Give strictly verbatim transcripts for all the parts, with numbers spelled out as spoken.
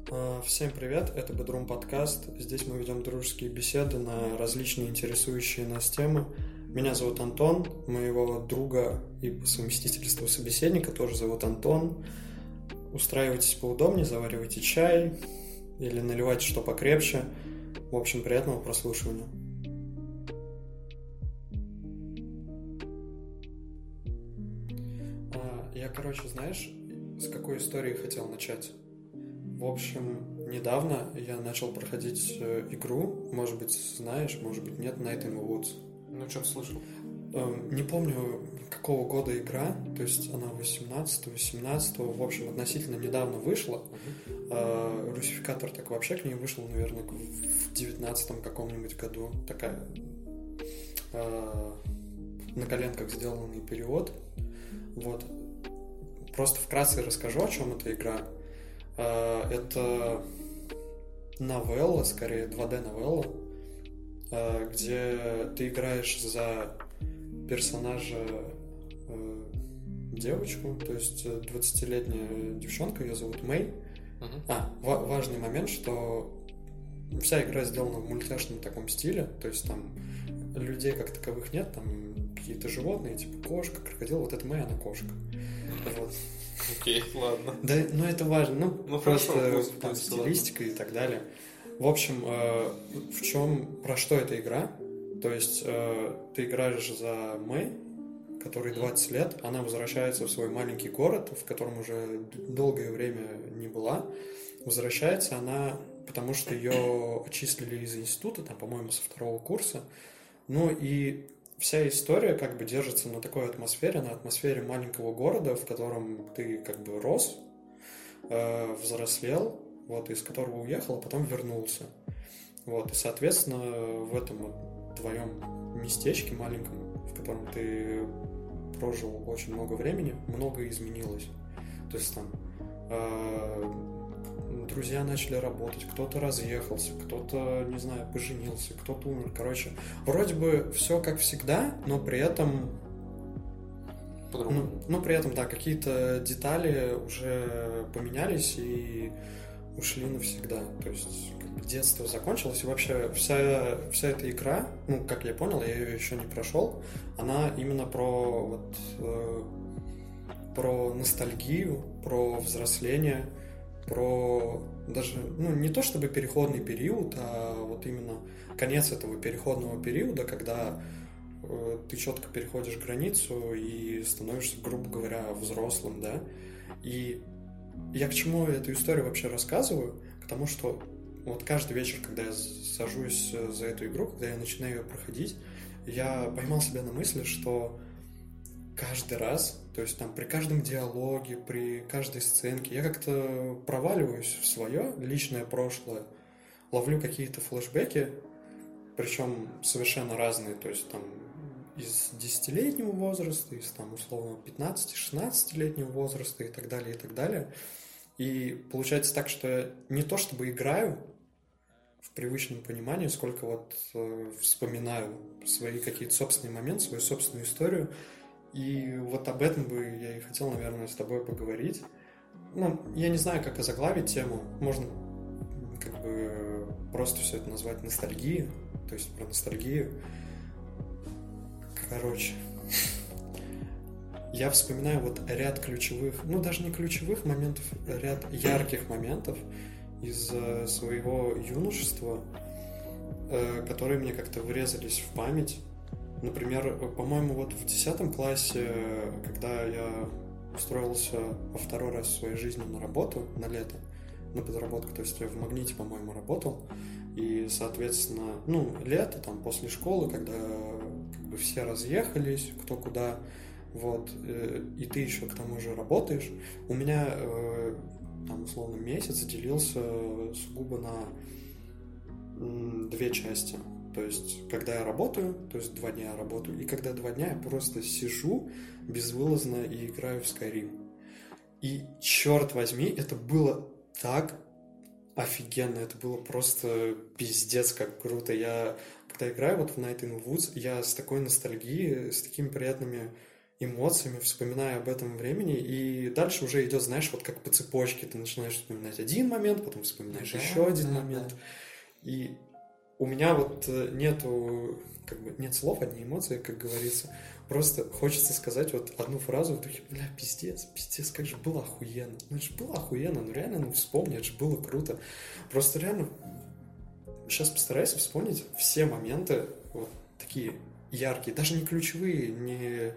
А, Всем привет, это Bedroom подкаст. Здесь мы ведем дружеские беседы на различные интересующие нас темы. Меня зовут Антон, моего друга и по совместительству собеседника тоже зовут Антон. Устраивайтесь поудобнее, заваривайте чай или наливайте что покрепче. В общем, приятного прослушивания. А, Я, короче, знаешь, с какой истории хотел начать? В общем, недавно я начал проходить э, игру, может быть, знаешь, может быть, нет, Night in the Woods. Ну, что-то слышал. Э, Не помню, какого года игра, то есть она восемнадцатого, восемнадцатого, в общем, относительно недавно вышла. Э, Русификатор так вообще к ней вышел, наверное, в девятнадцатом каком-нибудь году. Такая э, на коленках сделанный перевод. Вот. Просто вкратце расскажу, о чем эта игра. Это новелла, скорее два дэ-новелла, где ты играешь за персонажа девочку, то есть двадцатилетняя девчонка, ее зовут Мэй. Uh-huh. А, ва- важный момент, что вся игра сделана в мультяшном таком стиле, то есть там людей как таковых нет, там какие-то животные, типа кошка, крокодил, вот это Мэй, она кошка. Вот. Окей, okay, ладно. Да, ну это важно, ну, ну просто хорошо, там, стилистика ладно. И так далее. В общем, э, в чем, про что эта игра? То есть э, ты играешь за Мэй, которой двадцать лет, она возвращается в свой маленький город, в котором уже долгое время не была. Возвращается она, потому что ее отчислили из института, там, по-моему, со второго курса. Ну и вся история как бы держится на такой атмосфере, на атмосфере маленького города, в котором ты как бы рос, э, взрослел, вот, из которого уехал, а потом вернулся. Вот, и, соответственно, в этом вот твоем местечке маленьком, в котором ты прожил очень много времени, многое изменилось. То есть там э, друзья начали работать, кто-то разъехался, кто-то, не знаю, поженился, кто-то умер. Короче, вроде бы все как всегда, но при этом... Ну, ну, при этом, да, какие-то детали уже поменялись и ушли навсегда. То есть, как бы детство закончилось, и вообще вся, вся эта игра, ну, как я понял, я ее еще не прошел, она именно про вот, э, про ностальгию, про взросление, про даже, ну, не то чтобы переходный период, а вот именно конец этого переходного периода, когда э, ты четко переходишь границу и становишься, грубо говоря, взрослым, да. И я к чему эту историю вообще рассказываю? К тому, что вот каждый вечер, когда я сажусь за эту игру, когда я начинаю ее проходить, я поймал себя на мысли, что каждый раз, то есть там при каждом диалоге, при каждой сценке я как-то проваливаюсь в свое личное прошлое, ловлю какие-то флешбеки, причем совершенно разные, то есть там из десятилетнего возраста, из там условно пятнадцати-шестнадцатилетнего возраста и так далее, и так далее. И получается так, что я не то чтобы играю в привычном понимании, сколько вот э, вспоминаю свои какие-то собственные моменты, свою собственную историю. И вот об этом бы я и хотел, наверное, с тобой поговорить. Ну, я не знаю, как озаглавить тему. Можно как бы просто все это назвать ностальгией, то есть про ностальгию. Короче, я вспоминаю вот ряд ключевых, ну даже не ключевых моментов, ряд ярких моментов из своего юношества, которые мне как-то врезались в память. Например, по-моему, вот в десятом классе, когда я устроился во второй раз в своей жизни на работу, на лето, на подработку, то есть я в Магните, по-моему, работал, и, соответственно, ну, лето, там, после школы, когда как бы все разъехались, кто куда, вот, и ты еще к тому же работаешь, у меня, там, условно, месяц делился сугубо на две части. То есть, когда я работаю, то есть два дня я работаю, и когда два дня я просто сижу безвылазно и играю в Skyrim. И, черт возьми, это было так офигенно, это было просто пиздец как круто. Я, когда играю вот в Night in the Woods, я с такой ностальгией, с такими приятными эмоциями, вспоминая об этом времени, и дальше уже идет, знаешь, вот как по цепочке, ты начинаешь вспоминать один момент, потом вспоминаешь Да, еще один да, момент, да. и у меня вот э, нету, как бы, нет слов, одни эмоции, как говорится, просто хочется сказать вот одну фразу в духе, бля, пиздец, пиздец, как же было охуенно, ну это же было охуенно, ну реально, ну вспомни, это же было круто, просто реально, сейчас постарайся вспомнить все моменты, вот такие яркие, даже не ключевые, не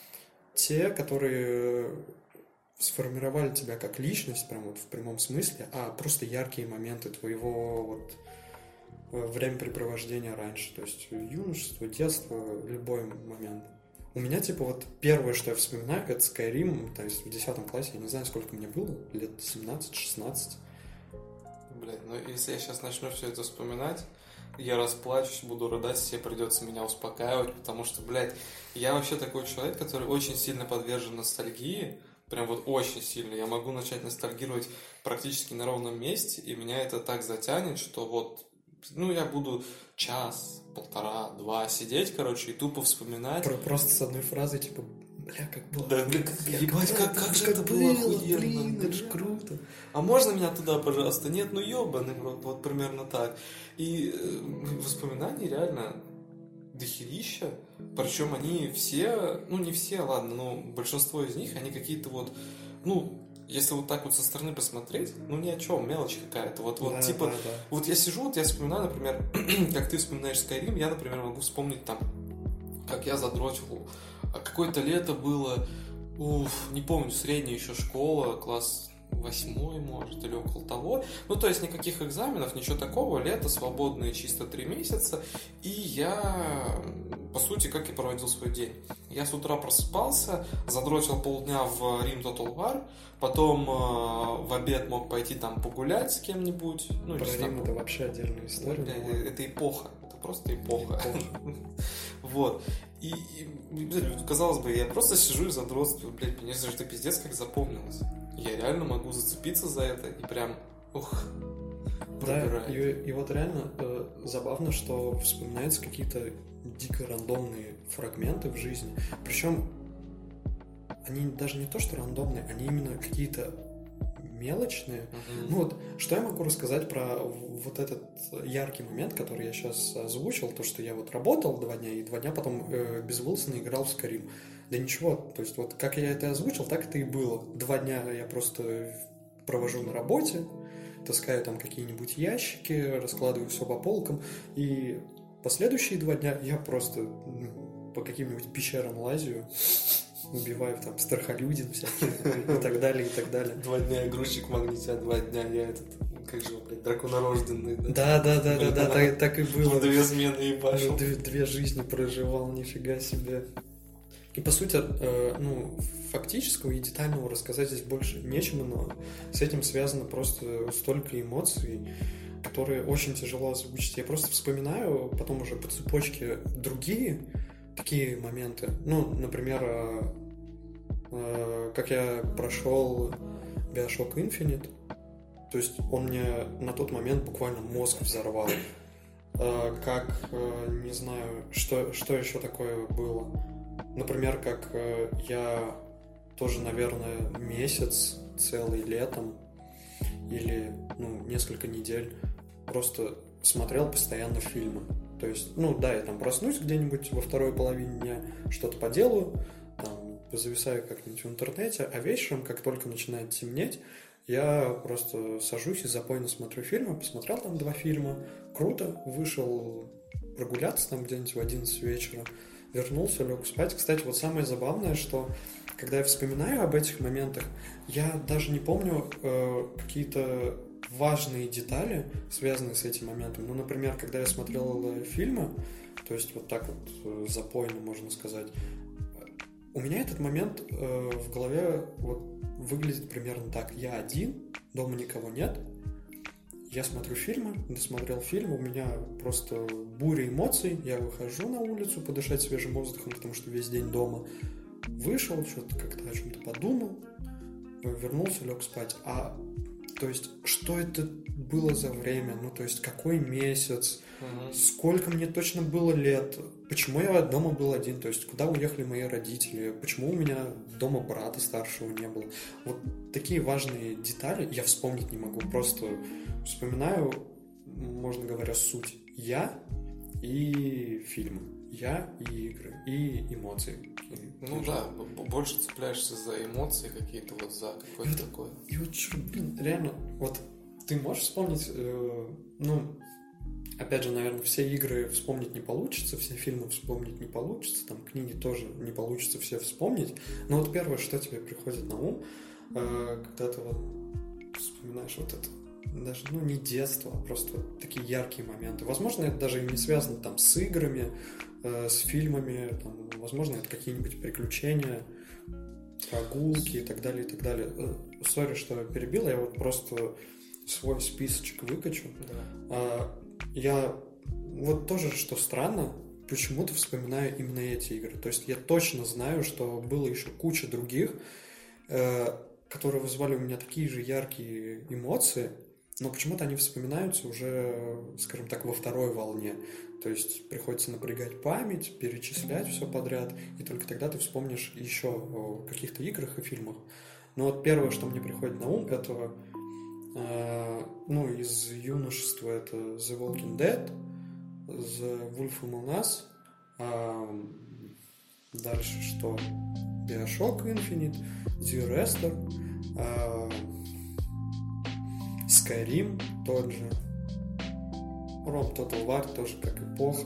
те, которые сформировали тебя как личность, прям вот в прямом смысле, а просто яркие моменты твоего вот времяпрепровождения раньше, то есть юношество, детство, любой момент. У меня, типа, вот первое, что я вспоминаю, это Skyrim, то есть в десятом классе, я не знаю, сколько мне было, лет семнадцать-шестнадцать. Блядь, ну если я сейчас начну все это вспоминать, я расплачусь, буду рыдать, себе придется меня успокаивать, потому что, блядь, я вообще такой человек, который очень сильно подвержен ностальгии, прям вот очень сильно. Я могу начать ностальгировать практически на ровном месте, и меня это так затянет, что вот, ну, я буду час, полтора, два сидеть, короче, и тупо вспоминать. Про- Просто с одной фразой, типа, бля, как было. Да, бля, как, Бля, ебать, как, как же это было охуенно. блин, это же бля. круто. А можно меня туда, пожалуйста? Нет, ну ебаный в рот, вот примерно так. И э, воспоминаний реально дохерища, причем они все, ну не все, ладно, но большинство из них, они какие-то вот, ну, если вот так вот со стороны посмотреть, ну ни о чем, мелочь какая-то. Вот, вот Да, типа, да, да. вот я сижу, вот я вспоминаю, например, как ты вспоминаешь Skyrim, я, например, могу вспомнить там, как я задротил, а какое-то лето было, уф, не помню, средняя еще школа, класс восьмой, может, или около того. Ну, то есть никаких экзаменов, ничего такого, лето, свободные чисто три месяца. И я, по сути, как и проводил свой день. Я с утра просыпался, задротил полдня в Rim Total War, потом э, в обед мог пойти там погулять с кем-нибудь. Ну, Про или Рим там- это вообще отдельная история. это, но- это эпоха, это просто эпоха. Эпоха. Вот. И, и, блядь, казалось бы, я просто сижу и задротствую, блядь, мне же это пиздец как запомнилось. Я реально могу зацепиться за это и прям, ух, Да, пробирает. и, и вот реально э, забавно, что вспоминаются какие-то дико рандомные фрагменты в жизни. Причем они даже не то, что рандомные, они именно какие-то мелочные. Мгм. Ну вот, что я могу рассказать про в- вот этот яркий момент, который я сейчас озвучил, то, что я вот работал два дня, и два дня потом э, без Уилсона играл в Skyrim. Да ничего, то есть вот как я это озвучил, так это и было. Два дня я просто провожу на работе, таскаю там какие-нибудь ящики, раскладываю все по полкам, и последующие два дня я просто ну, по каким-нибудь пещерам лазю, убиваю там страхолюдин всяких и так далее, и так далее. Два дня грузчик магнитя, два дня я этот, как же, блядь, драконорожденный. Да, да, да, да, да, так, так и было. Две смены ебашил. Две, две жизни проживал, нифига себе. И по сути, э, ну, фактического и детального рассказать здесь больше нечего, но с этим связано просто столько эмоций, которые очень тяжело озвучить. Я просто вспоминаю потом уже по цепочке другие такие моменты. Ну, например, э, э, как я прошел Bioshock Infinite. То есть он мне на тот момент буквально мозг взорвал. Э, как, э, не знаю, что, что еще такое было. Например, как э, я тоже, наверное, месяц целый летом или ну, несколько недель просто смотрел постоянно фильмы. То есть, ну да, я там проснусь где-нибудь во второй половине дня, что-то поделаю, там, зависаю как-нибудь в интернете, а вечером, как только начинает темнеть, я просто сажусь и запойно смотрю фильмы, посмотрел там два фильма, круто, вышел прогуляться там где-нибудь в одиннадцать вечера, вернулся, лег спать. Кстати, вот самое забавное, что когда я вспоминаю об этих моментах, я даже не помню э, какие-то важные детали, связанные с этим моментом. Ну, например, когда я смотрел фильмы, то есть вот так вот э, запойно, можно сказать, у меня этот момент э, в голове вот выглядит примерно так. Я один, дома никого нет, я смотрю фильмы, досмотрел фильм, у меня просто буря эмоций, я выхожу на улицу подышать свежим воздухом, потому что весь день дома. Вышел, что-то как-то о чем-то подумал, вернулся, лег спать. А то есть, что это было за время, ну, то есть, какой месяц, Мгм. сколько мне точно было лет, почему я дома был один, то есть, куда уехали мои родители, почему у меня дома брата старшего не было. Вот такие важные детали я вспомнить не могу, просто вспоминаю, можно говоря, суть. Я и фильмы, я и игры, и эмоции. Ну да, б- больше цепляешься за эмоции какие-то, вот за какое-то Это- такое. И вот, чё, блин, реально, вот ты можешь вспомнить, э, ну, опять же, наверное, все игры вспомнить не получится, все фильмы вспомнить не получится, там книги тоже не получится все вспомнить, но вот первое, что тебе приходит на ум, э, когда ты вот вспоминаешь вот это, даже, ну, не детство, а просто вот такие яркие моменты. Возможно, это даже и не связано там с играми, э, с фильмами, там, возможно, это какие-нибудь приключения, прогулки и так далее, и так далее. Э, Сори, что перебил, я вот просто свой списочек выкачу. Да. А, Я вот тоже, что странно, почему-то вспоминаю именно эти игры. То есть я точно знаю, что было еще куча других, э, которые вызвали у меня такие же яркие эмоции, но почему-то они вспоминаются уже, скажем так, во второй волне. То есть приходится напрягать память, перечислять все подряд, и только тогда ты вспомнишь еще о каких-то играх и фильмах. Но вот первое, что мне приходит на ум, это, э, ну, из юношества это The Walking Dead, The Wolf Among Us, а, дальше что? Bioshock Infinite, Zero Rester, а, Skyrim тот же, Rome Total War тоже как эпоха.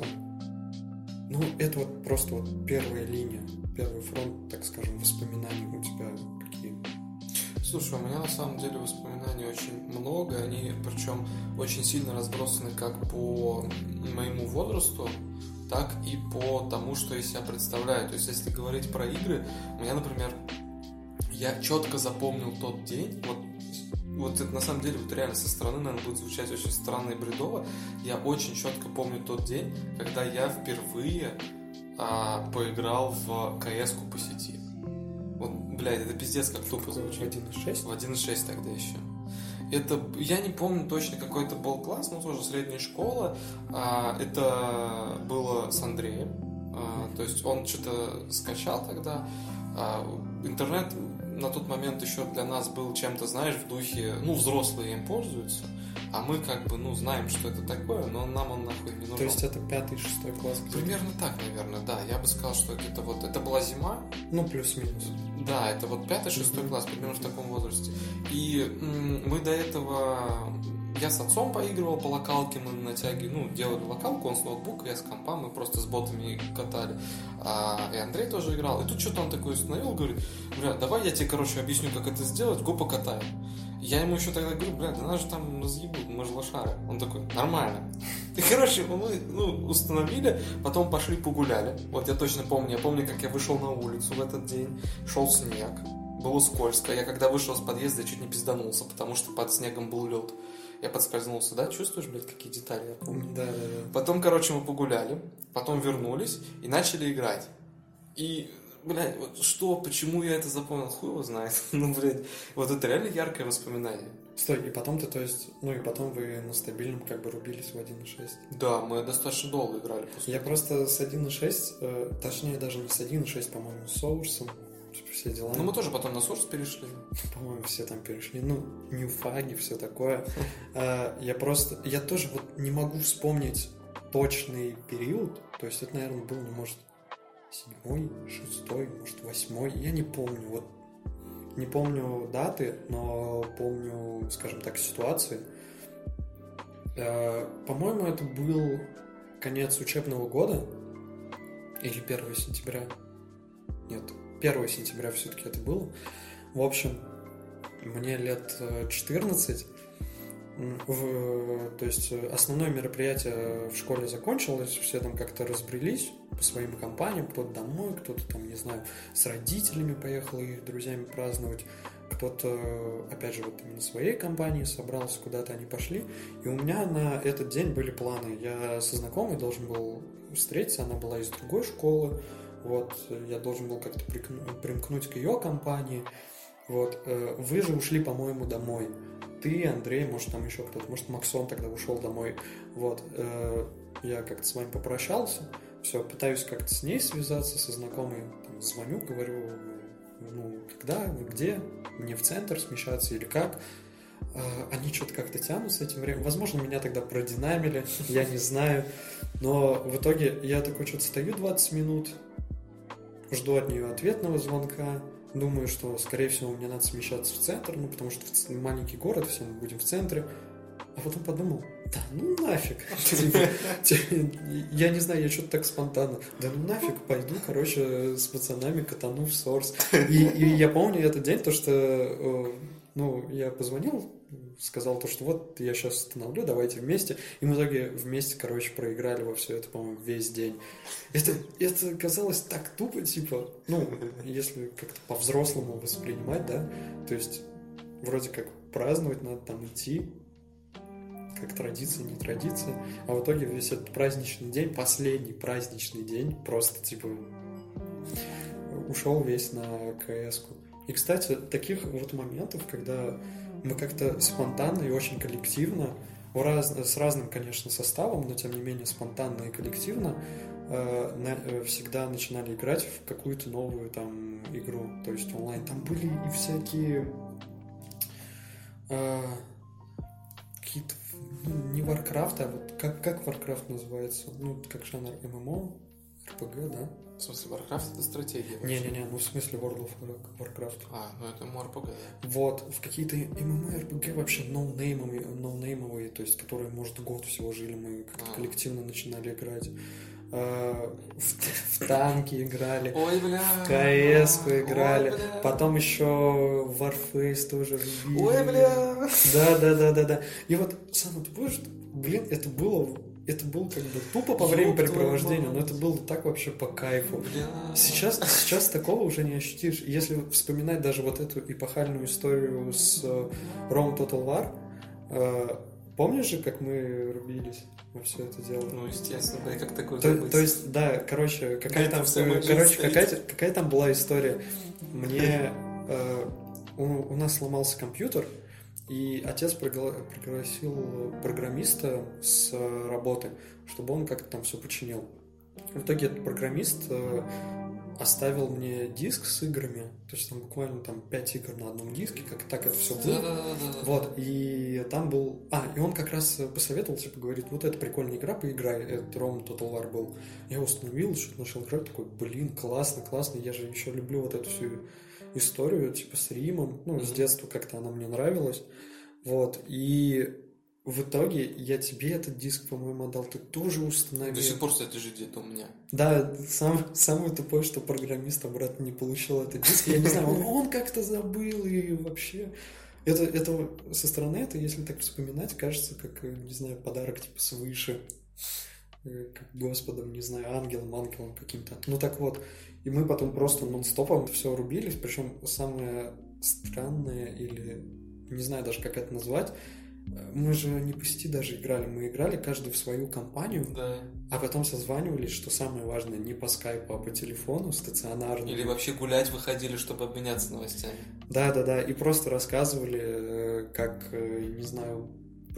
Ну, это вот просто вот первая линия, первый фронт, так скажем, воспоминаний у тебя какие? Слушай, у меня на самом деле воспоминаний очень много, они причем очень сильно разбросаны как по моему возрасту, так и по тому, что я себя представляю. То есть, если говорить про игры, у меня, например, я четко запомнил тот день, вот, вот это на самом деле вот реально со стороны, наверное, будет звучать очень странно и бредово, я очень четко помню тот день, когда я впервые а, поиграл в КС-ку по сети. Вот, блядь, это пиздец как тупо В звучит. один и шесть? В один и шесть тогда еще. Это, я не помню точно, какой это был класс, но тоже средняя школа. А, это было с Андреем. А, то есть он что-то скачал тогда. А, интернет на тот момент еще для нас был чем-то, знаешь, в духе, ну, взрослые им пользуются, а мы как бы, ну, знаем, что это такое, но нам он нахуй не нужен. То есть это пятый, шестой класс? где-то? Примерно так, наверное, да. Я бы сказал, что это вот, это была зима. Ну, плюс-минус. Да, это вот пятый-шестой Мгм. класс, примерно в таком возрасте. И м, мы до этого... Я с отцом поигрывал по локалке, мы натягивали, ну, делали локалку, он с ноутбука, я с компа, мы просто с ботами катали. А, и Андрей тоже играл. И тут что-то он такой установил, говорит, бля, давай я тебе, короче, объясню, как это сделать, го покатаем. Я ему еще тогда говорю, бля, да нас же там разъебут, мы же лошары. Он такой, нормально. И, короче, мы ну, установили, потом пошли погуляли. Вот я точно помню, я помню, как я вышел на улицу в этот день, шел снег, было скользко. Я когда вышел с подъезда, я чуть не пизданулся, потому что под снегом был лед. Я подскользнулся, да? Чувствуешь, блядь, какие детали я помню? Да, да, да. Потом, короче, мы погуляли, потом вернулись и начали играть. И, блядь, вот что, почему я это запомнил, хуй его знает. Ну, блядь, вот это реально яркое воспоминание. Стой, и потом ты, то есть, ну и потом вы на стабильном как бы рубились в один и шесть. Да, мы достаточно долго играли после Я просто с один и шесть, э, точнее даже не с один и шесть, по-моему, с соусом, типа, все дела. Ну, мы тоже потом на Source перешли. По-моему, все там перешли. Ну, ньюфаги, все такое. А, Я просто... Я тоже вот не могу вспомнить точный период. То есть это, наверное, был, ну, может, седьмой, шестой, может, восьмой. Я не помню. Вот не помню даты, но помню, скажем так, ситуации. А, По-моему, это был конец учебного года. Или первое сентября. Нет, первое сентября все-таки это было. В общем, мне лет э, четырнадцать. М, В, то есть э, основное мероприятие в школе закончилось, все там как-то разбрелись по своим компаниям, кто-то домой, кто-то там, не знаю, с родителями поехал и их друзьями праздновать, кто-то, опять же, вот именно своей компании собрался, куда-то они пошли. И у меня на этот день были планы. Я со знакомой должен был встретиться, она была из другой школы. Вот, я должен был как-то прикну- примкнуть к ее компании. Вот. Э, вы же ушли, по-моему, домой. Ты, Андрей, может, там еще кто-то, может, Максон тогда ушел домой. Вот. Э, я как-то с вами попрощался. Все, пытаюсь как-то с ней связаться, со знакомой. Там, звоню, говорю, ну, когда, вы где? Мне в центр смещаться или как? Э, они что-то как-то тянут с этим временем. Возможно, меня тогда продинамили, я не знаю. Но в итоге я такой что-то стою двадцать минут, жду от нее ответного звонка. Думаю, что, скорее всего, мне надо смещаться в центр, ну, потому что маленький город, все мы будем в центре. А потом подумал, да ну нафиг. Я не знаю, я что-то так спонтанно. Да ну нафиг, пойду, короче, с пацанами катану в Сорс. И я помню этот день, то что, ну, я позвонил, сказал то, что вот я сейчас остановлю, давайте вместе. И мы в итоге вместе, короче, проиграли во все это, по-моему, весь день. Это, это казалось так тупо, типа, ну, если как-то по-взрослому воспринимать, да, то есть вроде как праздновать надо там идти, как традиция, не традиция, а в итоге весь этот праздничный день, последний праздничный день, просто, типа, ушел весь на КС-ку. И, кстати, таких вот моментов, когда мы как-то спонтанно и очень коллективно, в раз... с разным, конечно, составом, но тем не менее спонтанно и коллективно э, на... всегда начинали играть в какую-то новую там игру, то есть онлайн. Там были и всякие э, какие-то, ну, не Warcraft, а вот как, как Warcraft называется? Ну, как жанр ММО, эр пи джи, да? В смысле, Warcraft это стратегия? Не-не-не, ну в смысле World of Warcraft. А, ну это эм эр пи джи, да. Вот, в какие-то ММО-РПГ вообще ноунеймовые, ноунеймовые, то есть, которые, может, год всего жили, мы как-то а. коллективно начинали играть. А, в, в танки играли, ой, бля, в КС-ку играли, ой, бля. Потом еще в Warface тоже любили. Ой, бля! Да-да-да-да-да. И вот самое тупое, что, блин, это было... Это было как бы тупо по времяпрепровождению, но это было так вообще по кайфу. Сейчас, сейчас такого уже не ощутишь. Если вспоминать даже вот эту эпохальную историю с Rome Total War, э, помнишь же, как мы рубились во все это дело? Ну, естественно, да, и как такое то, забыть. То есть, да, короче, какая, там, короче какая, какая там была история? Мне... Э, у, у нас сломался компьютер, и отец пригласил программиста с работы, чтобы он как-то там все починил. В итоге этот программист оставил мне диск с играми, то есть там буквально там пять игр на одном диске, как так это все было. Да, да, да, да. Вот, и там был... А, и он как раз посоветовал, типа, говорит, вот это прикольная игра, поиграй, это Rome Total War был. Я установил, что-то начал играть, такой, блин, классно, классно, я же еще люблю вот эту всю историю, типа, с Римом, ну, mm-hmm. с детства как-то она мне нравилась, вот, и в итоге я тебе этот диск, по-моему, отдал, ты тоже установил. До сих пор, кстати, же где-то у меня. Да, сам, самое тупое, что программист обратно не получил этот диск, я не знаю, он, он как-то забыл, и вообще, это, это со стороны, это, если так вспоминать, кажется, как, не знаю, подарок, типа, свыше, как Господом, не знаю, ангелом, ангелом каким-то, ну, так вот. И мы потом просто нон-стопом все рубились, причем самое странное, или не знаю даже, как это назвать, мы же не по сети даже играли, мы играли каждый в свою компанию, да. А потом созванивались, что самое важное, не по скайпу, а по телефону, стационарно. Или вообще гулять выходили, чтобы обменяться новостями. Да-да-да, и просто рассказывали, как, не знаю,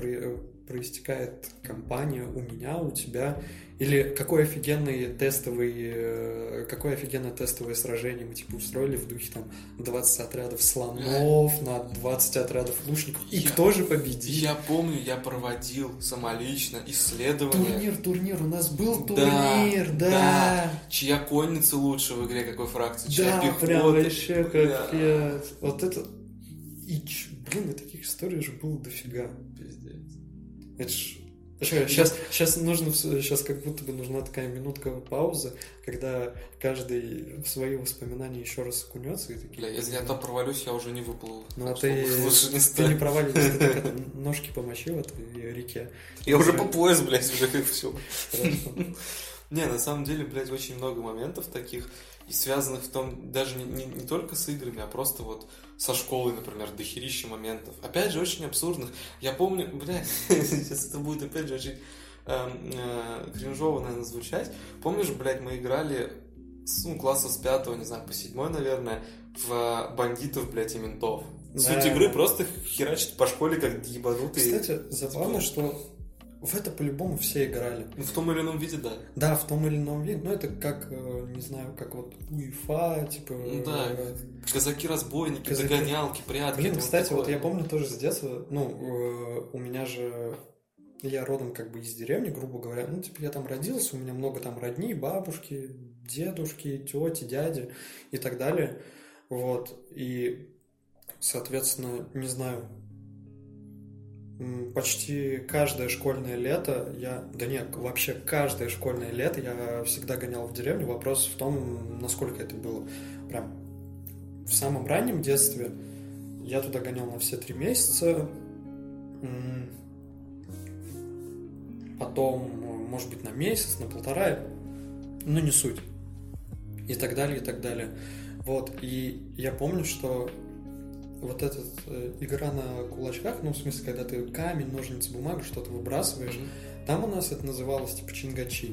проистекает компания у меня, у тебя, или какой офигенный тестовый, какое офигенное тестовое сражение мы типа устроили в духе там двадцать отрядов слонов на двадцать отрядов лучников, и я, кто же победил? Я помню, я проводил самолично исследование. Турнир, турнир, у нас был турнир, да. да. да. Чья конница лучше в игре, какой фракции, чья да, пехота. прям вообще капец. Вот это... И, блин, и таких историй же было дофига. Пиздец. Это ж... Сейчас, сейчас нужно, сейчас как будто бы нужна такая минутка паузы, когда каждый в свои воспоминания еще раз окунется и такие... Бля, если я там провалюсь, я уже не выплыву. Ну, а ты, лучше не, ты не проваливаешься, ты так это, ножки помочи в этой реке. Я уже по пояс, блядь, уже как все. Не, на самом деле, блядь, очень много моментов таких, и связанных в том, даже не, не, не только с играми, а просто вот со школой, например, дохерища моментов. Опять же, очень абсурдных. Я помню, блядь, сейчас это будет опять же очень э, э, кринжово, наверное, звучать. Помнишь, блядь, мы играли с, ну, класса с пятого, не знаю, по седьмой, наверное, в бандитов, блядь, и ментов. Да. Суть игры просто херачить по школе как ебанутые. Кстати, забавно, что в это по-любому все играли. Ну, в том или ином виде, да. Да, в том или ином виде. Ну, это как, не знаю, как вот УЕФА, типа... Ну, да, казаки-разбойники, казаки... догонялки, прятки. Блин, кстати, вот, вот я помню тоже с детства, ну, у меня же... Я родом как бы из деревни, грубо говоря. Ну, типа, я там родился, у меня много там родни, бабушки, дедушки, тети, дяди и так далее. Вот. И, соответственно, не знаю... Почти каждое школьное лето я... Да нет, вообще каждое школьное лето я всегда гонял в деревню. Вопрос в том, насколько это было. Прям в самом раннем детстве я туда гонял на все три месяца. Потом, может быть, на месяц, на полтора. Ну, не суть. И так далее, и так далее. Вот. И я помню, что... Вот эта э, игра на кулачках, ну, в смысле, когда ты камень, ножницы, бумагу, что-то выбрасываешь, mm-hmm. там у нас это называлось, типа, чингачи.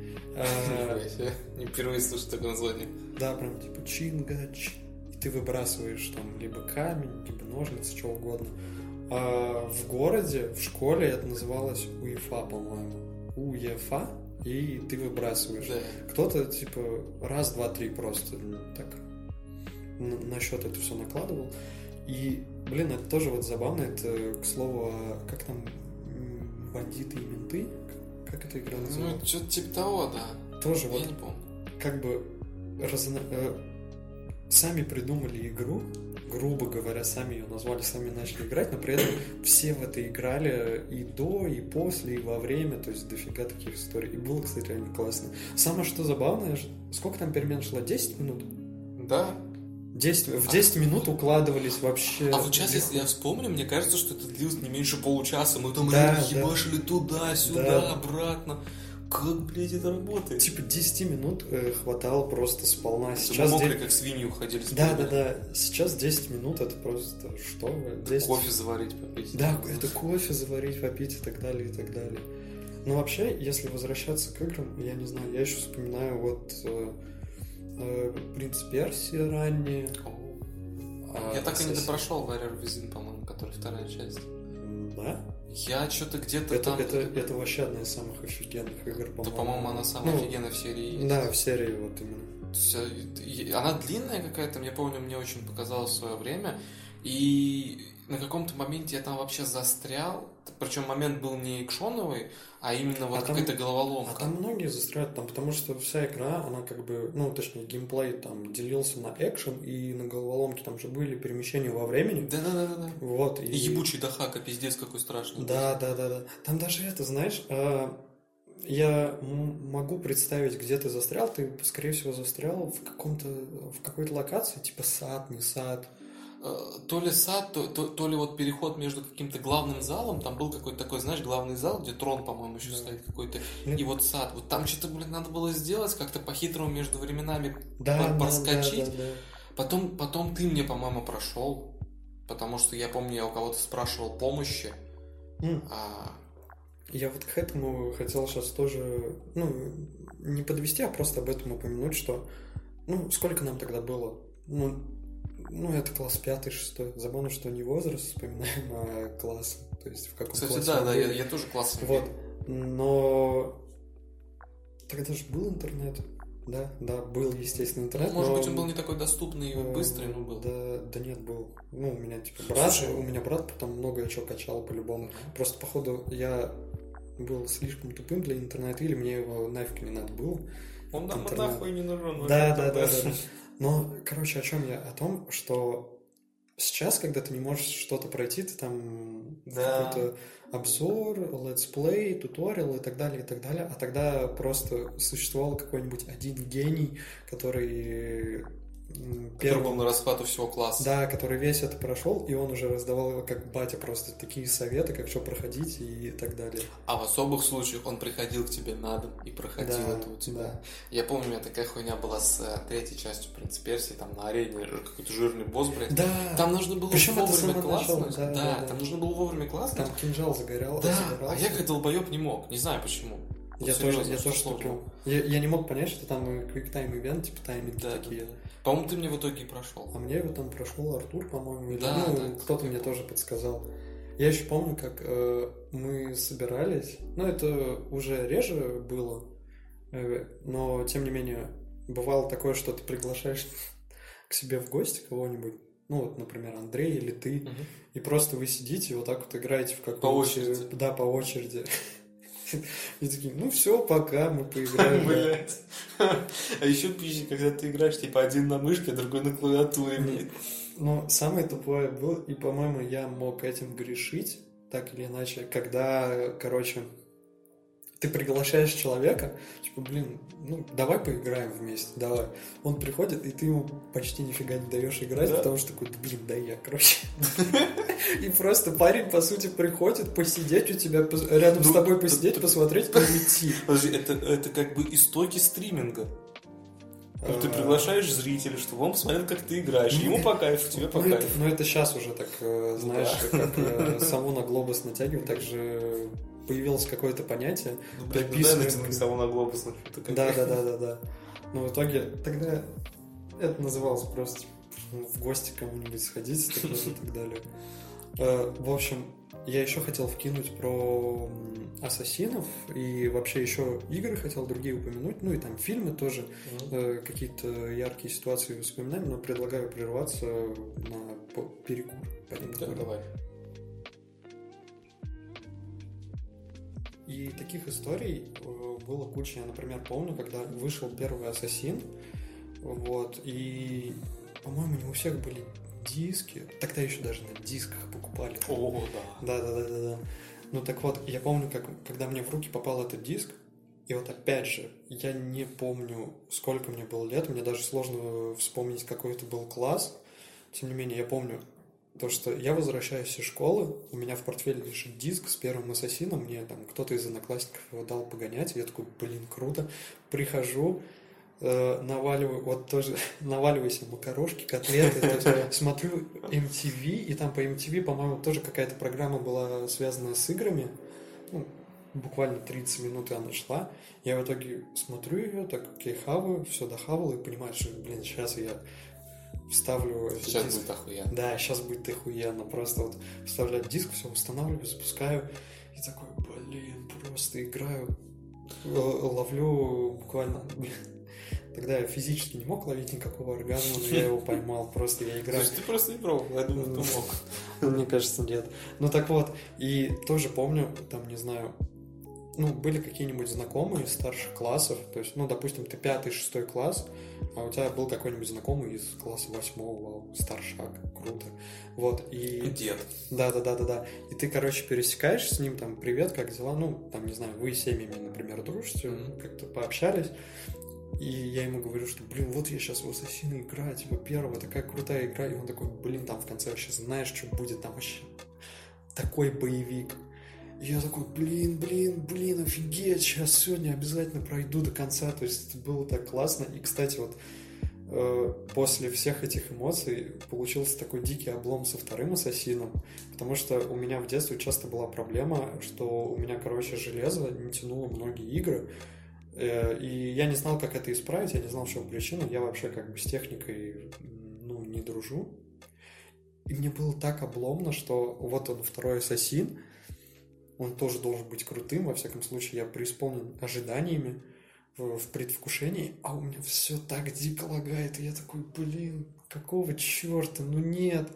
Не впервые слышу такое название. Да, прям, типа, чингач. И ты выбрасываешь там либо камень, либо ножницы, что угодно. А в городе, в школе это называлось УЕФА, по-моему. УЕФА, и ты выбрасываешь. Кто-то, типа, раз, два, три просто так на счет это все накладывал. И, блин, это тоже вот забавно, это, к слову, как там бандиты и менты, как эта игра называется? Ну, что-то типа того, да. Тоже я вот, не помню. Как бы, разно... э, сами придумали игру, грубо говоря, сами ее назвали, сами начали играть, но при этом все в это играли и до, и после, и во время, то есть дофига таких историй. И было, кстати, реально классно. Самое что забавное, сколько там перемен шло? десять минут? Да. десять, в десять а, минут укладывались вообще. А вот сейчас, легко. Если я вспомню, мне кажется, что это длилось не меньше получаса. Мы там да, ебашили да. туда-сюда, да. обратно. Как, блядь, это работает? Типа десять минут э, хватало просто сполна. Сейчас мы мокрые, десять... как свиньи, уходили с Да, да, да. Сейчас десять минут это просто что? десять... Кофе заварить, попить. Да, это кофе заварить, попить и так далее, и так далее. Но вообще, если возвращаться к играм, я не знаю, я еще вспоминаю вот... Э, «Принц Персии» ранние. А, я так и не допрошел Warrior Within, по-моему, который вторая часть. Да? Я что-то где-то это, там... Это, это вообще одна из самых офигенных игр, по-моему. Да, по-моему, она самая ну, офигенная в серии есть. Да, в серии вот именно. Все, она длинная какая-то, я помню, мне очень показалось в свое время. И на каком-то моменте я там вообще застрял. Причем момент был не экшоновый, а именно вот а какая-то там, головоломка. А там многие застряют, там, потому что вся игра, она как бы, ну, точнее, геймплей там делился на экшен и на головоломки. Там же были перемещения во времени. Да-да-да. Вот. И, и ебучий Дахака, пиздец, какой страшный. Да-да-да. Там даже это, знаешь, я могу представить, где ты застрял. Ты, скорее всего, застрял в каком-то, в какой-то локации, типа сад, не сад. То ли сад, то, то, то ли вот переход между каким-то главным залом, там был какой-то такой, знаешь, главный зал, где трон, по-моему, еще да. стоит какой-то, и вот сад. Вот там что-то, блин, надо было сделать, как-то по-хитрому между временами да, проскочить. Да, да, да. Потом, потом ты мне, по-моему, прошел, потому что я помню, я у кого-то спрашивал помощи. Mm. А... Я вот к этому хотел сейчас тоже, ну, не подвести, а просто об этом упомянуть, что, ну, сколько нам тогда было? Ну, Ну, это класс пятый, шестой. Забавно, что не возраст вспоминаем, а класс. То есть в каком Кстати, классе. да, да, я, я тоже класс. Вот. Но тогда же был интернет. Да, да, был, естественно, интернет. Ну, может но... быть, он был не такой доступный и быстрый, но был. Да, да нет, был. Ну, у меня типа брат, Слушай, у меня брат там многое что качал по-любому. Просто, походу, я был слишком тупым для интернета, или мне его нафиг не надо было. Он нам нахуй не нужен. Да, да, да, да. Но, короче, о чем я? О том, что сейчас, когда ты не можешь что-то пройти, ты там да. какой-то обзор, летсплей, туториал и так далее, и так далее. А тогда просто существовал какой-нибудь один гений, который... Первый был на расхват у всего класса. Да, который весь это прошел, и он уже раздавал его как батя просто такие советы, как что проходить и так далее. А в особых случаях он приходил к тебе на дом и проходил да, это у тебя. Да. Я помню, у меня такая хуйня была с третьей частью «Принц Персии», там на арене какой-то жирный босс, блядь. Да. Там нужно было Причем вовремя класснуть. Да, да, да, да, да. там нужно было вовремя класснуть. Там кинжал загорел. Да, а я как долбоеб не мог, не знаю почему. Я серьезно, тоже, я что тоже сложно? тупил. Я, я не мог понять, что там квиктайм ивент, типа тайминги Да, такие. да, да. По-моему, ты мне в итоге и прошел. А мне его там прошел Артур, по-моему, или Да, ну, да, кто-то я мне помню. тоже подсказал. Я еще помню, как э, мы собирались. Ну, это уже реже было, э, но тем не менее бывало такое, что ты приглашаешь к себе в гости кого-нибудь. Ну, вот, например, Андрей или ты, Мгм. и просто вы сидите и вот так вот играете в какую-то... По очереди. Да, по очереди. И такие, ну все, пока, мы поиграем. да. Блять. А еще пищи, когда ты играешь, типа, один на мышке, другой на клавиатуре, блядь. Но самое тупое было, и, по-моему, я мог этим грешить, так или иначе, когда, короче, ты приглашаешь человека, типа, блин, ну, давай поиграем вместе, давай. Он приходит, и ты ему почти нифига не даешь играть, Да? потому что такой, да, блин, дай я, короче. И просто парень, по сути, приходит посидеть у тебя, пос- рядом с Ну, тобой т- посидеть, т- посмотреть и уйти. Подожди, это, это как бы истоки стриминга. Ну, ты А, приглашаешь зрителя, чтобы он посмотрел, как ты играешь. Ему по кайфу, тебе по Ну это, кайфу. ну, это сейчас уже так, э, Ну знаешь, да. как э, саму на глобус натягивают, так же появилось какое-то понятие. Ну, блядь, ну дай Приписываем. натянуть саму на глобус. ну, что такое. Да, да, да, да, да. Но в итоге тогда это называлось просто типа, ну, в гости к кому-нибудь сходить и так далее, и так далее. Э, В общем, я еще хотел вкинуть про м, ассасинов и вообще еще игры хотел другие упомянуть, ну и там фильмы тоже, Мгм. э, какие-то яркие ситуации вспоминаем, но предлагаю прерваться на по- перекур. Пойдем Да, покурим. давай. И таких историй э, было куча. Я, например, помню, когда вышел первый Ассасин, вот, и, по-моему, не у всех были диски. Тогда еще даже на дисках покупали. О, да. Да-да-да-да-да. Ну так вот, я помню, как, когда мне в руки попал этот диск, и вот опять же, я не помню, сколько мне было лет, мне даже сложно вспомнить, какой это был класс. Тем не менее, я помню то, что я возвращаюсь из школы, у меня в портфеле лежит диск с первым Ассасином, мне там кто-то из одноклассников его дал погонять, и я такой, блин, круто. Прихожу, э, наваливаю, вот тоже наваливаю себе макарошки, котлеты, то есть смотрю эм ти ви, и там по эм ти ви, по-моему, тоже какая-то программа была связана с играми, ну, буквально тридцать минут она шла, я в итоге смотрю ее, так, окей, хаваю, все дохавал, и понимаю, что, блин, сейчас я вставлю этот Сейчас диск. будет охуенно. Да, сейчас будет охуенно. Просто вот вставляю диск, все устанавливаю, запускаю. И такой, блин, просто играю, л- ловлю буквально... Блин. Тогда я физически не мог ловить никакого оргазма, но я его поймал. Просто я играю. Слушай, ты просто не пробовал, я думаю, ты мог. Мне кажется, нет. Ну так вот, и тоже помню, там, не знаю, ну, были какие-нибудь знакомые из старших классов, то есть, ну, допустим, ты пятый, шестой класс, а у тебя был какой-нибудь знакомый из класса восьмого, вау, старшак, круто, вот, и... Дед. Да-да-да-да-да, и ты, короче, пересекаешься с ним, там, привет, как дела, ну, там, не знаю, вы с семьями, например, дружите, Мгм. как-то пообщались, и я ему говорю, что, блин, вот я сейчас в Ассасина играю, типа, первая такая крутая игра, и он такой, блин, там в конце вообще знаешь, что будет, там вообще такой боевик. И я такой, блин, блин, блин, офигеть, сейчас сегодня обязательно пройду до конца, то есть это было так классно, и, кстати, вот э, после всех этих эмоций получился такой дикий облом со вторым Ассасином, потому что у меня в детстве часто была проблема, что у меня, короче, железо не тянуло многие игры, э, и я не знал, как это исправить, я не знал, в чем причина, я вообще как бы с техникой, ну, не дружу, и мне было так обломно, что вот он, второй Ассасин, он тоже должен быть крутым, во всяком случае, я преисполнен ожиданиями, в, в предвкушении, а у меня все так дико лагает, и я такой, блин, какого черта, ну нет.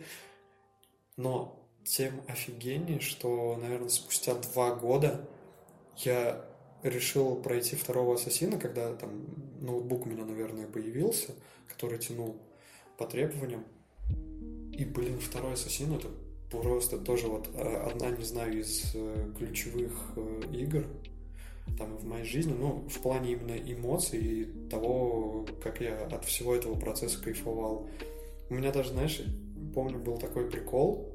Но тем офигеннее, что, наверное, спустя два года я решил пройти второго Ассасина, когда там ноутбук у меня, наверное, появился, который тянул по требованиям. И, блин, второй Ассасин — это просто тоже вот э, одна, не знаю, из э, ключевых э, игр там в моей жизни, ну, в плане именно эмоций и того, как я от всего этого процесса кайфовал. У меня даже, знаешь, помню, был такой прикол,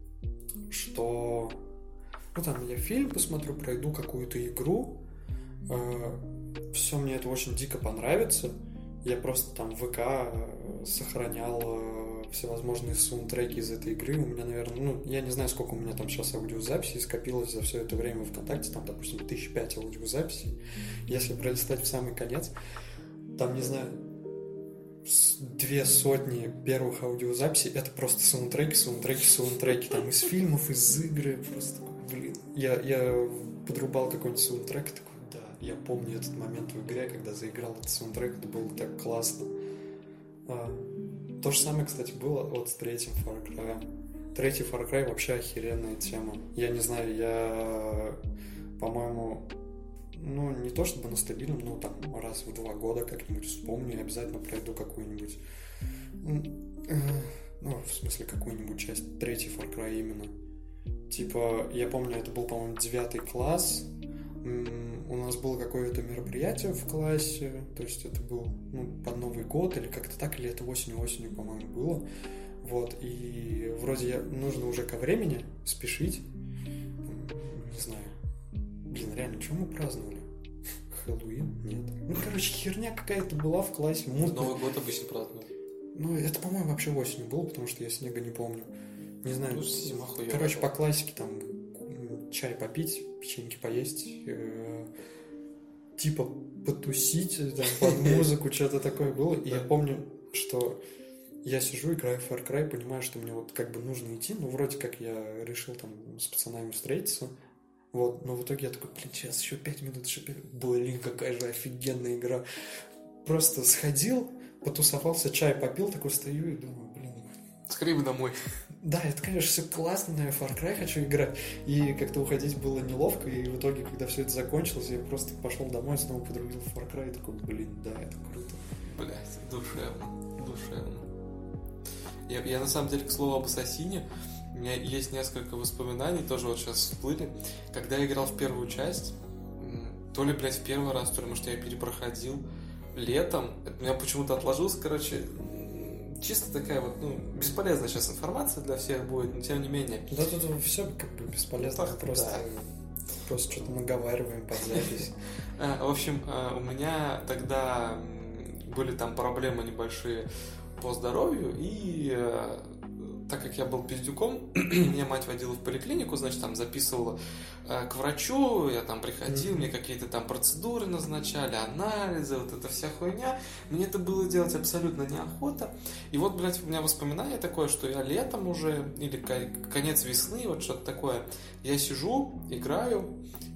что, ну, там, я фильм посмотрю, пройду какую-то игру, э, все мне это очень дико понравится, я просто там в ВК сохранял э, всевозможные саундтреки из этой игры. У меня, наверное, ну, я не знаю, сколько у меня там сейчас аудиозаписей скопилось за все это время в ВКонтакте, там, допустим, тысяч пять аудиозаписей. Если пролистать в самый конец, там, не знаю, две сотни первых аудиозаписей, это просто саундтреки, саундтреки, саундтреки, там, из фильмов, из игры, просто, блин. Я, я подрубал какой-нибудь саундтрек, такой, да, я помню этот момент в игре, когда заиграл этот саундтрек, это было так классно. А, то же самое, кстати, было вот с третьим Far Cry. Третий Far Cry вообще охеренная тема. Я не знаю, я, по-моему, ну, не то чтобы на стабильном, но там раз в два года как-нибудь вспомню и обязательно пройду какую-нибудь, ну, в смысле, какую-нибудь часть, третий Far Cry именно. Типа, я помню, это был, по-моему, девятый класс, у нас было какое-то мероприятие в классе, то есть это был, ну, под Новый год или как-то так, или это осенью-осенью, по-моему, было. Вот, и вроде я, нужно уже ко времени спешить, не знаю. Блин, реально, что мы праздновали? Хэллоуин? Нет. Ну, короче, херня какая-то была в классе. Мутная. Новый год обычно празднуют. Ну, это, по-моему, вообще осенью было, потому что я снега не помню. Не знаю. Ну, зима хуёвая. Короче, по классике там чай попить, печеньки поесть, э, типа потусить, там, под музыку, что-то такое было. И я помню, что я сижу, играю в Far Cry, понимаю, что мне вот как бы нужно идти, ну, вроде как я решил там с пацанами встретиться. Вот, но в итоге я такой, блин, сейчас еще пять минут, еще пять... Блин, какая же офигенная игра. Просто сходил, потусовался, чай попил, такой стою и думаю, блин. Скорее бы домой. Да, это, конечно, все классно, но я в Far Cry хочу играть. И как-то уходить было неловко, и в итоге, когда все это закончилось, я просто пошел домой, снова подрубил в Far Cry, и такой, блин, да, это круто. Блять, душевно, душевно. Я, я на самом деле, к слову об Ассасине, у меня есть несколько воспоминаний, тоже вот сейчас всплыли. Когда я играл в первую часть, то ли, блядь, в первый раз, то ли, может, я перепроходил летом, у меня почему-то отложилось, короче, чисто такая вот, ну, бесполезная сейчас информация для всех будет, но тем не менее. Да тут все как бы бесполезно, Так, просто, да. просто что-то наговариваем под запись. В общем, у меня тогда были там проблемы небольшие по здоровью, и так как я был пиздюком, меня мать водила в поликлинику, значит, там записывала э, к врачу, я там приходил, mm-hmm. мне какие-то там процедуры назначали, анализы, вот эта вся хуйня. Мне это было делать абсолютно неохота. И вот, блядь, у меня воспоминание такое, что я летом уже, или конец весны, вот что-то такое, я сижу, играю,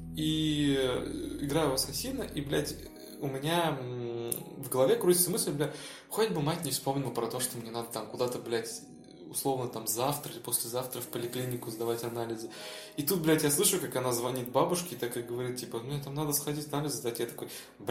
и играю в Ассасина, и, блядь, у меня в голове крутится мысль, блядь, хоть бы мать не вспомнила про то, что мне надо там куда-то, блядь, условно, там, завтра или послезавтра в поликлинику сдавать анализы. И тут, блядь, я слышу, как она звонит бабушке и так и говорит, типа, мне там надо сходить анализы сдать. Я такой,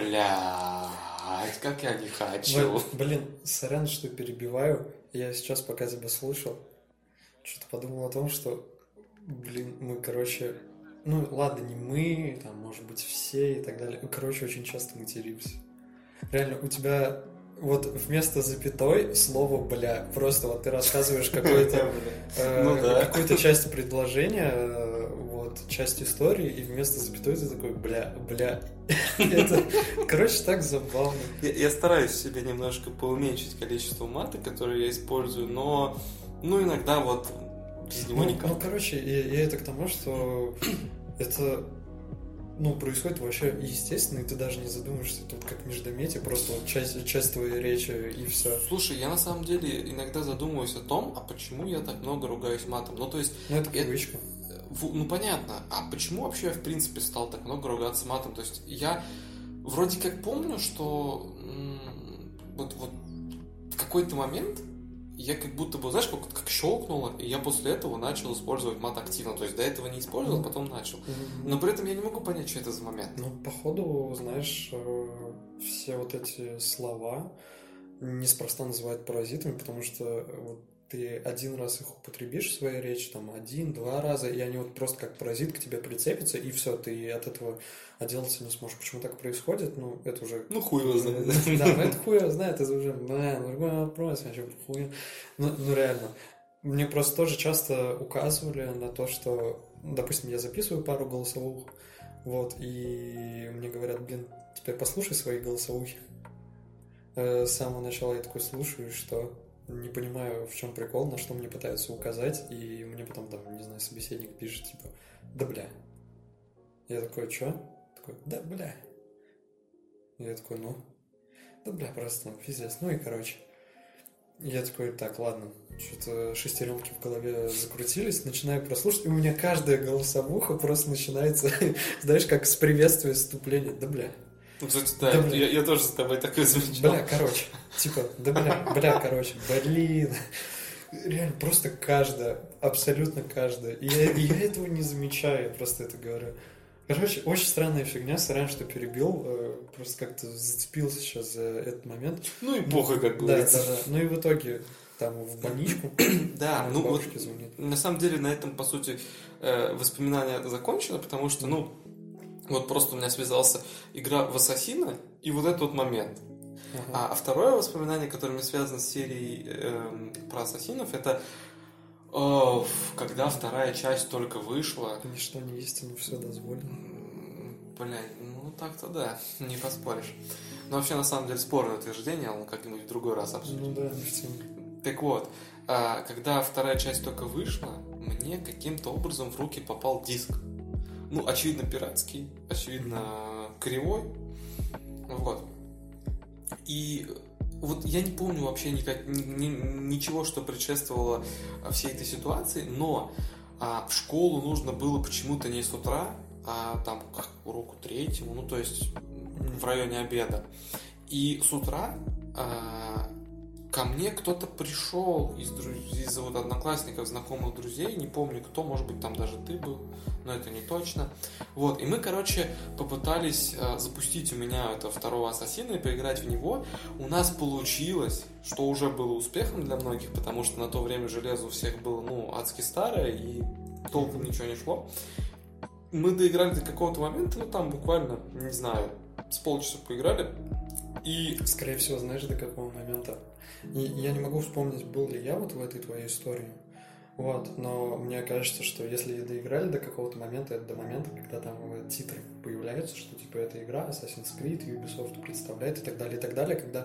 блядь, как я не хочу. Блин, сорян, что перебиваю. Я сейчас, пока тебя слушал, что-то подумал о том, что, блин, мы, короче, ну, ладно, не мы, там, может быть, все и так далее. Короче, очень часто материмся. Реально, у тебя... Вот вместо запятой слово «бля». Просто вот ты рассказываешь какую-то э, ну, да. какую-то часть предложения, э, вот, часть истории, и вместо запятой ты такой «бля, бля». Это, короче, так забавно. Я, я стараюсь себе немножко поуменьшить количество мата, которые я использую, но, ну, иногда вот без него ну, никак. Ну, короче, я, я это к тому, что это... Ну, происходит вообще естественно, и ты даже не задумаешься, тут как междометие, просто вот часть, часть твоей речи, и все. Слушай, я на самом деле иногда задумываюсь о том, а почему я так много ругаюсь матом. Ну, то есть... Ну, это привычка. Это, ну, понятно. А почему вообще я, в принципе, стал так много ругаться матом? То есть я вроде как помню, что м- вот, вот в какой-то момент я как будто бы, знаешь, как, как щелкнуло, и я после этого начал использовать мат активно. То есть до этого не использовал, потом начал. Но при этом я не могу понять, что это за момент. Ну, походу, знаешь, все вот эти слова неспроста называют паразитами, потому что вот ты один раз их употребишь в своей речи, там, один-два раза, и они вот просто как паразит к тебе прицепятся, и все, ты от этого отделаться не сможешь. Почему так происходит? Ну, это уже... Ну, хуй его знает. Да, ну это хуй его знает, это уже, да, другой вопрос, вообще, хуй. Ну, ну, реально. Мне просто тоже часто указывали на то, что, допустим, я записываю пару голосовых, вот, и мне говорят, блин, теперь послушай свои голосовухи. С самого начала я такой слушаю, и что... не понимаю, в чем прикол, на что мне пытаются указать, и мне потом там, не знаю, собеседник пишет, типа, да бля. Я такой, чё? Такой, да бля. Я такой, ну, да бля, просто, пиздец. Ну и короче. Я такой, так, ладно, что-то шестеренки в голове закрутились, начинаю прослушать, и у меня каждая голосовуха просто начинается, знаешь, как с приветствия вступления, да бля. Ну, кстати, да, да я, я тоже с тобой такой замечал. Бля, короче, типа, да бля, бля, короче, блин. Реально, просто каждая, абсолютно каждая. И я, и я этого не замечаю, я просто это говорю. Короче, очень странная фигня, сорян, что перебил, просто как-то зацепился сейчас за этот момент. Ну и похуй, как говорится. Да, да, да. Ну и в итоге там в больничку. Да, ну вот звонит. На самом деле на этом, по сути, воспоминание закончено, потому что, ну, вот просто у меня связался игра в Ассасина и вот этот вот момент. Ага. А второе воспоминание, которое мне связано с серией э, про ассасинов, это э, когда вторая часть только вышла. Ничто не истинно, все дозволено. Блядь, ну так-то да, не поспоришь. Но вообще, на самом деле, спорное утверждение, он как-нибудь в другой раз обсудим. Ну да, не в тему. Так вот, э, когда вторая часть только вышла, мне каким-то образом в руки попал диск. Ну, очевидно, пиратский, очевидно, кривой. Вот. И вот я не помню вообще никак, ни, ни, ничего, что предшествовало всей этой ситуации, но а, в школу нужно было почему-то не с утра, а там к уроку третьему, ну, то есть в районе обеда. И с утра а, ко мне кто-то пришел из, из вот одноклассников, знакомых друзей, не помню кто, может быть, там даже ты был, но это не точно. Вот, и мы, короче, попытались э, запустить у меня этого второго ассасина и поиграть в него. У нас получилось, что уже было успехом для многих, потому что на то время железо у всех было, ну, адски старое, и толком ничего не шло. Мы доиграли до какого-то момента, ну, там буквально, не знаю, с полчаса поиграли, и... Скорее всего, знаешь, до какого момента? И я не могу вспомнить, был ли я вот в этой твоей истории. Вот, но мне кажется, что если доиграли до какого-то момента, это до момента, когда там титры появляются, что типа эта игра Assassin's Creed, Ubisoft представляет и так далее, и так далее, когда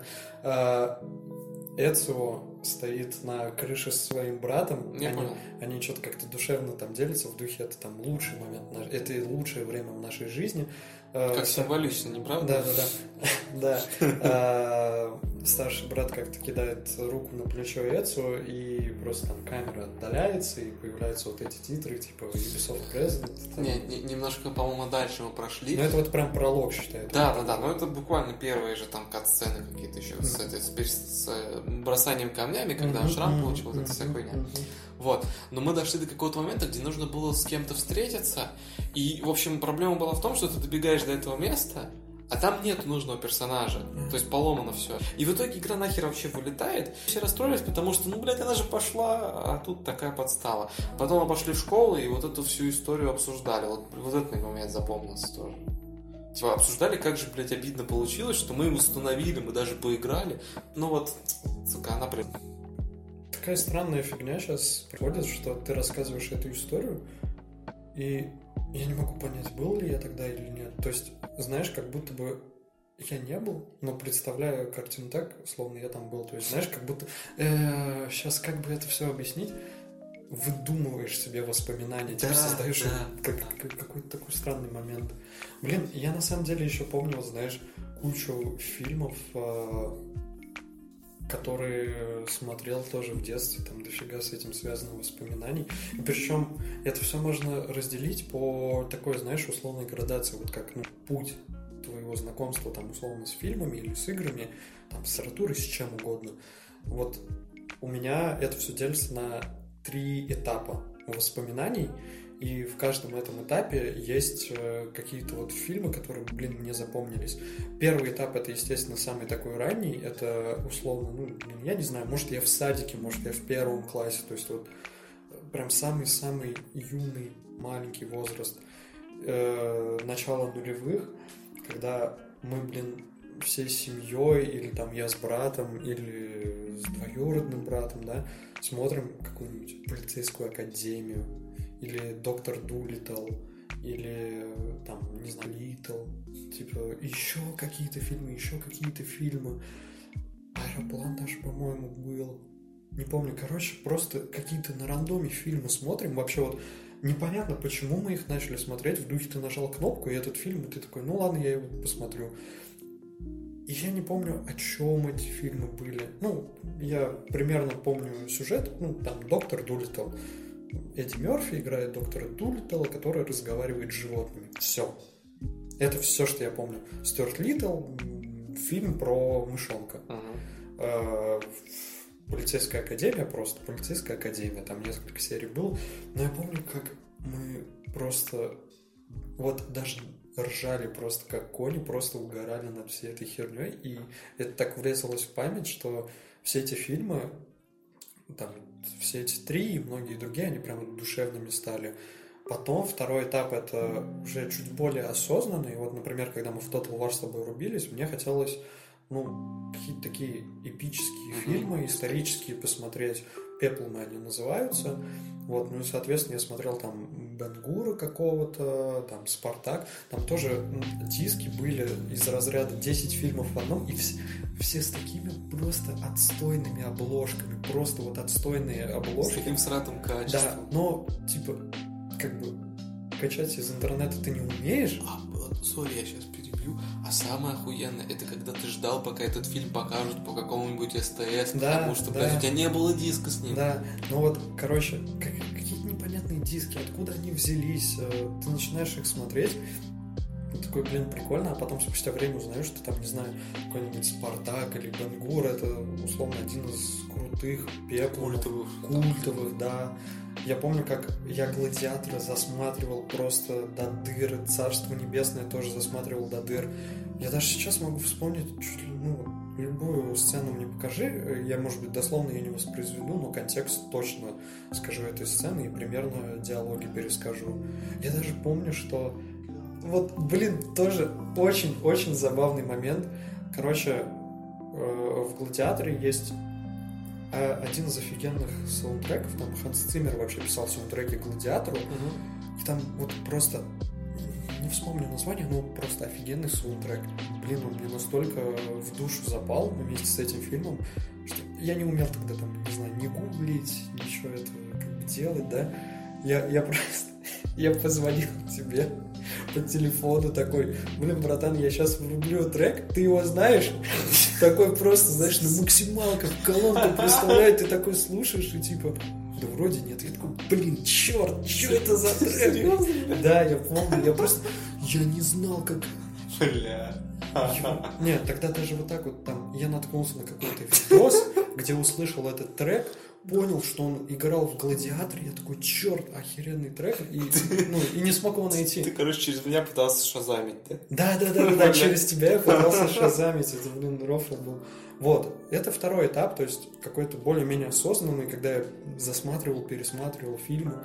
э, Эцио стоит на крыше со своим братом, Я они, понял. они что-то как-то душевно там делятся в духе, это там лучший момент, это лучшее время в нашей жизни. Как символично, не правда? Да, да, да. Старший брат как-то кидает руку на плечо Эцио, и просто там камера отдаляется, и появляются вот эти титры, типа Ubisoft Present. Не, не, немножко, по-моему, дальше мы прошли. Ну, это вот прям пролог, считаю. Да, да, да, но это буквально первые же там кат-сцены какие-то еще с, этой, с, с, с бросанием камнями, когда он шрам получил, вот эта вся хуйня. Вот. Но мы дошли до какого-то момента, где нужно было с кем-то встретиться. И, в общем, проблема была в том, что ты добегаешь до этого места, а там нет нужного персонажа. То есть поломано все. И в итоге игра нахер вообще вылетает. Все расстроились, потому что, ну, блядь, она же пошла, а тут такая подстава. Потом мы пошли в школу и вот эту всю историю обсуждали. Вот, вот этот момент запомнился тоже. Типа, обсуждали, как же, блядь, обидно получилось, что мы установили, мы даже поиграли. Ну вот, сука, она прям... Такая странная фигня сейчас происходит, что ты рассказываешь эту историю, и я не могу понять, был ли я тогда или нет. То есть, знаешь, как будто бы я не был, но представляю картину так, словно я там был. То есть, знаешь, как будто... Э, сейчас как бы это все объяснить? Выдумываешь себе воспоминания, да, типа создаешь да, как, да. как, какой-то такой странный момент. Блин, я на самом деле еще помнил, знаешь, кучу фильмов... Э, которые смотрел тоже в детстве, там дофига с этим связано воспоминаний. И причем это все можно разделить по такой, знаешь, условной градации, вот как, ну, путь твоего знакомства, там, условно, с фильмами или с играми, там, с литературой, с чем угодно. Вот у меня это все делится на три этапа воспоминаний, и в каждом этом этапе есть какие-то вот фильмы, которые, блин, мне запомнились. Первый этап — это, естественно, самый такой ранний. Это, условно, ну, блин, я не знаю, может, я в садике, может, я в первом классе. То есть вот прям самый-самый юный, маленький возраст. Э, начало нулевых, когда мы, блин, всей семьей, или там я с братом, или с двоюродным братом, да, смотрим какую-нибудь полицейскую академию, или Доктор Дулиттл, или там, не знаю, Литл, типа, еще какие-то фильмы, еще какие-то фильмы. Аэроплан даже, по-моему, был. не помню, короче, просто какие-то на рандоме фильмы смотрим, вообще вот непонятно, почему мы их начали смотреть, в духе ты нажал кнопку, и этот фильм, и ты такой, ну ладно, я его посмотрю. И я не помню, о чем эти фильмы были. Ну, я примерно помню сюжет, ну, там, доктор Дулиттл. Эдди Мерфи играет доктора Дулиттла, который разговаривает с животными. Все. Это все, что я помню. Стюарт Литтл, фильм про мышонка. Uh-huh. Полицейская академия, просто полицейская академия, там несколько серий было. Но я помню, как мы просто вот даже ржали просто как кони, просто угорали над всей этой херней. И это так врезалось в память, что все эти фильмы, там, все эти три и многие другие, они прям душевными стали. Потом второй этап — это уже чуть более осознанный. Вот, например, когда мы в Total War с тобой рубились, мне хотелось, ну, какие-то такие эпические mm-hmm. фильмы, исторические посмотреть. «Пеплумы» они называются. Вот, ну и, соответственно, я смотрел там Бен-Гура какого-то, там «Спартак». Там тоже диски были из разряда десять фильмов в одном, и все, все с такими просто отстойными обложками. Просто вот отстойные обложки. С таким сратым качеством. Да, но, типа, как бы качать из интернета ты не умеешь. А, сори, я сейчас перебью. А самое охуенное, это когда ты ждал, пока этот фильм покажут по какому-нибудь СТС, да, потому что, да. блядь, у тебя не было диска с ним. Да, ну вот, короче, как, какие-то непонятные диски, откуда они взялись, ты начинаешь их смотреть, такой, блин, прикольно, а потом спустя время узнаешь, что там, не знаю, какой-нибудь «Спартак» или «Бен-Гур», это, условно, один из крутых пеплов, культовых, культовых, да. Я помню, как я «Гладиатора» засматривал просто до дыр, «Царство небесное» тоже засматривал до дыр. Я даже сейчас могу вспомнить чуть ли, ну, любую сцену мне покажи, я, может быть, дословно ее не воспроизведу, но контекст точно скажу этой сцены и примерно диалоги перескажу. Я даже помню, что вот, блин, тоже очень-очень забавный момент. Короче, в «Гладиаторе» есть один из офигенных саундтреков. Там Ханс Циммер вообще писал саундтреки к «Гладиатору». Uh-huh. И там вот просто, не вспомню название, но просто офигенный саундтрек. Блин, он мне настолько в душу запал вместе с этим фильмом, что я не умел тогда там, не знаю, не гуглить, ничего этого как бы делать, да. Я, я просто, я позвонил тебе по телефону такой, блин, братан, я сейчас врублю трек, ты его знаешь? Такой просто, знаешь, на максималках колонку представляет, ты такой слушаешь и типа, да вроде нет. Я такой, блин, черт, что это за трек? Серьезно? Да, я помню, я просто, я не знал, как... Бля. Я... Нет, тогда даже вот так вот там, я наткнулся на какой-то видос, где услышал этот трек, понял, что он играл в «Гладиаторе», я такой, черт, охеренный трек, и, ну, и не смог его найти. Ты, короче, через меня пытался шазамить, да? Да, да, да, да, да, через тебя я пытался шазамить, это, блин, рофл был. Вот, это второй этап, то есть какой-то более-менее осознанный, когда я засматривал, пересматривал фильмы.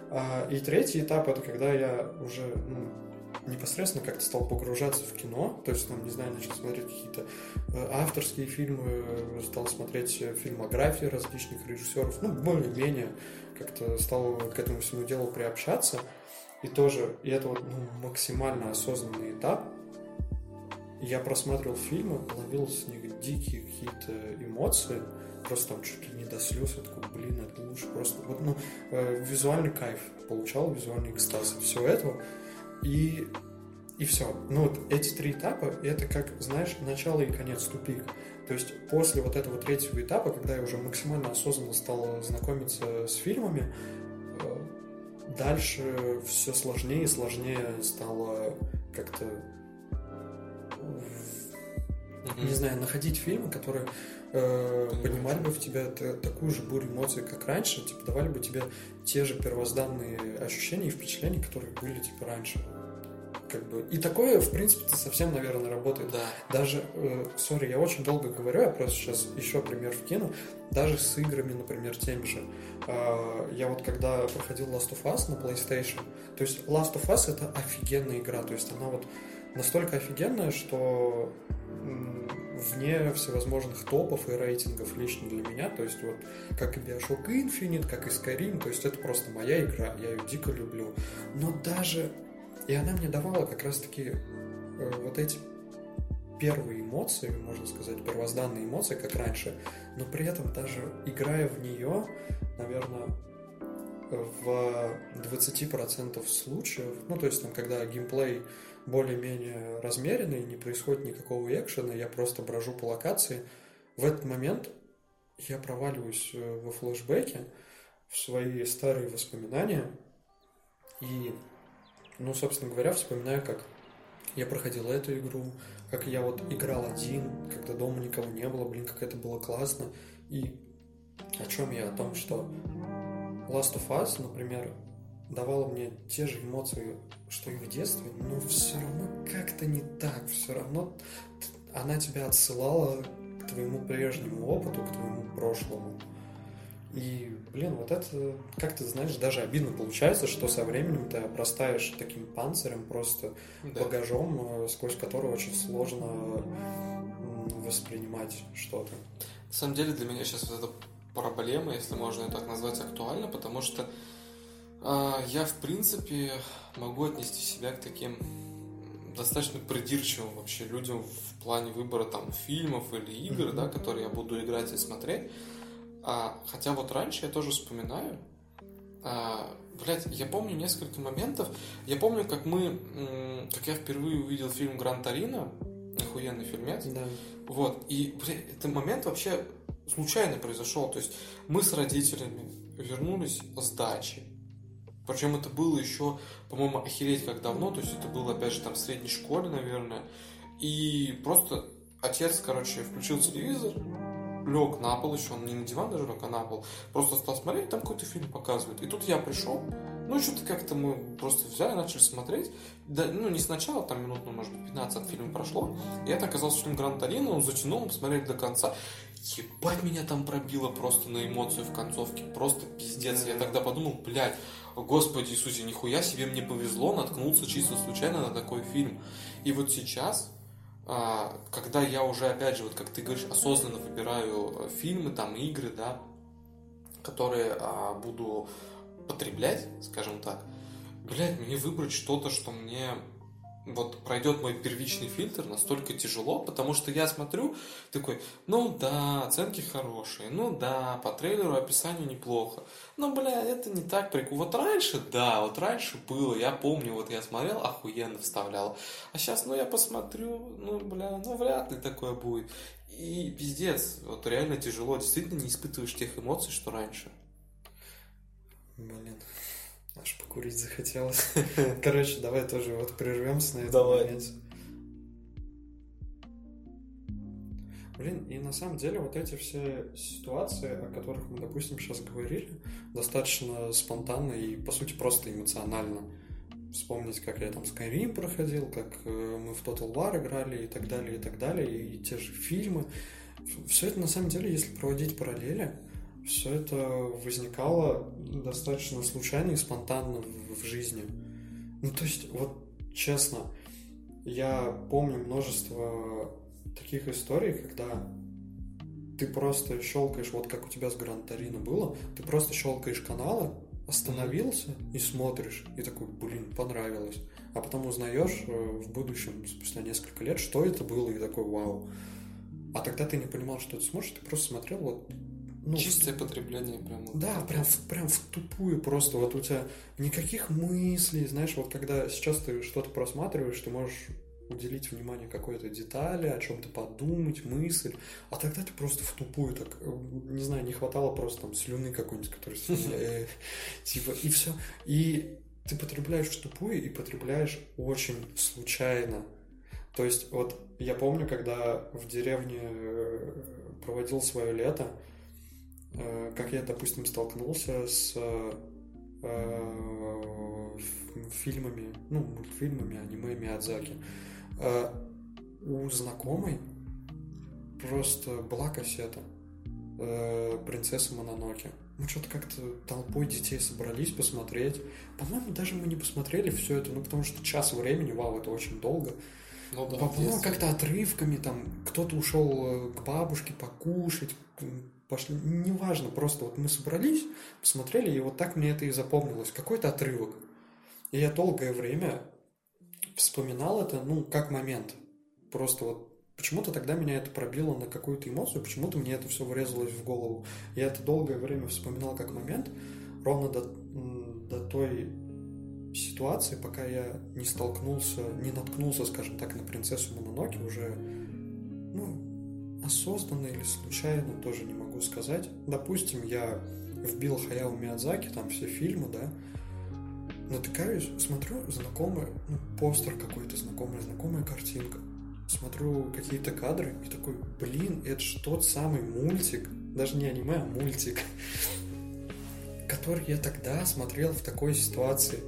И третий этап, это когда я уже, ну, непосредственно как-то стал погружаться в кино, то есть, там, не знаю, начал смотреть какие-то авторские фильмы, стал смотреть фильмографии различных режиссеров, ну, более-менее как-то стал к этому всему делу приобщаться, и тоже, и это вот, ну, максимально осознанный этап. Я просматривал фильмы, ловил с них дикие какие-то эмоции, просто там чуть ли не до слез, я такой, блин, это лучше, просто, вот, ну, э, визуальный кайф получал, визуальный экстаз от всего этого. И, и все. Ну вот эти три этапа, это как, знаешь, начало и конец, тупик. То есть после вот этого третьего этапа, когда я уже максимально осознанно стал знакомиться с фильмами, дальше все сложнее и сложнее стало как-то, mm-hmm. не знаю, находить фильмы, которые э, поднимали бы в тебя т- такую же бурю эмоций, как раньше, типа давали бы тебе те же первозданные ощущения и впечатления, которые были типа раньше. Как бы. И такое, в принципе, совсем, наверное, работает. Да. Даже, сори, э, я очень долго говорю, я просто сейчас еще пример вкину. Даже с играми, например, теми же. Э, я вот когда проходил Last of Us на PlayStation, то есть Last of Us — это офигенная игра, то есть она вот настолько офигенная, что вне всевозможных топов и рейтингов лично для меня, то есть вот как и Bioshock Infinite, как и Skyrim, то есть это просто моя игра, я ее дико люблю. Но даже... И она мне давала как раз-таки э, вот эти первые эмоции, можно сказать, первозданные эмоции, как раньше, но при этом даже играя в нее, наверное, в двадцать процентов случаев, ну, то есть там, когда геймплей более-менее размеренный, не происходит никакого экшена, я просто брожу по локации, в этот момент я проваливаюсь во флешбеке, в свои старые воспоминания и, ну, собственно говоря, вспоминаю, как я проходил эту игру, как я вот играл один, когда дома никого не было, блин, как это было классно. И о чем я? О том, что Last of Us, например, давала мне те же эмоции, что и в детстве, но все равно как-то не так, все равно она тебя отсылала к твоему прежнему опыту, к твоему прошлому. И, блин, вот это, как ты знаешь, даже обидно получается, что со временем ты обрастаешь таким панцирем, просто да. багажом, сквозь который очень сложно воспринимать что-то. На самом деле для меня сейчас вот эта проблема, если можно ее так назвать, актуальна, потому что э, я, в принципе, могу отнести себя к таким достаточно придирчивым вообще людям в плане выбора там фильмов или игр, mm-hmm. да, которые я буду играть и смотреть. А, хотя вот раньше я тоже вспоминаю, а, блядь, я помню несколько моментов. Я помню, как мы, м, как я впервые увидел фильм «Гран Торино», охуенный фильмец. Да. Вот, и, блядь, этот момент вообще случайно произошел. То есть мы с родителями вернулись с дачи. Причем это было еще, по-моему, охереть как давно. То есть это было, опять же, там в средней школе, наверное. И просто отец, короче, включил телевизор, лег на пол еще, он не на диван даже лег, а на пол. Просто стал смотреть, там какой-то фильм показывает. И тут я пришел, ну что-то как-то мы просто взяли, начали смотреть. Да, ну не сначала, там минут, ну, может быть, пятнадцать от фильма прошло. И это оказался фильм «Гран Торино», он затянул, мы посмотрели до конца. Ебать, меня там пробило просто на эмоцию в концовке. Просто пиздец. Я тогда подумал, блядь, Господи Иисусе, нихуя себе мне повезло наткнуться чисто случайно на такой фильм. И вот сейчас, когда я уже, опять же, вот как ты говоришь, осознанно выбираю фильмы, там, игры, да, которые а, буду потреблять, скажем так, блядь, мне выбрать что-то, что мне вот пройдет мой первичный фильтр, настолько тяжело, потому что я смотрю, такой, ну да, оценки хорошие, ну да, по трейлеру описанию неплохо, но, бля, это не так прикольно. Вот раньше, да, вот раньше было, я помню, вот я смотрел, охуенно вставлял, а сейчас, ну, я посмотрю, ну, бля, ну, вряд ли такое будет. И пиздец, вот реально тяжело, действительно не испытываешь тех эмоций, что раньше. Блин, аж покурить захотелось. Короче, давай тоже вот прервемся на этом давай. моменте. Блин, и на самом деле вот эти все ситуации, о которых мы, допустим, сейчас говорили, достаточно спонтанно и, по сути, просто эмоционально. Вспомнить, как я там Skyrim проходил, как мы в Total War играли и так далее, и так далее, и те же фильмы. Все это, на самом деле, если проводить параллели, все это возникало достаточно случайно и спонтанно в, в жизни. Ну, то есть, вот честно, я помню множество таких историй, когда ты просто щелкаешь, вот как у тебя с Гран Торино было, ты просто щелкаешь каналы, остановился mm-hmm. и смотришь, и такой, блин, понравилось. А потом узнаешь в будущем, спустя несколько лет, что это было, и такой, вау. А тогда ты не понимал, что ты смотришь, ты просто смотрел вот... Ну, чистое в... потребление прям. Да, прям, прям в тупую просто. Вот у тебя никаких мыслей, знаешь, вот когда сейчас ты что-то просматриваешь, ты можешь уделить внимание какой-то детали, о чем-то подумать, мысль, а тогда ты просто в тупую так, не знаю, не хватало просто там слюны какой-нибудь, которая типа, и все. И ты потребляешь в тупую и потребляешь очень случайно. То есть вот я помню, когда в деревне проводил свое лето, как я, допустим, столкнулся с фильмами, ну, мультфильмами, аниме Миядзаки. У знакомой просто была кассета «Принцесса Мононоке». Мы что-то как-то толпой детей собрались посмотреть. По-моему, даже мы не посмотрели все это, ну, потому что час времени, вау, это очень долго. Ну, да, по-моему, как-то отрывками, там, кто-то ушел к бабушке покушать, пошли, неважно, просто вот мы собрались, посмотрели, и вот так мне это и запомнилось, какой-то отрывок. И я долгое время вспоминал это, ну, как момент. Просто вот почему-то тогда меня это пробило на какую-то эмоцию, почему-то мне это все врезалось в голову. Я это долгое время вспоминал как момент, ровно до, до той ситуации, пока я не столкнулся, не наткнулся, скажем так, на принцессу Мононоке уже, ну, осознанно или случайно, тоже не могу сказать. Допустим, я вбил Хаяо Миядзаки, там все фильмы, да, натыкаюсь, смотрю, знакомый, ну, постер какой-то знакомый, знакомая картинка. Смотрю какие-то кадры и такой, блин, это же тот самый мультик, даже не аниме, а мультик, который я тогда смотрел в такой ситуации.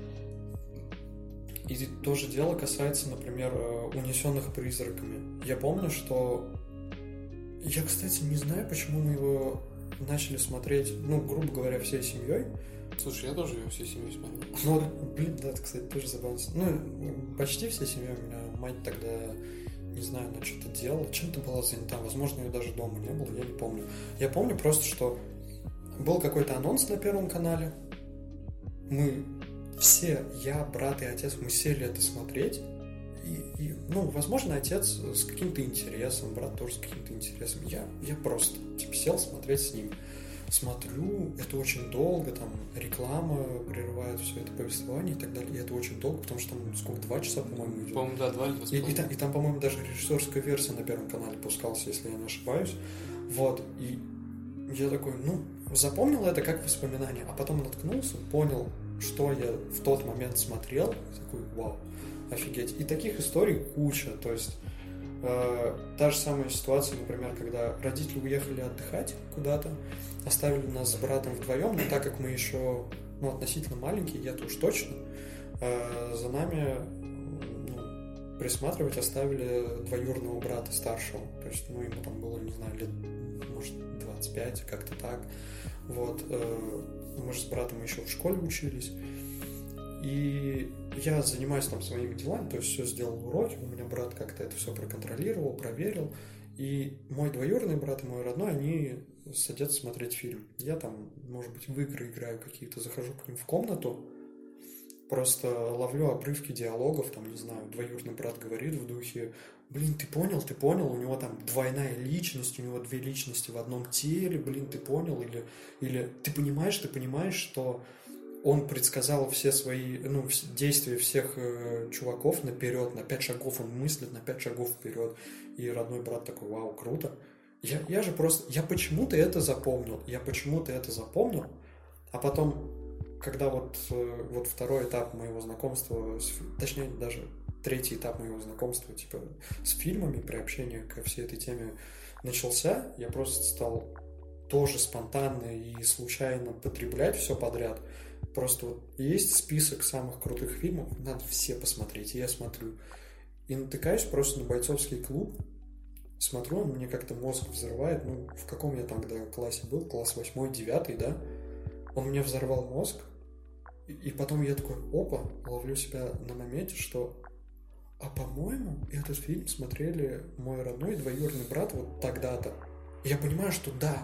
И то же дело касается, например, «Унесенных призраками». Я помню, что... Я, кстати, не знаю, почему мы его начали смотреть, ну, грубо говоря, всей семьей. Слушай, я тоже ее всей семьей смотрел. Ну, блин, да, это, кстати, тоже забавно. Ну, почти всей семьей. У меня мать тогда, не знаю, она что-то делала, чем-то была занята. Возможно, ее даже дома не было, я не помню. Я помню просто, что был какой-то анонс на Первом канале. Мы все, я, брат и отец, мы сели это смотреть. И, и, ну, возможно, отец с каким-то интересом, брат тоже с каким-то интересом. Я, я просто типа, сел смотреть с ним. Смотрю, это очень долго, там реклама прерывает все это повествование и так далее. И это очень долго, потому что там сколько, два часа, по-моему, идет. По-моему, да, два или два с и, и, там, и там, по-моему, даже режиссерская версия на Первом канале пускалась, если я не ошибаюсь. Вот, и я такой, ну, запомнил это как воспоминание, а потом наткнулся, понял, что я в тот момент смотрел, и такой, вау, офигеть. И таких историй куча, то есть э, та же самая ситуация, например, когда родители уехали отдыхать куда-то, оставили нас с братом вдвоем, но так как мы еще, ну, относительно маленькие, я-то уж точно, э, за нами ну, присматривать оставили двоюродного брата старшего, то есть, ну, ему там было, не знаю, лет, может, двадцать пять, как-то так, вот, э, мы же с братом еще в школе учились, и я занимаюсь там своими делами, то есть все сделал уроки, у меня брат как-то это все проконтролировал, проверил, и мой двоюродный брат и мой родной, они садятся смотреть фильм. Я там, может быть, в игры играю какие-то, захожу к ним в комнату, просто ловлю обрывки диалогов, там, не знаю, двоюродный брат говорит в духе, блин, ты понял, ты понял, у него там двойная личность, у него две личности в одном теле, блин, ты понял, или, или ты понимаешь, ты понимаешь, что он предсказал все свои, ну, действия всех э, чуваков наперед, на пять шагов он мыслит, на пять шагов вперед. И родной брат такой, вау, круто. Я, я же просто, я почему-то это запомнил, я почему-то это запомнил, а потом, когда вот, э, вот второй этап моего знакомства, с, точнее, даже третий этап моего знакомства, типа, с фильмами, приобщения ко всей этой теме начался, я просто стал тоже спонтанно и случайно потреблять все подряд. Просто вот есть список самых крутых фильмов, надо все посмотреть, и я смотрю. И натыкаюсь просто на «Бойцовский клуб», смотрю, он мне как-то мозг взрывает, ну, в каком я там тогда классе был, класс восьмой, девятый, да? Он мне взорвал мозг, и, и потом я такой, опа, ловлю себя на моменте, что, а по-моему, этот фильм смотрели мой родной двоюродный брат вот тогда-то. И я понимаю, что да.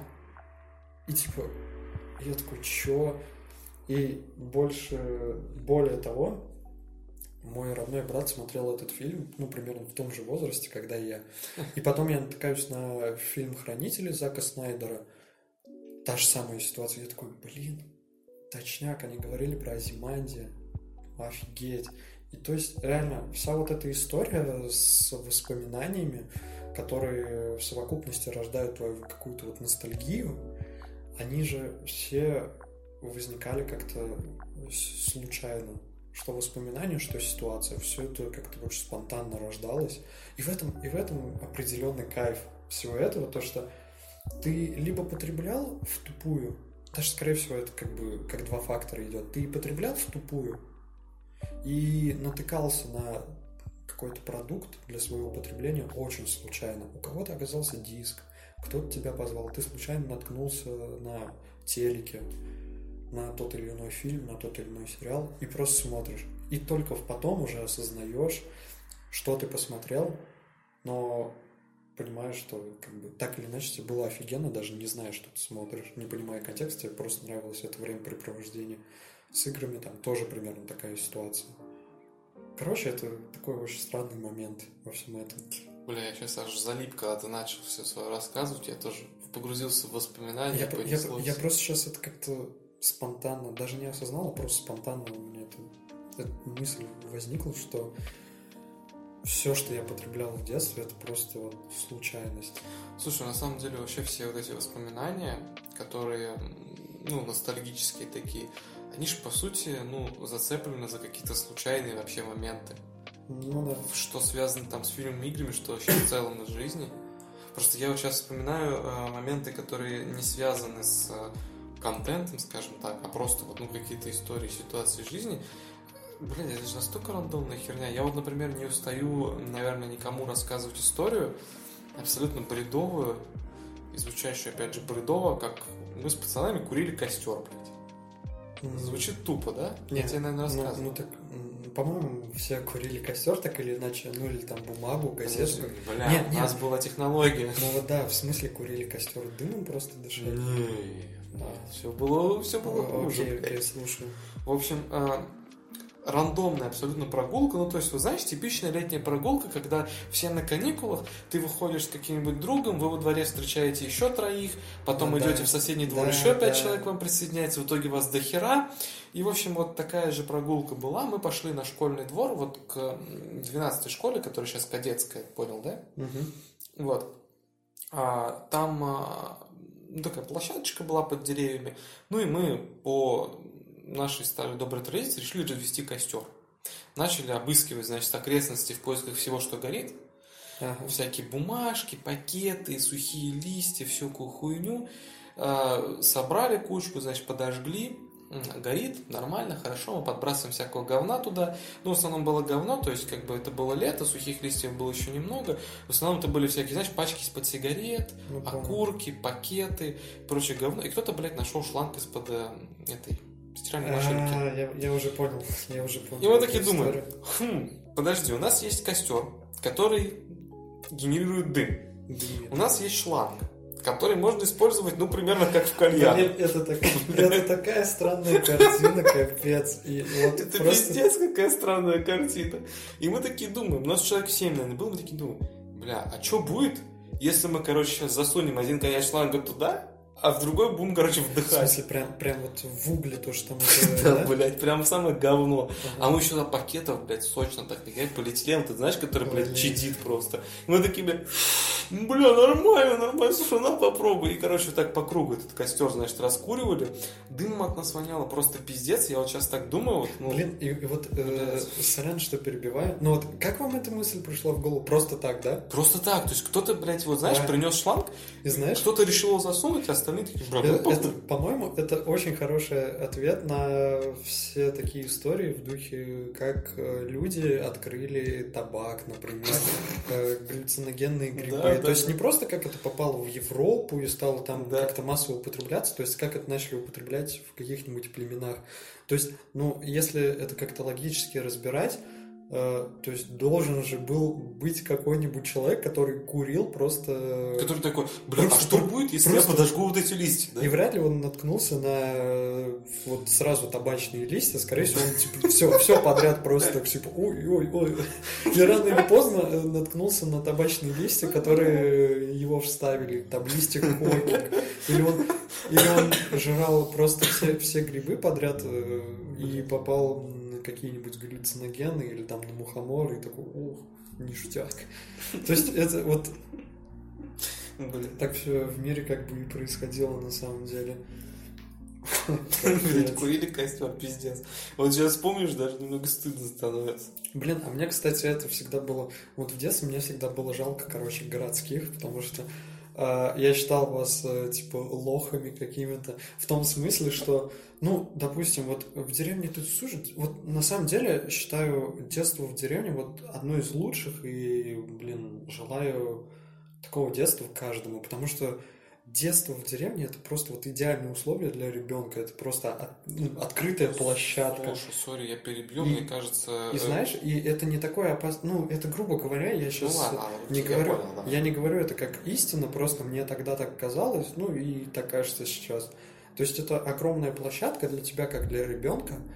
И типа, я такой, чё? И больше, более того, мой родной брат смотрел этот фильм, ну, примерно в том же возрасте, когда и я. И потом я натыкаюсь на фильм «Хранители» Зака Снайдера. Та же самая ситуация. Я такой, блин, точняк, они говорили про Азиманди. Офигеть. И то есть, реально, вся вот эта история с воспоминаниями, которые в совокупности рождают твою какую-то вот ностальгию, они же все возникали как-то случайно. Что воспоминания, что ситуация. Все это как-то очень спонтанно рождалось. И в этом, и в этом определенный кайф всего этого, то, что ты либо потреблял в тупую, даже, скорее всего, это как бы как два фактора идет. Ты потреблял в тупую и натыкался на какой-то продукт для своего потребления очень случайно. У кого-то оказался диск, кто-то тебя позвал, ты случайно наткнулся на телеке, на тот или иной фильм, на тот или иной сериал, и просто смотришь. И только потом уже осознаешь, что ты посмотрел, но понимаешь, что как бы, так или иначе тебе было офигенно, даже не зная, что ты смотришь, не понимая контекста, тебе просто нравилось это времяпрепровождение. С играми там тоже примерно такая ситуация. короче, это такой очень странный момент во всем этом. Бля, я сейчас аж залип, когда ты начал все свое рассказывать, я тоже погрузился в воспоминания. Я, я, я просто сейчас это как-то спонтанно, даже не осознал, а просто спонтанно у меня это, эта мысль возникла, что все, что я потреблял в детстве, это просто вот случайность. Слушай, на самом деле вообще все вот эти воспоминания, которые, ну, ностальгические такие, они же, по сути, ну, зацеплены за какие-то случайные вообще моменты. Ну да. Что связано там с фильмами, играми, что вообще в целом из жизни. Просто я вот сейчас вспоминаю э, моменты, которые не связаны с э, контентом, скажем так, а просто вот, ну, какие-то истории, ситуации жизни. Блин, это же настолько рандомная херня. Я вот, например, не устаю, наверное, никому рассказывать историю абсолютно бредовую, и звучащую, опять же, бредово, как мы с пацанами курили костер, блядь. Звучит тупо, да? Нет, я тебе, наверное, рассказывал. Ну, ну так, по-моему, все курили костер так или иначе, ну или там бумагу, газету. Бля, нет, у нет. нас была технология. Ну вот да, в смысле курили костер, дымом просто дышали. Нет, все было, все было хуже. Окей, окей, слушаю. В общем, рандомная абсолютно прогулка. Ну, то есть, вы знаете, типичная летняя прогулка, когда все на каникулах, ты выходишь с каким-нибудь другом, вы во дворе встречаете еще троих, потом Ну, идете да. в соседний двор, Да, еще пять да. человек к вам присоединяется, в итоге вас до хера. И, в общем, вот такая же прогулка была. Мы пошли на школьный двор, вот к двенадцатой школе, которая сейчас кадетская, понял, да? Угу. Вот. А, там а, ну, такая площадочка была под деревьями. Ну, и мы по нашей старой доброй традиции решили развести костер. Начали обыскивать, значит, окрестности в поисках всего, что горит. Ага. Всякие бумажки, пакеты, сухие листья, всякую хуйню. А, собрали кучку, значит, подожгли. Горит, нормально, хорошо, мы подбрасываем всякого говна туда. Ну, в основном было говно, то есть, как бы, это было лето, сухих листьев было еще немного. В основном это были всякие, знаешь, пачки из-под сигарет, Ну, окурки, пакеты, прочее говно. И кто-то, блядь, нашел шланг из-под э, этой стиральной машинки. А, я, я уже понял, я уже понял. И мы такие эту думаем, историю. хм, подожди, у нас есть костер, который генерирует дым. Блин. У нас есть шланг, который можно использовать, ну, примерно как в кальяне. Блин, это, так- это такая странная картина, капец. И вот Это просто... пиздец, какая странная картина. И мы такие думаем, у нас человек семь, наверное, было, мы такие думаем, бля, а что будет, если мы, короче, сейчас засунем один конец шланга туда, а в другой будем, короче, В вдыхать. смысле, прям, прям вот в угле то, что мы Да, делаем, да? блядь, прям самое говно. Ага. А мы еще на пакетов, блядь, сочно так, как полиэтилен, ты знаешь, который, блядь, Блин. чадит просто. И мы такие, блядь, бля, нормально, нормально, слушай, на, попробуй. И, короче, так по кругу этот костер, значит, раскуривали. Дымом от нас воняло просто пиздец. Я вот сейчас так думаю, вот, ну... Блин, и, и вот, э, блядь. сорян, что перебиваю, но вот как вам эта мысль пришла в голову? Просто так, да? Просто так, то есть кто-то, блядь, вот, знаешь, Да. принес шланг, И знаешь, кто-то решил его засунуть, а остальные такие, бля, ну, Э, похуй. это, по-моему, это очень хороший ответ на все такие истории в духе, как э, люди открыли табак, например, э, галлюциногенные грибы. Да, да, то есть да. не просто как это попало в Европу и стало там Да. как-то массово употребляться, то есть как это начали употреблять в каких-нибудь племенах. То есть, ну, если это как-то логически разбирать, э, то есть должен же был быть какой-нибудь человек, который курил просто... Который такой, бля, Просто- а что будет, если просто- я подожгу вот эти листья, да? И вряд ли он наткнулся на э, вот сразу табачные листья. Скорее всего, он типа все, все подряд просто так типа ой-ой-ой. И рано или поздно э, наткнулся на табачные листья, которые его вставили. Там листья коки. Или он, или он жрал просто все, все грибы подряд э, и попал на какие-нибудь галлюциногены или там на мухомор и такой, ух, ништяк. То есть это вот Блин. так все в мире как бы и происходило на самом деле. Блядь, курили костер, пиздец. Вот сейчас помнишь, даже немного стыдно становится. Блин, а мне, кстати, это всегда было... Вот в детстве мне всегда было жалко, короче, городских, потому что э, я считал вас, э, типа, лохами какими-то. В том смысле, что, ну, допустим, вот в деревне ты слушаешь... Вот на самом деле считаю детство в деревне вот одно из лучших, и, блин, желаю такого детства каждому, потому что детство в деревне — это просто вот идеальные условия для ребенка. Это просто от- ну, открытая площадка. Слушай, сори, я перебью, И- мне кажется... И э, знаешь, и это не такое опасное, ну, это, грубо говоря, я сейчас Ну ладно, не я говорю, понял, да. я не говорю это как истина, просто мне тогда так казалось, ну, и так кажется сейчас. То есть это огромная площадка для тебя, как для ребенка,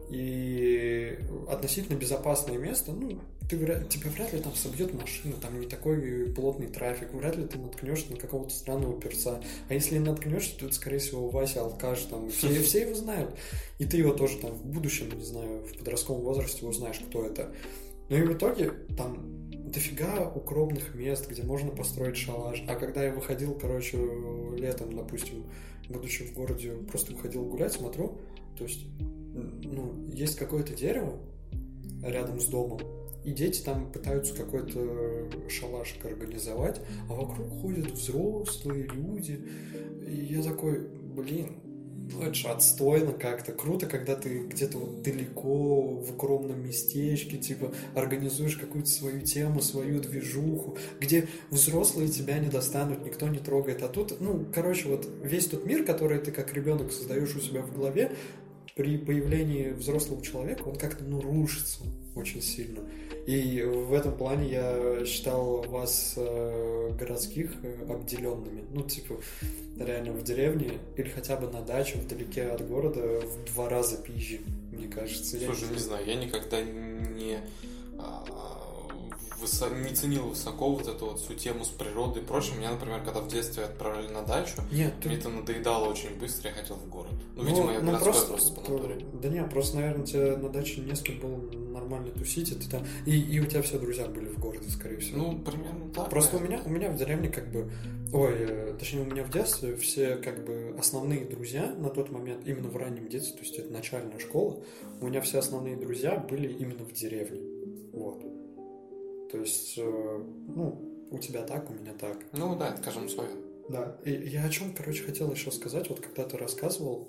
и относительно безопасное место, ну, ты, тебя вряд ли там собьет машина, там не такой плотный трафик, вряд ли ты наткнешься на какого-то странного перца. А если наткнешься, то это, скорее всего, Вася алкаш, там, все, все его знают. И ты его тоже там в будущем, не знаю, в подростковом возрасте узнаешь, кто это. Ну и в итоге там дофига укромных мест, где можно построить шалаш. А когда я выходил, короче, летом, допустим, будучи в городе, просто выходил гулять, смотрю, то есть, ну, есть какое-то дерево рядом с домом, и дети там пытаются какой-то шалашик организовать, а вокруг ходят взрослые люди. И я такой, блин, ну это же отстойно как-то. Круто, когда ты где-то вот далеко, в укромном местечке, типа, организуешь какую-то свою тему, свою движуху, где взрослые тебя не достанут, никто не трогает. А тут, ну, короче, вот весь тот мир, который ты как ребенок создаешь у себя в голове, при появлении взрослого человека, он как-то, ну, рушится очень сильно. И в этом плане я считал вас, э, городских, э, обделенными. Ну, типа, реально в деревне или хотя бы на даче вдалеке от города в два раза пизже, мне кажется. Слушай, я не знаю, я никогда не, а, высо... не ценил высоко вот эту вот всю тему с природой и прочим. Меня, например, когда в детстве отправляли на дачу, Нет, мне ты... это надоедало очень быстро, я хотел в город. Ну, Ну, видимо, я ну, городской просто, просто по то- натуре. Да не, просто, наверное, тебе на даче не с кем было нормально тусить, и ты там... И, и у тебя все друзья были в городе, скорее всего. Ну, примерно так. Просто у наверное. меня, у меня в деревне как бы... Ой, э, точнее, у меня в детстве все как бы основные друзья на тот момент, именно в раннем детстве, то есть это начальная школа, у меня все основные друзья были именно в деревне. Вот. То есть, э, ну, у тебя так, у меня так. Ну, да, это, скажем, свое. Да, и я о чем, короче, хотел еще сказать, вот когда ты рассказывал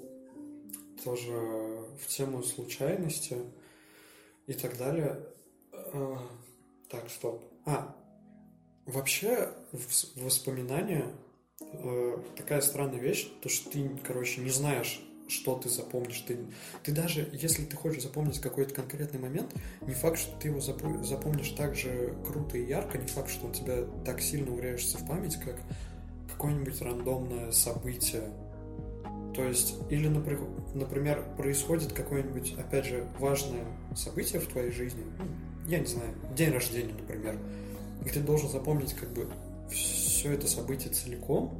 тоже в тему случайности и так далее. Э, так, стоп. А, вообще в- воспоминания э, такая странная вещь, то что ты, короче, не знаешь, что ты запомнишь. Ты, ты даже, если ты хочешь запомнить какой-то конкретный момент, не факт, что ты его запо- запомнишь так же круто и ярко, не факт, что он тебя так сильно врежется в память, как какое-нибудь рандомное событие. То есть, или, напри- например, происходит какое-нибудь, опять же, важное событие в твоей жизни, ну, я не знаю, день рождения, например, и ты должен запомнить как бы все это событие целиком,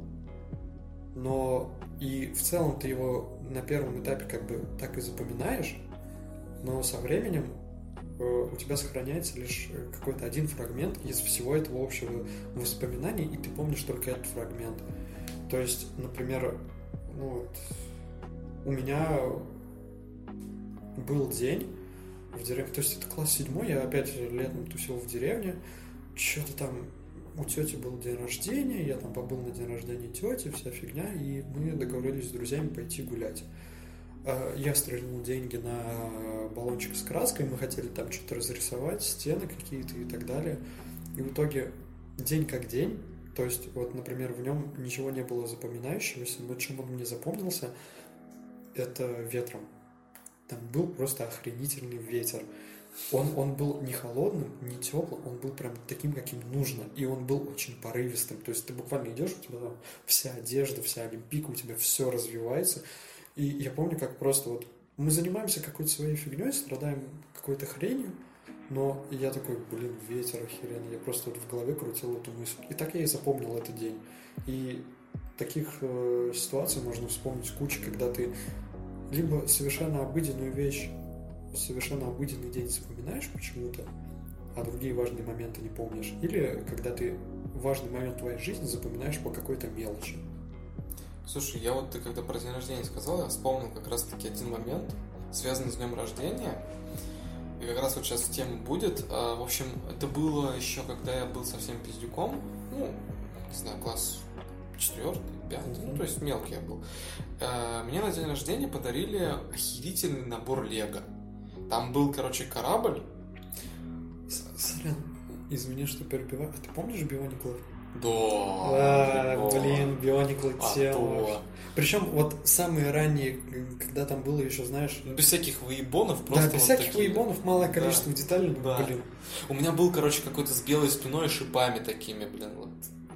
но и в целом ты его на первом этапе как бы так и запоминаешь, но со временем э, у тебя сохраняется лишь какой-то один фрагмент из всего этого общего воспоминания, и ты помнишь только этот фрагмент. То есть, например, ну вот, у меня был день в деревне, то есть это класс седьмой, я опять летом тусил в деревне, что-то там у тети был день рождения, я там побыл на день рождения тети, вся фигня, и мы договорились с друзьями пойти гулять. Я стрельнул деньги на баллончик с краской, мы хотели там что-то разрисовать, стены какие-то и так далее. И в итоге день как день, то есть вот, например, в нем ничего не было запоминающегося, но чем он мне запомнился, это ветром. Там был просто охренительный ветер. Он, он был не холодным, не теплым, он был прям таким, каким нужно. И он был очень порывистым. То есть ты буквально идешь, у тебя там вся одежда, вся олимпийка, у тебя все развивается. И я помню, как просто вот мы занимаемся какой-то своей фигней, страдаем какой-то хренью, но я такой, блин, ветер охеренный. Я просто вот в голове крутил эту мысль. И так я и запомнил этот день. И таких э, ситуаций можно вспомнить кучу, когда ты либо совершенно обыденную вещь, совершенно обыденный день запоминаешь почему-то, а другие важные моменты не помнишь. Или когда ты важный момент твоей жизни запоминаешь по какой-то мелочи. Слушай, я вот ты когда про день рождения сказал, я вспомнил как раз-таки один момент, связанный с днем рождения. И как раз вот сейчас в тему будет. А, в общем, это было еще, когда я был совсем пиздюком. Ну, не знаю, класс четвертый, пятый, mm-hmm. ну, то есть мелкий я был. А, мне на день рождения подарили охерительный набор Лего. Там был, короче, корабль. Сорян, извини, что перебиваю. А ты помнишь Биониклов? Да. А, блин, Биониклы а тема. Причем вот самые ранние, когда там было еще, знаешь... Без всяких выебонов, просто Да, без вот всяких такие. выебонов, малое количество да. деталей, да. блин. У меня был, короче, какой-то с белой спиной и шипами такими, блин, вот.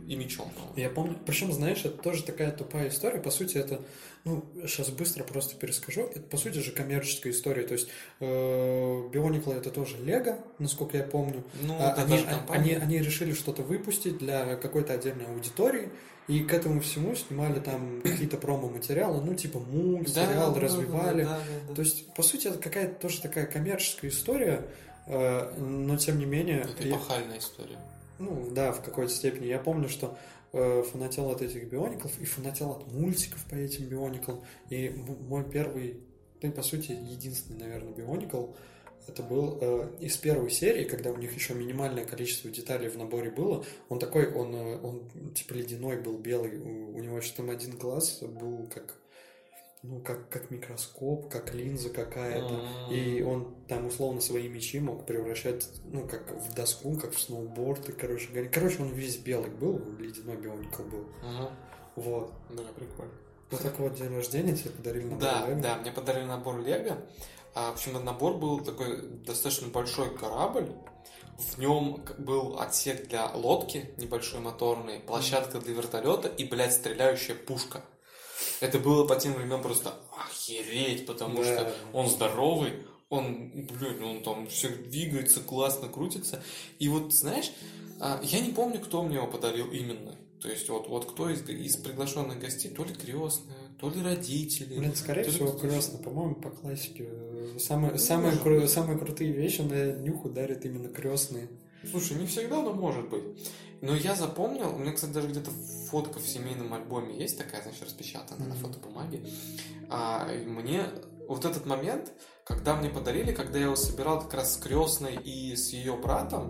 и мечом, по-моему. Я помню, причем, знаешь, это тоже такая тупая история, по сути, это, ну, сейчас быстро просто перескажу, это, по сути же, коммерческая история, то есть э, Бионикл это тоже Лего, насколько я помню, Ну, а, это они, даже компания. они, они решили что-то выпустить для какой-то отдельной аудитории, и к этому всему снимали там какие-то промо-материалы, ну, типа мульт, Да, сериал, да, развивали, да, да, да, да. то есть, по сути, это какая-то тоже такая коммерческая история, э, но, тем не менее... Это я- эпохальная история. Ну, да, в какой-то степени. Я помню, что э, фанател от этих биониклов и фанател от мультиков по этим биониклам. И м- мой первый, ну, и, по сути, единственный, наверное, бионикл, это был э, из первой серии, когда у них еще минимальное количество деталей в наборе было. Он такой, он, э, он типа ледяной был, белый. У, у него еще там один глаз был как... Ну, как, как микроскоп, как линза какая-то. А. И он там условно свои мечи мог превращать, ну, как в доску, как в сноуборд. И, короче говоря, короче, он весь белый был, ледяной бионикл был. Ага. Вот. Да, прикольно. Вот так вот день рождения тебе подарили набор Да, Лего. да, мне подарили набор Лего. А, в общем, этот набор был такой достаточно большой корабль. В нем был отсек для лодки, небольшой моторный, площадка для вертолета и, блядь, стреляющая пушка. Это было по тем временам просто охереть, потому Да. что он здоровый, он, блин, он там все двигается, классно крутится. И вот, знаешь, а, я не помню, кто мне его подарил именно. То есть вот, вот кто из, из приглашенных гостей, то ли крестная, то ли родители. Блин, скорее то ли всего, кто-то крестно, по-моему, по классике. э, Самые, Ну, самые, может кру- быть. самые крутые вещи на нюху дарят именно крестные. Слушай, не всегда, но может быть. Но я запомнил, у меня, кстати, даже где-то фотка в семейном альбоме есть такая, значит, распечатанная Мгм. на фотобумаге. А, и мне вот этот момент, когда мне подарили, когда я его собирал как раз с крестной и с ее братом,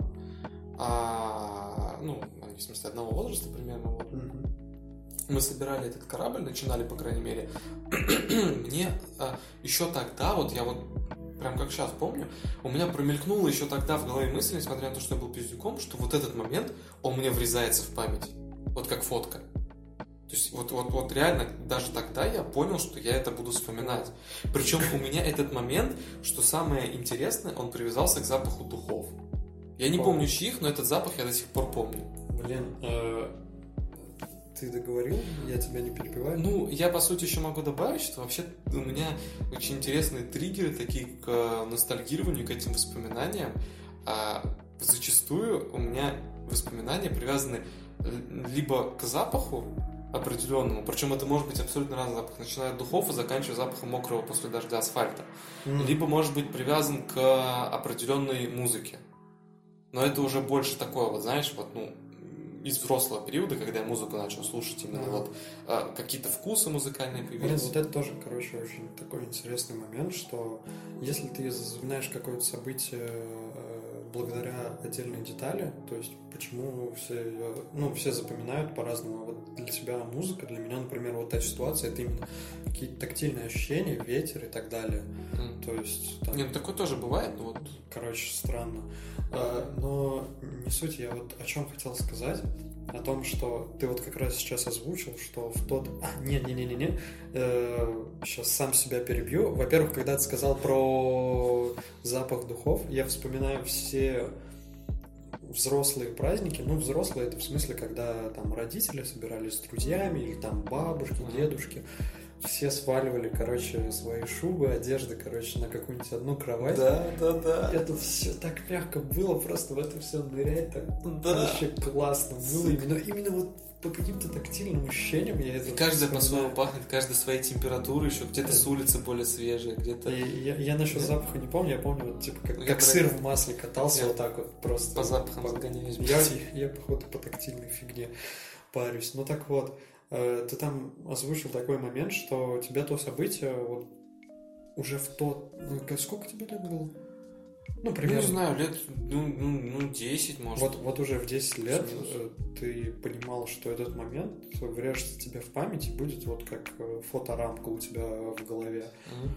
а, ну, они в смысле одного возраста примерно, вот, мы собирали этот корабль, начинали, по крайней мере, мне а, еще тогда, вот я вот прям как сейчас помню, у меня промелькнула еще тогда в голове мысль, несмотря на то, что я был пиздюком, что вот этот момент, он мне врезается в память. Вот как фотка. То есть вот, вот, вот реально даже тогда я понял, что я это буду вспоминать. Причем у меня этот момент, что самое интересное, он привязался к запаху духов. Я не О. помню чьих, но этот запах я до сих пор помню. Блин, э, ты договорил? Я тебя не перебиваю? Ну, я, по сути, еще могу добавить, что вообще у меня очень интересные триггеры, такие к э, ностальгированию, к этим воспоминаниям. А зачастую у меня воспоминания привязаны л- либо к запаху определенному, причем это может быть абсолютно разный запах, начиная от духов и заканчивая запахом мокрого после дождя асфальта. М. Либо может быть привязан к определенной музыке. Но это уже больше такое, вот знаешь, вот, ну, из взрослого периода, когда я музыку начал слушать, именно Ага. вот э, какие-то вкусы музыкальные Блин, появились. вот это тоже, короче, очень такой интересный момент, что если ты знаешь какое-то событие э, благодаря отдельной детали, то есть почему все, её- ну, все запоминают по-разному. Вот для тебя музыка, для меня, например, вот та ситуация, это именно какие-то тактильные ощущения, ветер и так далее. М. То есть там, Нет, такое тоже бывает, но вот короче, странно. А, но не суть, я вот о чем хотел сказать. О том, что ты вот как раз сейчас озвучил, что в тот... А, не-не-не-не-не. Сейчас сам себя перебью. Во-первых, когда ты сказал про запах духов, я вспоминаю все взрослые праздники. Ну, взрослые, это в смысле, когда там родители собирались с друзьями, или там бабушки, Мгм. дедушки. Все сваливали, короче, свои шубы, одежды, короче, на какую-нибудь одну кровать. да, да, да. Это все так мягко было, просто в это все нырять так Да. вообще классно было. Именно, именно вот по каким-то тактильным ощущениям я это И каждая вспоминаю. по-своему пахнет, каждая своей температурой, еще где-то Да. с улицы более свежая, где-то И я, я насчет Да. запаха не помню, я помню, вот, типа, как, Я как про сыр это- в масле катался Я вот так вот просто. по запахам По- загоняюсь. Я, я, походу, по тактильной фигне парюсь. Ну так вот, э, ты там озвучил такой момент, что тебя то событие вот уже в тот... ну, ка- сколько тебе лет было? Ну, Ну, примерно. не знаю, лет, ну, ну, ну десять, может. Вот, вот уже в десять лет Плюс-минус. э, ты понимал, что этот момент врежется тебе в память и будет вот как э, фоторамка у тебя в голове.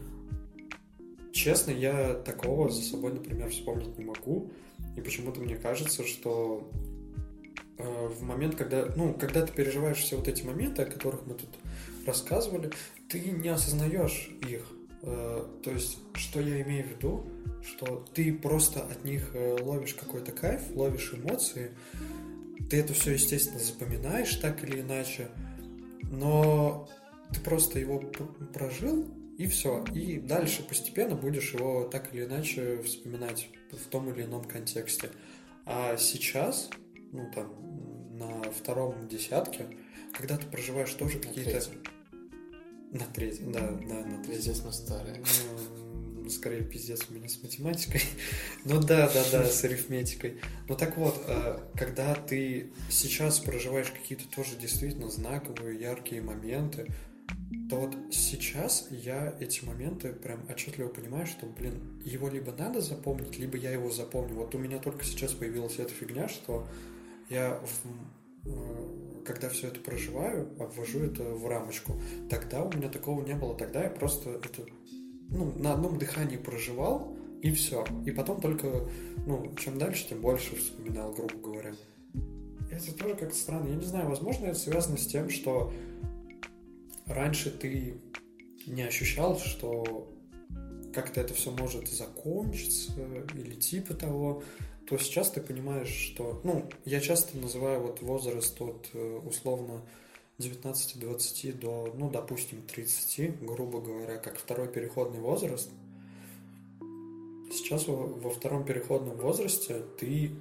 Мгм. Честно, я такого за собой, например, вспомнить не могу. И почему-то мне кажется, что э, в момент, когда, ну, когда ты переживаешь все вот эти моменты, о которых мы тут рассказывали, ты не осознаешь их. Э, то есть, что я имею в виду, что ты просто от них э, ловишь какой-то кайф, ловишь эмоции, ты это все, естественно, запоминаешь так или иначе, но ты просто его прожил, и все. И дальше постепенно будешь его так или иначе вспоминать в том или ином контексте. А сейчас, ну там, на втором десятке, когда ты проживаешь тоже На какие-то... третьем. На третьем, да, да, на третьем. Пиздец, мы старые. Ну, скорее, пиздец у меня с математикой. Ну да, да, да, с арифметикой. Ну так вот, когда ты сейчас проживаешь какие-то тоже действительно знаковые, яркие моменты, то вот сейчас я эти моменты прям отчетливо понимаю, что, блин, его либо надо запомнить, либо я его запомню. Вот у меня только сейчас появилась эта фигня, что я, в, когда все это проживаю, обвожу это в рамочку. Тогда у меня такого не было. Тогда я просто это, ну, на одном дыхании проживал, и все. И потом только, ну, чем дальше, тем больше вспоминал, грубо говоря. Это тоже как-то странно. Я не знаю, возможно, это связано с тем, что раньше ты не ощущал, что как-то это все может закончиться или типа того, то сейчас ты понимаешь, что... Ну, я часто называю вот возраст от условно девятнадцати-двадцати до, ну, допустим, тридцати, грубо говоря, как второй переходный возраст. Сейчас во, во втором переходном возрасте ты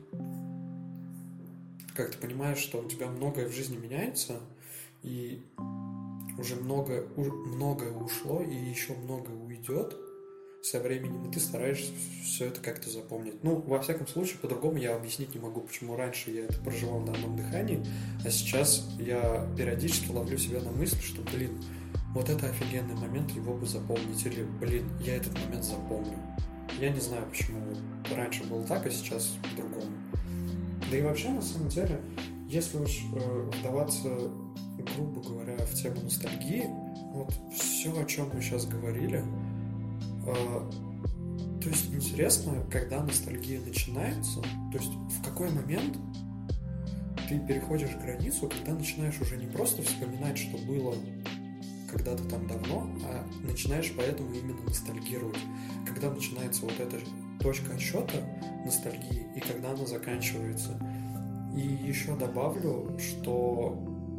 как ты понимаешь, что у тебя многое в жизни меняется, и уже много, многое ушло, и еще многое уйдет со временем, и ты стараешься все это как-то запомнить. Ну, во всяком случае, по-другому я объяснить не могу, почему раньше я это проживал на одном дыхании, а сейчас я периодически ловлю себя на мысли, что, блин, вот это офигенный момент, его бы запомнить, или, блин, я этот момент запомню. Я не знаю, почему раньше было так, а сейчас по-другому. Да и вообще, на самом деле, если уж э, вдаваться, грубо говоря, в тему ностальгии, вот все, о чем мы сейчас говорили, э, то есть интересно, когда ностальгия начинается, то есть в какой момент ты переходишь границу, когда начинаешь уже не просто вспоминать, что было когда-то там давно, а начинаешь поэтому именно ностальгировать. Когда начинается вот эта точка отсчета ностальгии и когда она заканчивается. И еще добавлю, что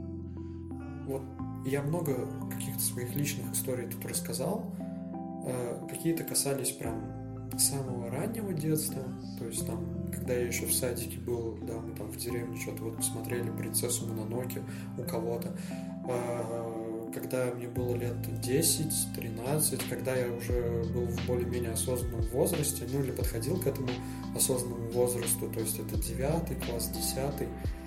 вот я много каких-то своих личных историй тут рассказал. Какие-то касались прям самого раннего детства. То есть там, когда я еще в садике был, да, мы там в деревне что-то вот посмотрели «Принцессу Мононоке» у кого-то. Когда мне было лет десять-тринадцать, когда я уже был в более-менее осознанном возрасте, ну или подходил к этому осознанному возрасту, то есть это девятый класс, десятый.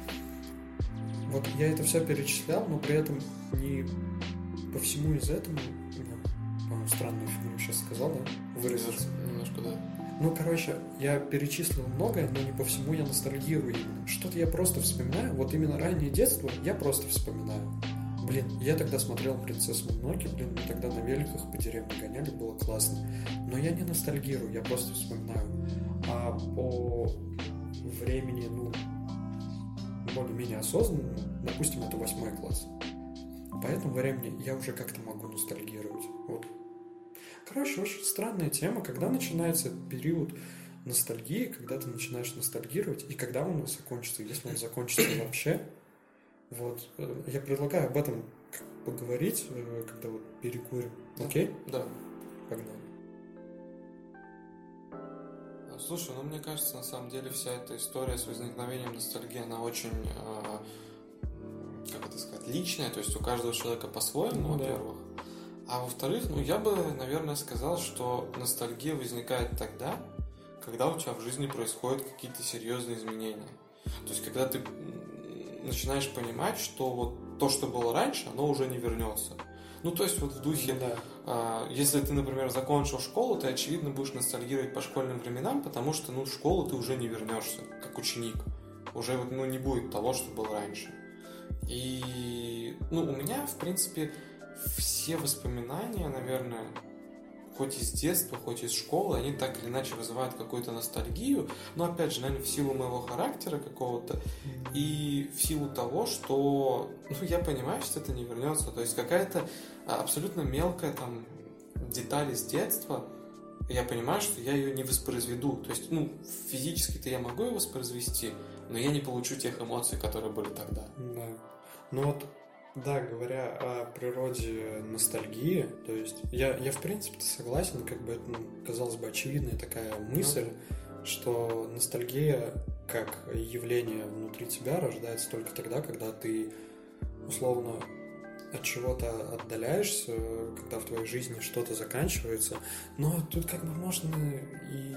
Вот я это все перечислял, но при этом не по всему из этого, ну, по-моему, странную фигню сейчас сказал, да? Выразился. Немножко, да. Ну, короче, я перечислил многое, но не по всему я ностальгирую именно. Что-то я просто вспоминаю, вот именно раннее детство я просто вспоминаю. Блин, я тогда смотрел «Принцессу Мононоке», блин, мы тогда на великах по деревне гоняли, было классно. Но я не ностальгирую, я просто вспоминаю. А по времени, ну, более-менее осознанному, допустим, это восьмой класс. По этому времени я уже как-то могу ностальгировать. Вот. Короче, очень странная тема, когда начинается период ностальгии, когда ты начинаешь ностальгировать, и когда он закончится, если он закончится вообще. Вот. Я предлагаю об этом поговорить, когда вот перекурим. Окей? Да. Погнали. Слушай, ну мне кажется, на самом деле вся эта история с возникновением ностальгии, она очень, э, как это сказать, личная, то есть у каждого человека по-своему, ну, во-первых. Да. А во-вторых, ну я бы, наверное, сказал, что ностальгия возникает тогда, когда у тебя в жизни происходят какие-то серьезные изменения. То есть когда ты начинаешь понимать, что вот то, что было раньше, оно уже не вернется. Ну, то есть вот в духе, да. а, если ты, например, закончил школу, ты, очевидно, будешь ностальгировать по школьным временам, потому что, ну, в школу ты уже не вернешься, как ученик. Уже, вот, ну, не будет того, что было раньше. И, ну, у меня, в принципе, все воспоминания, наверное, хоть из детства, хоть из школы, они так или иначе вызывают какую-то ностальгию, но, опять же, наверное, в силу моего характера какого-то и в силу того, что, ну, я понимаю, что это не вернется, то есть какая-то абсолютно мелкая там деталь из детства, я понимаю, что я ее не воспроизведу, то есть, ну, физически-то я могу ее воспроизвести, но я не получу тех эмоций, которые были тогда. Да. Ну вот, да, говоря о природе ностальгии, то есть я, я в принципе согласен, как бы это, ну, казалось бы, очевидная такая мысль, mm-hmm. что ностальгия как явление внутри тебя рождается только тогда, когда ты условно от чего-то отдаляешься, когда в твоей жизни что-то заканчивается. Но тут как бы можно и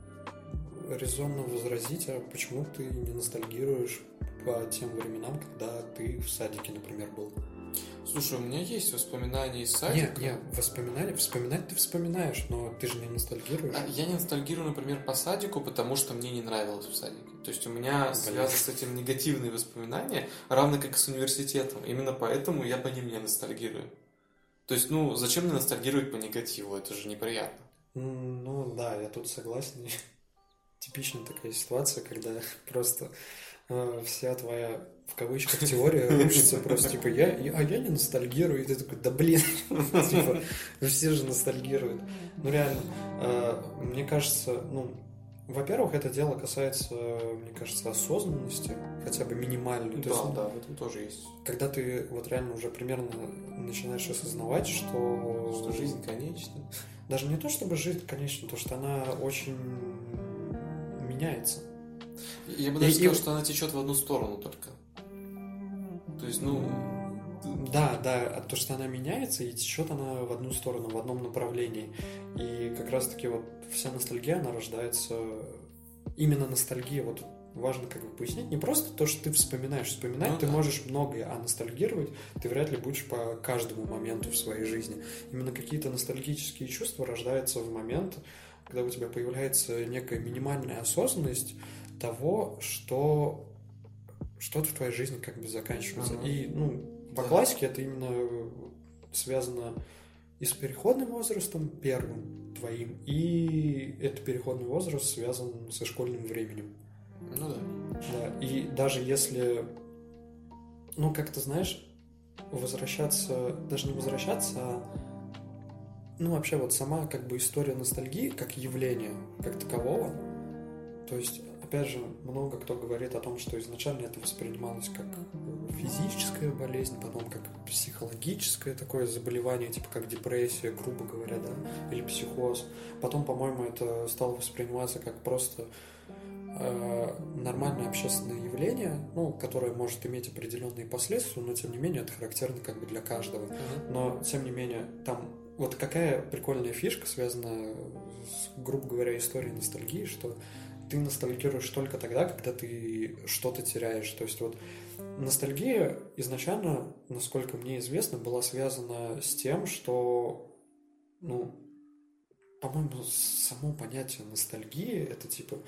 резонно возразить, а почему ты не ностальгируешь по тем временам, когда ты в садике, например, был? Слушай, у меня есть воспоминания из садика. Нет, нет, воспоминания, вспоминать ты вспоминаешь, но ты же не ностальгируешь. А, я не ностальгирую, например, по садику, потому что мне не нравилось в садике. То есть у меня связаны с этим негативные воспоминания, равно как и с университетом. Именно поэтому я по ним не ностальгирую. То есть, ну, зачем мне ностальгировать по негативу? Это же неприятно. Ну, да, я тут согласен. Типичная такая ситуация, когда просто э, вся твоя, в кавычках, теория рушится просто, типа, я, я, а я не ностальгирую, и ты такой, да блин, типа, все же ностальгируют. Ну, реально, э, мне кажется, ну, во-первых, это дело касается, мне кажется, осознанности, хотя бы минимальной. Да, есть, да, в этом тоже есть. Когда ты вот реально уже примерно начинаешь осознавать, что... Что жизнь конечна. Даже не то, чтобы жизнь конечна, то, что она очень меняется. Я бы даже и, сказал, и... что она течет в одну сторону только. То есть, ну... Да, да, то, что она меняется, и течет она в одну сторону, в одном направлении. И как раз-таки вот вся ностальгия, она рождается... Именно ностальгия, вот важно как бы пояснить, не просто то, что ты вспоминаешь. Вспоминать ну, ты да. можешь многое, а ностальгировать ты вряд ли будешь по каждому моменту в своей жизни. Именно какие-то ностальгические чувства рождаются в момент, когда у тебя появляется некая минимальная осознанность того, что что-то в твоей жизни как бы заканчивается. Uh-huh. И, ну, по да. классике это именно связано и с переходным возрастом первым твоим, и этот переходный возраст связан со школьным временем. Ну да. Да. И даже если, ну, как-то, знаешь, возвращаться, даже не возвращаться, а ну, вообще, вот сама как бы история ностальгии как явление, как такового, то есть, опять же, много кто говорит о том, что изначально это воспринималось как физическая болезнь, потом как психологическое такое заболевание, типа как депрессия, грубо говоря, да, или психоз. Потом, по-моему, это стало восприниматься как просто э, нормальное общественное явление, ну, которое может иметь определенные последствия, но, тем не менее, это характерно как бы для каждого. Uh-huh. Но, тем не менее, там вот какая прикольная фишка связана с, грубо говоря, историей ностальгии, что ты ностальгируешь только тогда, когда ты что-то теряешь. То есть вот ностальгия изначально, насколько мне известно, была связана с тем, что, ну, по-моему, само понятие ностальгии — это типа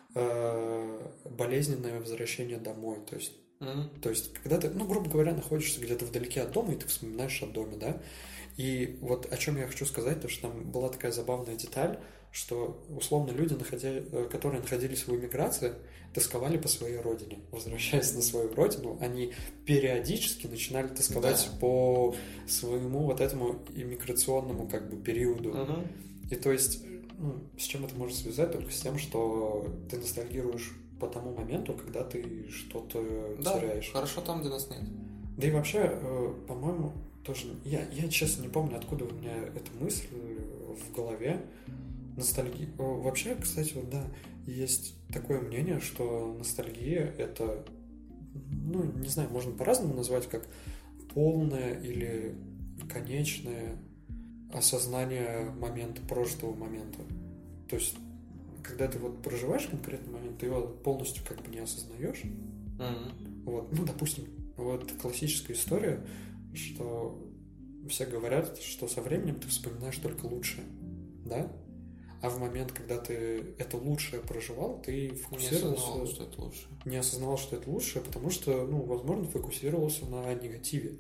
э, болезненное возвращение домой. То есть, mm-hmm. то есть когда ты, ну, грубо говоря, находишься где-то вдалеке от дома, и ты вспоминаешь о доме, да? И вот о чем я хочу сказать, то что там была такая забавная деталь, что условно люди, находя... которые находились в эмиграции, тосковали по своей родине. Возвращаясь на свою родину, они периодически начинали тосковать да. по своему вот этому иммиграционному как бы периоду. Угу. И то есть, ну, с чем это можно связать? Только с тем, что ты ностальгируешь по тому моменту, когда ты что-то да, теряешь. Хорошо там, где нас нет. Да и вообще, по-моему, тоже... Я, я, честно, не помню, откуда у меня эта мысль в голове. Ностальгия... Вообще, кстати, вот да, есть такое мнение, что ностальгия — это, ну, не знаю, можно по-разному назвать, как полное или конечное осознание момента, прошлого момента. То есть, когда ты вот проживаешь конкретный момент, ты его полностью как бы не осознаешь. Mm-hmm. Вот, ну, допустим, вот классическая история, что все говорят, что со временем ты вспоминаешь только лучшее, да? А в момент, когда ты это лучшее проживал, ты фокусировался... Не осознавал, что это лучшее. Не осознавал, что это лучшее, потому что, ну, возможно, фокусировался на негативе.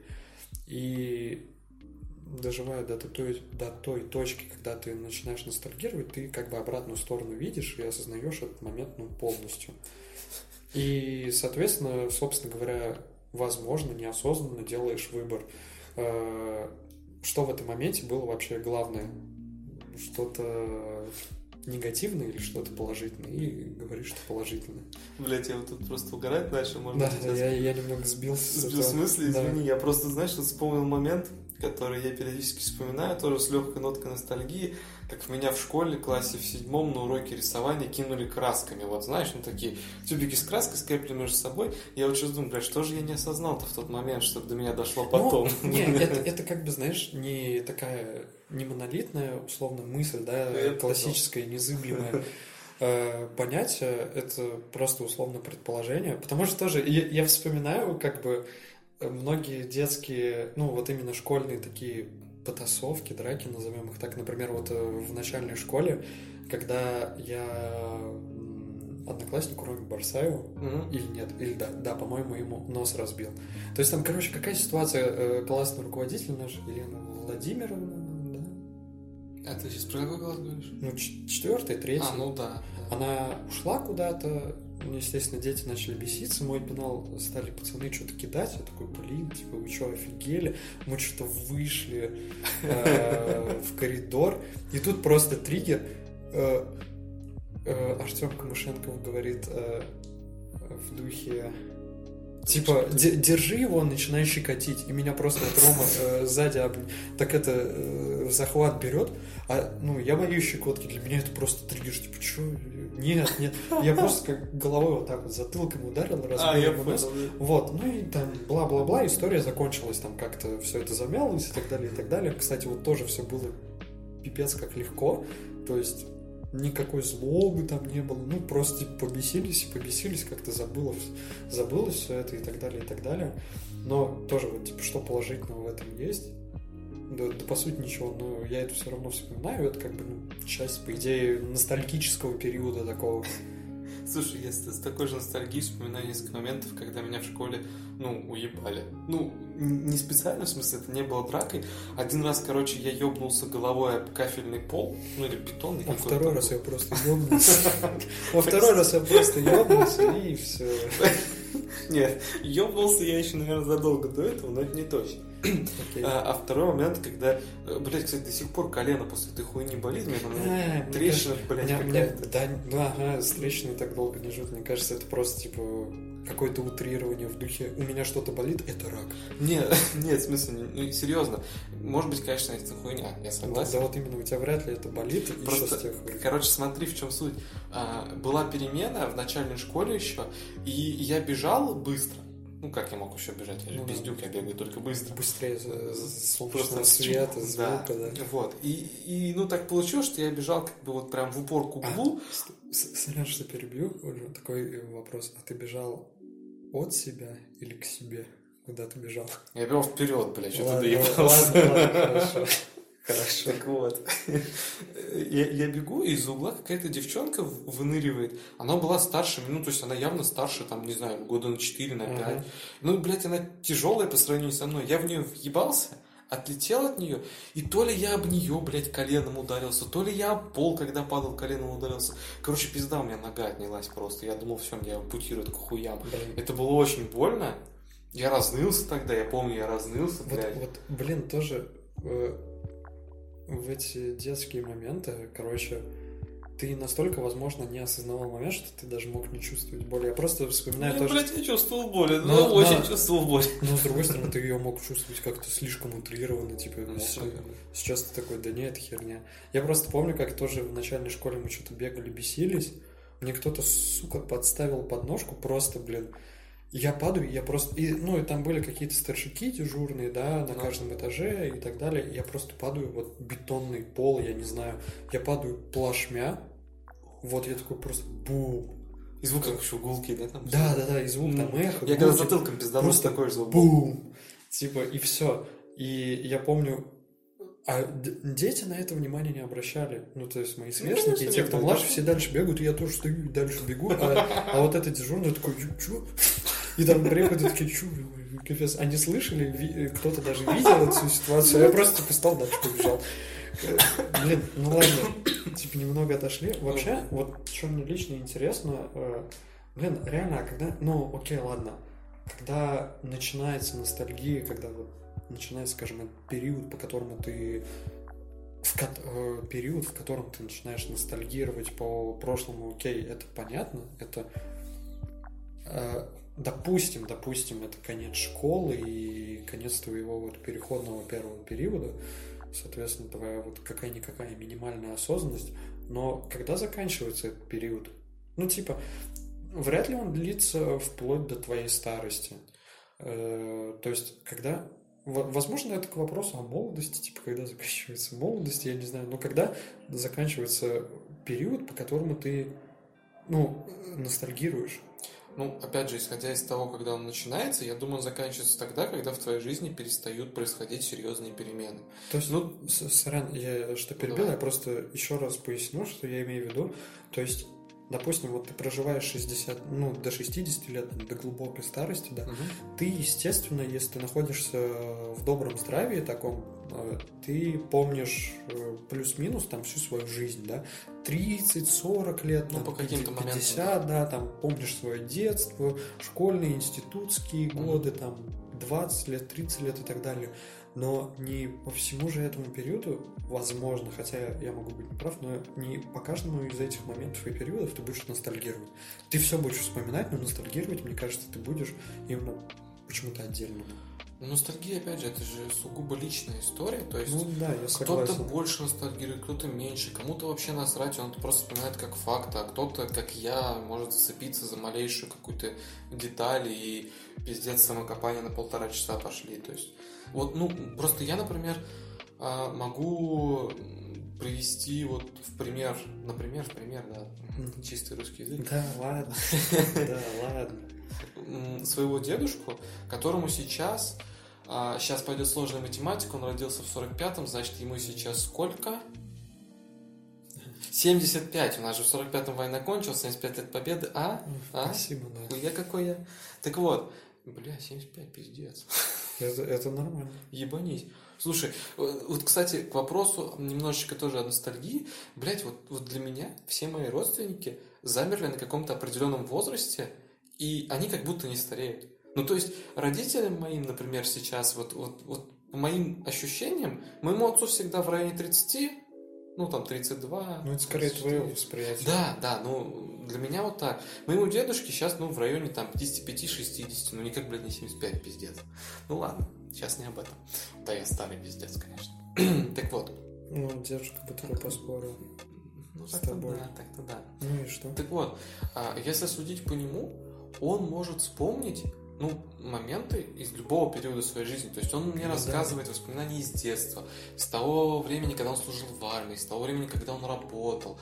И доживая до той, до той точки, когда ты начинаешь ностальгировать, ты как бы обратную сторону видишь и осознаешь этот момент, ну, полностью. И, соответственно, собственно говоря, возможно, неосознанно делаешь выбор. Что в этом моменте было вообще главное? Что-то негативное или что-то положительное, и говоришь, что положительное. Блять, я вот тут просто угорать начал, может Да, быть, сейчас... я, я немного сбился. Сбил с мысли, извини, Да. я просто, знаешь, вот вспомнил момент, который я периодически вспоминаю, тоже с легкой ноткой ностальгии, как меня в школе, классе в седьмом на уроке рисования кинули красками. Вот знаешь, ну такие тюбики с краской скреплены между собой. Я вот сейчас думаю, блядь, что же я не осознал-то в тот момент, чтобы до меня дошло потом. Ну, не, это, это как бы, знаешь, не такая, не монолитная, условно, мысль, да, Я классическая, незыблемая. Э, понятие, это просто условно предположение. Потому что тоже я, я вспоминаю, как бы, многие детские, ну, вот именно школьные такие потасовки, драки, назовем их так. Например, вот в начальной школе, когда я м, однокласснику Роме Барсаеву, Мгм. или нет, или да, да, по-моему, ему нос разбил. То есть там, короче, какая ситуация, э, классный руководитель наш, Елена Владимировна, да? А ты сейчас про какой класс говоришь? Ну, ч- четвертый, третий. А, ну да. да. Она ушла куда-то, ну, естественно, дети начали беситься, мой пенал стали пацаны что-то кидать, я такой, блин, типа, вы что, офигели? Мы что-то вышли э, в коридор, и тут просто триггер, э, э, Артем Камышенков говорит э, в духе, типа, «Де- держи его, начинай щекотить», и меня просто вот Рома э, сзади об- так это э, в захват берет, а, ну, я боюсь щекотки, для меня это просто триггер, типа, что? Нет, нет, я просто как головой вот так вот затылком ударил, разбил А, я ему нос. понял. да. Вот, ну и там бла-бла-бла, история закончилась, там как-то все это замялось и так далее, и так далее. Кстати, вот тоже все было пипец как легко, то есть никакой злобы там не было, ну просто типа побесились и побесились, как-то забылось, забылось все это и так далее, и так далее. Но тоже вот типа что положительного в этом есть? Да, да по сути ничего, но я это все равно вспоминаю, это как бы ну, часть, по идее, ностальгического периода такого. Слушай, я с, с такой же ностальгией вспоминаю несколько моментов, когда меня в школе, ну, уебали. Ну, н- не специально, в смысле, это не было дракой. Один раз, короче, я ёбнулся головой об кафельный пол, ну, или бетонный А какой-то. второй раз я просто ёбнулся. Во второй раз я просто ёбнулся и все. Нет, ёбнулся я еще, наверное, задолго до этого, но это не точно. А, а второй момент, когда, э, блядь, кстати, до сих пор колено после этой хуйни болит, мне там А, мне трещина, кажется, блядь, мне- мне- какая-то. Да, ну ага, с трещиной так долго не живут. Мне кажется, это просто, типа, какое-то утрирование в духе «у меня что-то болит, это рак». Нет, нет, в смысле, ну, серьезно. Может быть, конечно, это хуйня, я Вот, согласен. да вот именно у тебя вряд ли это болит еще Просто, с тех пор. короче, смотри, в чем суть. А, была перемена в начальной школе еще, и я бежал быстро. Ну, как я мог еще бежать? Я же Ну да. пиздюк, я бегаю только быстро. Быстрее за- за солнечного Просто света, чук, звука, да. Вот. И, и, ну, так получилось, что я бежал как бы вот прям в упор к углу. А, с- Сорян, что перебью. Уже такой вопрос. А ты бежал от себя или к себе? Куда ты бежал? Я бежал вперед, блядь, что ты Ладно, доебался. ладно, ладно, хорошо. Хорошо. Так вот, я, я бегу, и из угла какая-то девчонка в- выныривает. Она была старше, ну, то есть она явно старше, там, не знаю, года на четыре, на пять. Ага. Ну, блядь, она тяжелая по сравнению со мной. Я в нее въебался, отлетел от нее, и то ли я об нее, блядь, коленом ударился, то ли я об пол, когда падал, коленом ударился. Короче, пизда, у меня нога отнялась просто. Я думал, все, меня ампутируют к хуям. Блин. Это было очень больно. Я разнылся тогда, я помню, я разнылся, Вот, блядь. вот, блин, тоже э, в эти детские моменты, короче, ты настолько, возможно, не осознавал момент, что ты даже мог не чувствовать боли. Я просто вспоминаю Ну, тоже... блядь, я чувствовал боль, ну, Но- очень но- чувствовал боль. Но, с другой стороны, ты ее мог чувствовать как-то слишком утрированно, типа, Ну, с- наверное. сейчас ты такой, да не, это херня. Я просто помню, как тоже в начальной школе мы что-то бегали, бесились, мне кто-то, сука, подставил подножку, просто, блин, я падаю, я просто... И, ну, и там были какие-то старшики дежурные, да, на Ну. каждом этаже и так далее. Я просто падаю, вот бетонный пол, я не знаю, я падаю плашмя, вот я такой просто бум. И звук как еще гулкий, да? Там? Да, да, да, и звук там эхо. Я когда гулки. затылком пизданул, Просто такой же звук был. Бум! Типа, и все. И я помню, а д- дети на это внимание не обращали. Ну, то есть мои сверстники, конечно, и те, нет, кто да, младше, да. все дальше бегают, и я тоже стою и дальше бегу. А, а вот этот дежурный такой, чё? И там приходят такие, чё, ой, капец. Они слышали, ви- кто-то даже видел эту ситуацию, а я просто типа стал дальше побежал. Э, Блин, ну ладно, типа немного отошли. Вообще, вот что мне лично интересно, э, блин, реально, а когда, ну, окей, ладно, когда начинается ностальгия, когда вот начинается, скажем, этот период, по которому ты в ко- э, период, в котором ты начинаешь ностальгировать по прошлому, окей, это понятно, это э, допустим, допустим, это конец школы и конец твоего вот переходного первого периода, соответственно, твоя вот какая-никакая минимальная осознанность, но когда заканчивается этот период? Ну, типа, вряд ли он длится вплоть до твоей старости. Э, то есть, когда... Возможно, это к вопросу о молодости, типа, когда заканчивается молодость, я не знаю, но когда заканчивается период, по которому ты, ну, ностальгируешь. Ну, опять же, исходя из того, когда он начинается, я думаю, он заканчивается тогда, когда в твоей жизни перестают происходить серьезные перемены. То есть, ну, сорян, я что перебил, я просто еще раз поясню, что я имею в виду. То есть, допустим, вот ты проживаешь шестьдесят, ну, до шестидесяти лет, до глубокой старости, да, угу. Ты, естественно, если ты находишься в добром здравии таком, ты помнишь плюс-минус там всю свою жизнь, да, тридцать-сорок лет, ну, там, по каким-то пятьдесят, да, там, помнишь свое детство, школьные, институтские годы, угу. Там, двадцать лет, тридцать лет и так далее. Но не по всему же этому периоду, возможно, хотя я могу быть неправ, но не по каждому из этих моментов и периодов ты будешь ностальгировать. Ты все будешь вспоминать, но ностальгировать, мне кажется, ты будешь именно почему-то отдельно. Ну, ностальгия, опять же, это же сугубо личная история, то есть ну, да, я кто-то больше ностальгирует, кто-то меньше, кому-то вообще насрать, он это просто вспоминает как факт, а кто-то, как я, может зацепиться за малейшую какую-то деталь и пиздец самокопание на полтора часа пошли, то есть вот, ну, просто я, например, могу привести вот в пример, например, в пример, да, чистый русский язык. Да, ладно, да, ладно. Своего дедушку, которому сейчас, сейчас пойдет сложная математика, он родился в сорок пятом, значит, ему сейчас сколько? семьдесят пять, у нас же в сорок пятом война кончилась, семьдесят пять лет победы, а? а? Спасибо, да. Хуя какой я. Так вот, бля, семьдесят пять, пиздец. Это, это нормально. Ебанись. Слушай, вот, кстати, к вопросу немножечко тоже о ностальгии. Блять, вот, вот для меня все мои родственники замерли на каком-то определенном возрасте, и они как будто не стареют. Ну, то есть, родителям моим, например, сейчас, вот, вот, вот по моим ощущениям, моему отцу всегда в районе тридцати, ну, там, тридцать два. Ну, это скорее твое восприятие. Да, да, ну, для меня вот так. Моему дедушке сейчас, ну, в районе, там, пятьдесят пять шестьдесят, ну, никак, блядь, не семьдесят пять, пиздец. Ну, ладно, сейчас не об этом. Да, я старый пиздец, конечно. Так вот. Ну, дедушка, который поспорил. Ну, так-то да, так-то да. Ну, и что? Так вот, если судить по нему, он может вспомнить, ну, моменты из любого периода своей жизни. То есть он мне ну, рассказывает да. воспоминания из детства, с того времени, когда он служил в армии, с того времени, когда он работал.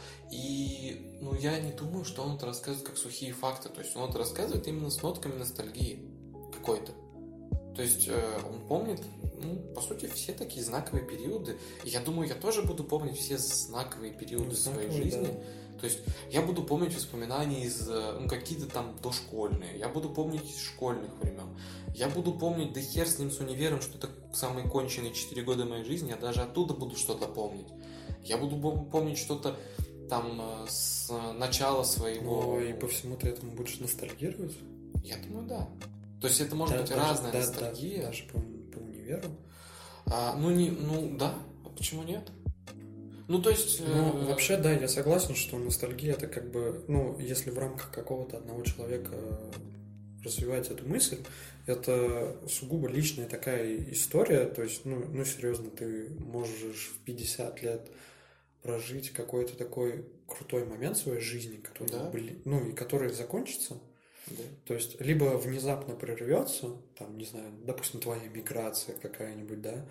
И, ну, я не думаю, что он это рассказывает как сухие факты. То есть он это рассказывает именно с нотками ностальгии какой-то. То есть э, он помнит, ну, по сути, все такие знаковые периоды. И я думаю, я тоже буду помнить все знаковые периоды ну, своей знаковые, жизни. Да. То есть я буду помнить воспоминания из, ну, какие-то там дошкольные. Я буду помнить из школьных времен. Я буду помнить, да хер с ним, с универом, что это самые конченые четыре года моей жизни. Я даже оттуда буду что-то помнить. Я буду помнить что-то там с начала своего... Ну, и по всему ты этому будешь ностальгировать? Я думаю, да. То есть это может да, быть даже, разная да, ностальгия. Да, даже по, по универу? А, ну, не, ну, да. А почему нет? Ну, то есть... Ну, э... вообще, да, я согласен, что ностальгия это как бы, ну, если в рамках какого-то одного человека развивать эту мысль, это сугубо личная такая история, то есть, ну, ну серьезно, ты можешь в пятьдесят лет прожить какой-то такой крутой момент в своей жизни, который, да. были, ну, и который закончится. Да. То есть, либо внезапно прервется, там, не знаю, допустим, твоя миграция какая-нибудь, да,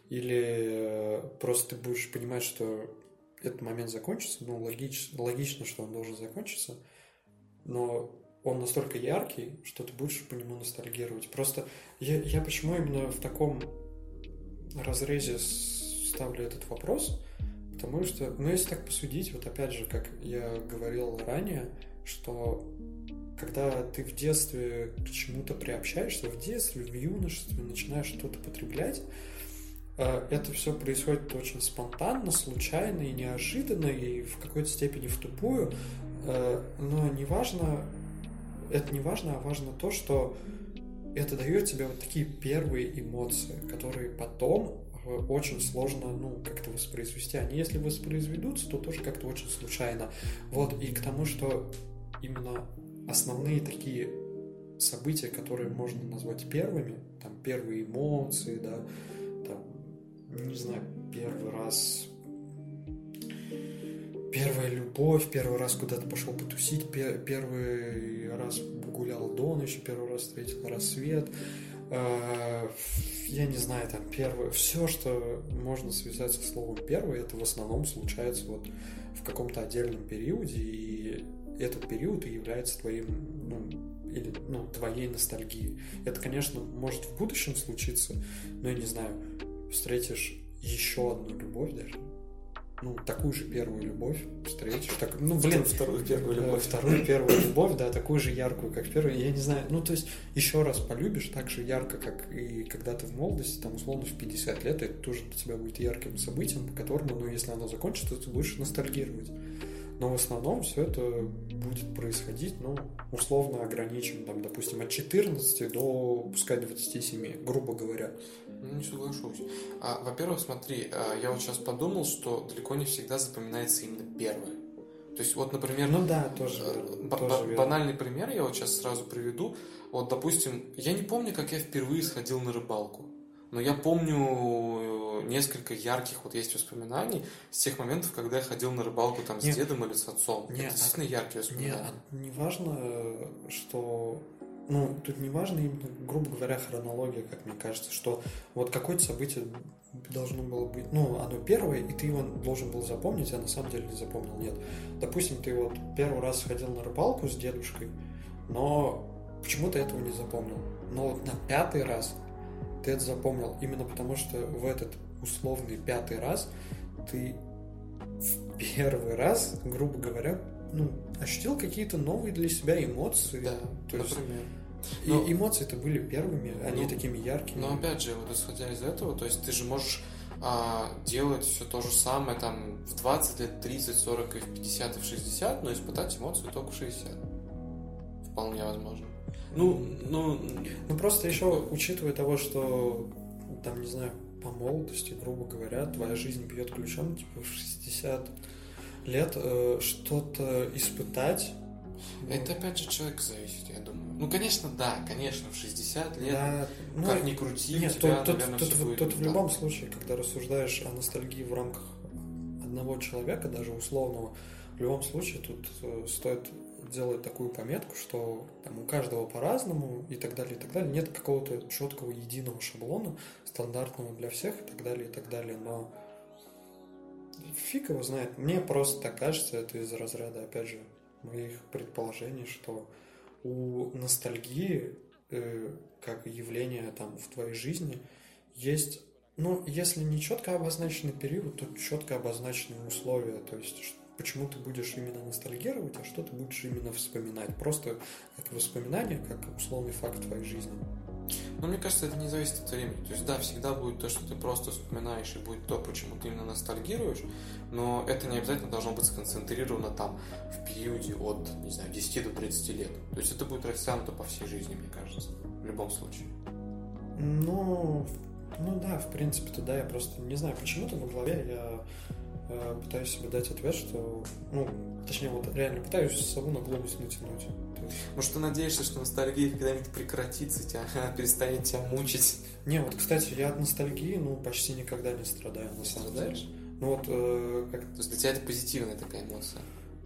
или просто ты будешь понимать, что этот момент закончится, ну, логич, логично, что он должен закончиться, но он настолько яркий, что ты будешь по нему ностальгировать. Просто я, я почему именно в таком разрезе ставлю этот вопрос, потому что, ну, если так посудить, вот опять же, как я говорил ранее, что когда ты в детстве к чему-то приобщаешься, в детстве, в юношестве начинаешь что-то потреблять, это все происходит очень спонтанно, случайно и неожиданно, и в какой-то степени в тупую, но не важно, это не важно, а важно то, что это дает тебе вот такие первые эмоции, которые потом очень сложно, ну, как-то воспроизвести. Они, если воспроизведутся, то тоже как-то очень случайно. Вот, и к тому, что именно основные такие события, которые можно назвать первыми, там, первые эмоции, да, там, не знаю, первый раз... Первая любовь, первый раз куда-то пошел потусить, первый раз гулял до ночи, первый раз встретил рассвет, я не знаю, там, первое, все, что можно связать со словом «первый», это в основном случается вот в каком-то отдельном периоде, и этот период и является твоим, ну, или, ну, твоей ностальгией. Это, конечно, может в будущем случиться, но, я не знаю, встретишь еще одну любовь даже, ну, такую же первую любовь встретишь. Так, ну, блин, вторую первую любовь. Вторую первую любовь, да, такую же яркую, как первую. Я не знаю, ну, то есть, еще раз полюбишь так же ярко, как и когда ты в молодости, там, условно, в пятьдесят лет, это тоже для тебя будет ярким событием, по которому, ну, если оно закончится, ты будешь ностальгировать. Но в основном все это будет происходить, ну, условно ограничим, там, допустим, от четырнадцати до, пускай, двадцати семи, грубо говоря. Ну, не соглашусь. А, во-первых, смотри, я вот сейчас подумал, что далеко не всегда запоминается именно первое. То есть, вот, например... Ну да, тоже, б- тоже б- банальный пример я вот сейчас сразу приведу. Вот, допустим, я не помню, как я впервые сходил на рыбалку. Но я помню несколько ярких вот есть воспоминаний с тех моментов, когда я ходил на рыбалку там с нет, дедом или с отцом. Нет, это действительно яркие воспоминания. Нет, не важно, что... Ну, тут не важно именно, грубо говоря, хронология, как мне кажется, что вот какое-то событие должно было быть... Ну, оно первое, и ты его должен был запомнить, а на самом деле не запомнил. Нет. Допустим, ты вот первый раз сходил на рыбалку с дедушкой, но почему-то этого не запомнил. Но вот на пятый раз ты это запомнил именно потому, что в этот условный пятый раз ты в первый раз, грубо говоря, ну, ощутил какие-то новые для себя эмоции. Да, то есть, например. И но, эмоции-то были первыми, они ну, такими яркими. Но опять же, вот исходя из этого, то есть ты же можешь а, делать все то же самое там в двадцать лет, тридцать, сорок, и в пятьдесят, и в шестьдесят, но испытать эмоции только в шестьдесят. Вполне возможно. Ну, ну... Ну, просто еще, учитывая того, что, там, не знаю, по молодости, грубо говоря, твоя жизнь бьет ключом, типа, в шестьдесят лет э, что-то испытать. Это, опять же, человек зависит, я думаю. Ну, конечно, да, конечно, в шестьдесят лет, да, ну, как ни крути, нет, у тебя, тут, наверное, тут, все тут, будет тут в так. любом случае, когда рассуждаешь о ностальгии в рамках одного человека, даже условного, в любом случае тут э, стоит делать такую пометку, что там у каждого по-разному и так далее, и так далее. Нет какого-то четкого единого шаблона, стандартного для всех и так далее, и так далее. Но фиг его знает. Мне просто так кажется, это из разряда, опять же, моих предположений, что у ностальгии э, как явление там в твоей жизни есть, ну, если не четко обозначенный период, то четко обозначенные условия. То есть почему ты будешь именно ностальгировать, а что ты будешь именно вспоминать. Просто как воспоминание, как условный факт твоей жизни. Но мне кажется, это не зависит от времени. То есть, да, всегда будет то, что ты просто вспоминаешь, и будет то, почему ты именно ностальгируешь, но это не обязательно должно быть сконцентрировано там в периоде от, не знаю, десяти до тридцати лет. То есть это будет растянуто по всей жизни, мне кажется, в любом случае. Ну, ну да, в принципе-то да, я просто не знаю, почему-то во голове я э, пытаюсь себе дать ответ, что, ну, точнее, вот реально пытаюсь сову на глобус натянуть. Может, ты надеешься, что ностальгия когда-нибудь прекратится, тебя перестанет тебя мучить? Не, вот, кстати, я от ностальгии, ну, почти никогда не страдаю, на самом деле. Ну, вот, э, как... То есть для тебя это позитивная такая эмоция?